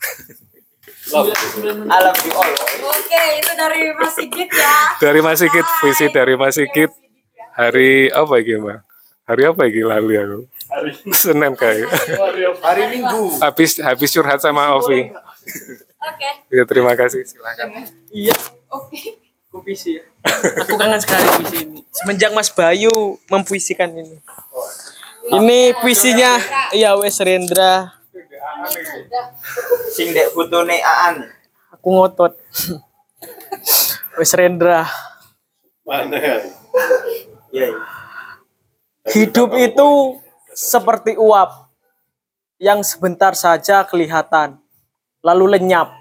I love you all. Oke, itu dari Mas Sigit ya. Dari Mas Sigit, puisi dari Mas Sigit. Hari apa ini, Mbak? Hari apa ini lalu aku? Senin kayak. Hari Minggu. Habis habis curhat sama Ovi. Oke. Ya, terima kasih. Silakan. Iya. Oke. Aku puisi ya. Aku kangen sekali puisi ini. Semenjak Mas Bayu mempuisikan ini. Ini puisinya ya Wes Rendra. Sing dek fotone Aan. Aku ngotot. Wes Rendra. Mana ya? Iya. Hidup itu seperti uap yang sebentar saja kelihatan, lalu lenyap.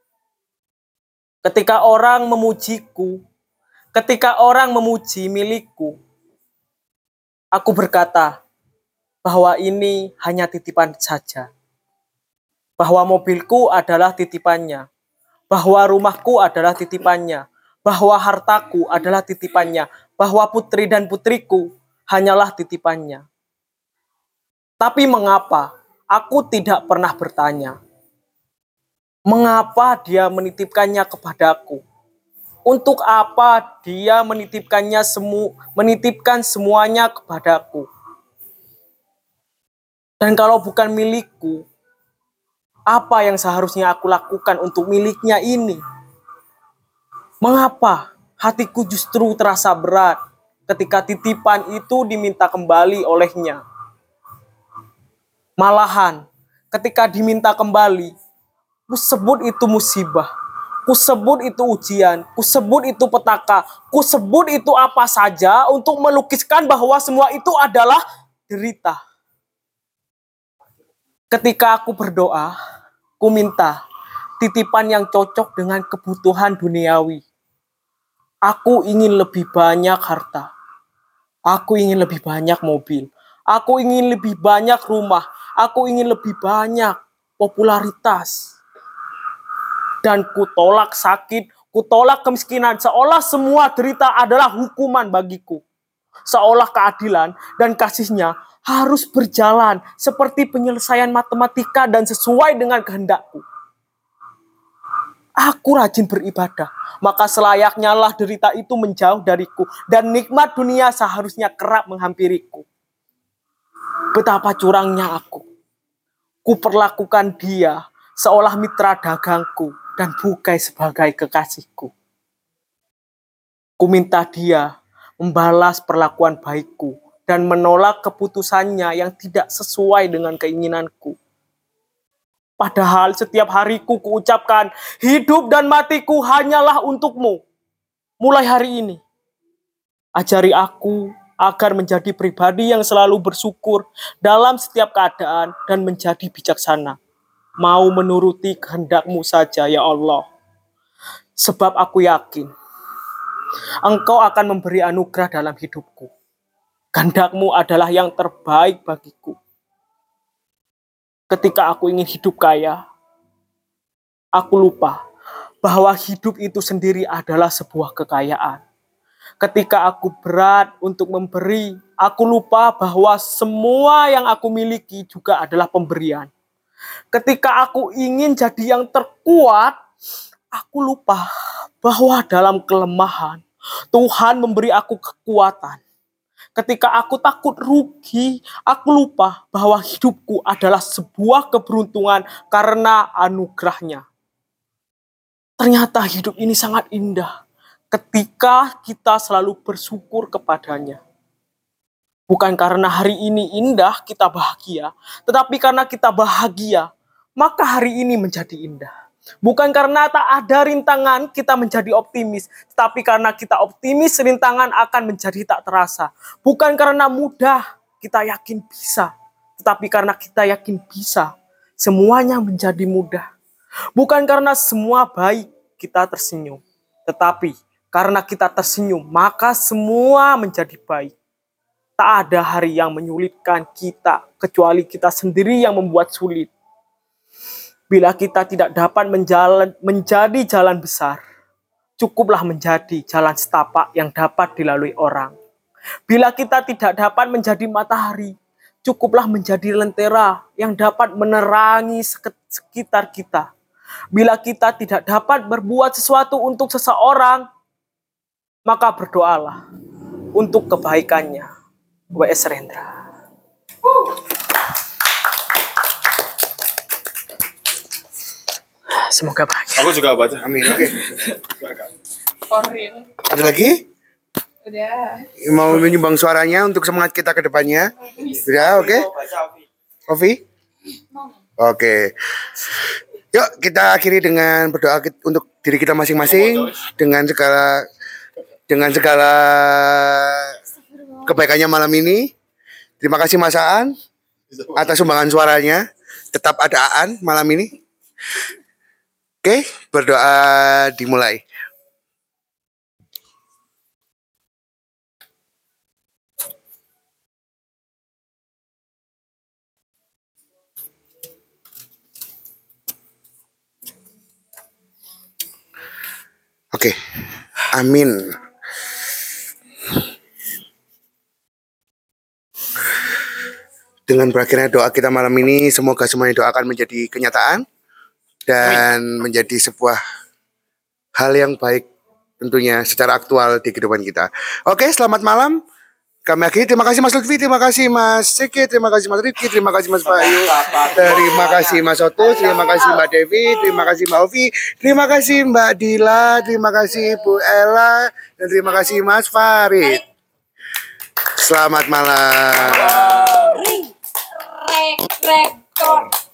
Ketika orang memujiku, ketika orang memuji milikku, aku berkata bahwa ini hanya titipan saja. Bahwa mobilku adalah titipannya, bahwa rumahku adalah titipannya, bahwa hartaku adalah titipannya, bahwa putri dan putriku hanyalah titipannya. Tapi mengapa aku tidak pernah bertanya? Mengapa dia menitipkannya kepadaku? Untuk apa dia menitipkannya semu, menitipkan semuanya kepadaku? Dan kalau bukan milikku, apa yang seharusnya aku lakukan untuk miliknya ini? Mengapa hatiku justru terasa berat ketika titipan itu diminta kembali olehnya? Malahan, ketika diminta kembali, ku sebut itu musibah, ku sebut itu ujian, ku sebut itu petaka, ku sebut itu apa saja untuk melukiskan bahwa semua itu adalah derita. Ketika aku berdoa, ku minta titipan yang cocok dengan kebutuhan duniawi. Aku ingin lebih banyak harta. Aku ingin lebih banyak mobil. Aku ingin lebih banyak rumah. Aku ingin lebih banyak popularitas. Dan ku tolak sakit, ku tolak kemiskinan. Seolah semua derita adalah hukuman bagiku. Seolah keadilan dan kasihnya harus berjalan seperti penyelesaian matematika dan sesuai dengan kehendakku. aku rajin beribadah, maka selayaknya lah derita itu menjauh dariku, dan nikmat dunia seharusnya kerap menghampiriku. Betapa curangnya aku. Kuperlakukan dia seolah mitra dagangku dan bukan sebagai kekasihku. Ku minta dia membalas perlakuan baikku dan menolak keputusannya yang tidak sesuai dengan keinginanku. Padahal setiap hariku kuucapkan, hidup dan matiku hanyalah untukmu. Mulai hari ini, ajari aku agar menjadi pribadi yang selalu bersyukur dalam setiap keadaan dan menjadi bijaksana. Mau menuruti kehendakmu saja ya Allah. Sebab aku yakin, Engkau akan memberi anugerah dalam hidupku. Kehendakmu adalah yang terbaik bagiku. Ketika aku ingin hidup kaya, aku lupa bahwa hidup itu sendiri adalah sebuah kekayaan. Ketika aku berat untuk memberi, aku lupa bahwa semua yang aku miliki juga adalah pemberian. Ketika aku ingin jadi yang terkuat, aku lupa bahwa dalam kelemahan, Tuhan memberi aku kekuatan. Ketika aku takut rugi, aku lupa bahwa hidupku adalah sebuah keberuntungan karena anugerahnya. Ternyata hidup ini sangat indah ketika kita selalu bersyukur kepadanya. Bukan karena hari ini indah kita bahagia, tetapi karena kita bahagia, maka hari ini menjadi indah. Bukan karena tak ada rintangan kita menjadi optimis, tetapi karena kita optimis rintangan akan menjadi tak terasa. Bukan karena mudah kita yakin bisa, tetapi karena kita yakin bisa, semuanya menjadi mudah. Bukan karena semua baik kita tersenyum, tetapi karena kita tersenyum maka semua menjadi baik. Tak ada hari yang menyulitkan kita kecuali kita sendiri yang membuat sulit. Bila kita tidak dapat menjalan, menjadi jalan besar, cukuplah menjadi jalan setapak yang dapat dilalui orang. Bila kita tidak dapat menjadi matahari, cukuplah menjadi lentera yang dapat menerangi sekitar kita. Bila kita tidak dapat berbuat sesuatu untuk seseorang, maka berdoalah untuk kebaikannya. W S Rendra. Semoga bahagia. Aku juga baca. Amin. Oke. Korin. Ada lagi? Udah. Mau menyumbang suaranya untuk semangat kita ke depannya? Sudah, oke? Ovi? Oke. Yuk kita akhiri dengan berdoa untuk diri kita masing-masing dengan segala dengan segala kebaikannya malam ini. Terima kasih Mas Aan atas sumbangan suaranya. Tetap ada Aan malam ini. Oke, berdoa dimulai. Oke, amin. Dengan berakhirnya doa kita malam ini, semoga semua yang doakan menjadi kenyataan dan menjadi sebuah hal yang baik tentunya secara aktual di kehidupan kita. Oke, selamat malam. Kami akhiri. Terima kasih Mas Lutfi, terima kasih Mas Siki, terima kasih Mas Rifki, terima kasih Mas Bayu, terima kasih Mas Oto, terima kasih Mbak Devi, terima kasih Mbak Ovi, terima kasih Mbak Dila, terima kasih Bu Ella, dan terima kasih Mas Farid. Selamat malam. Rekor.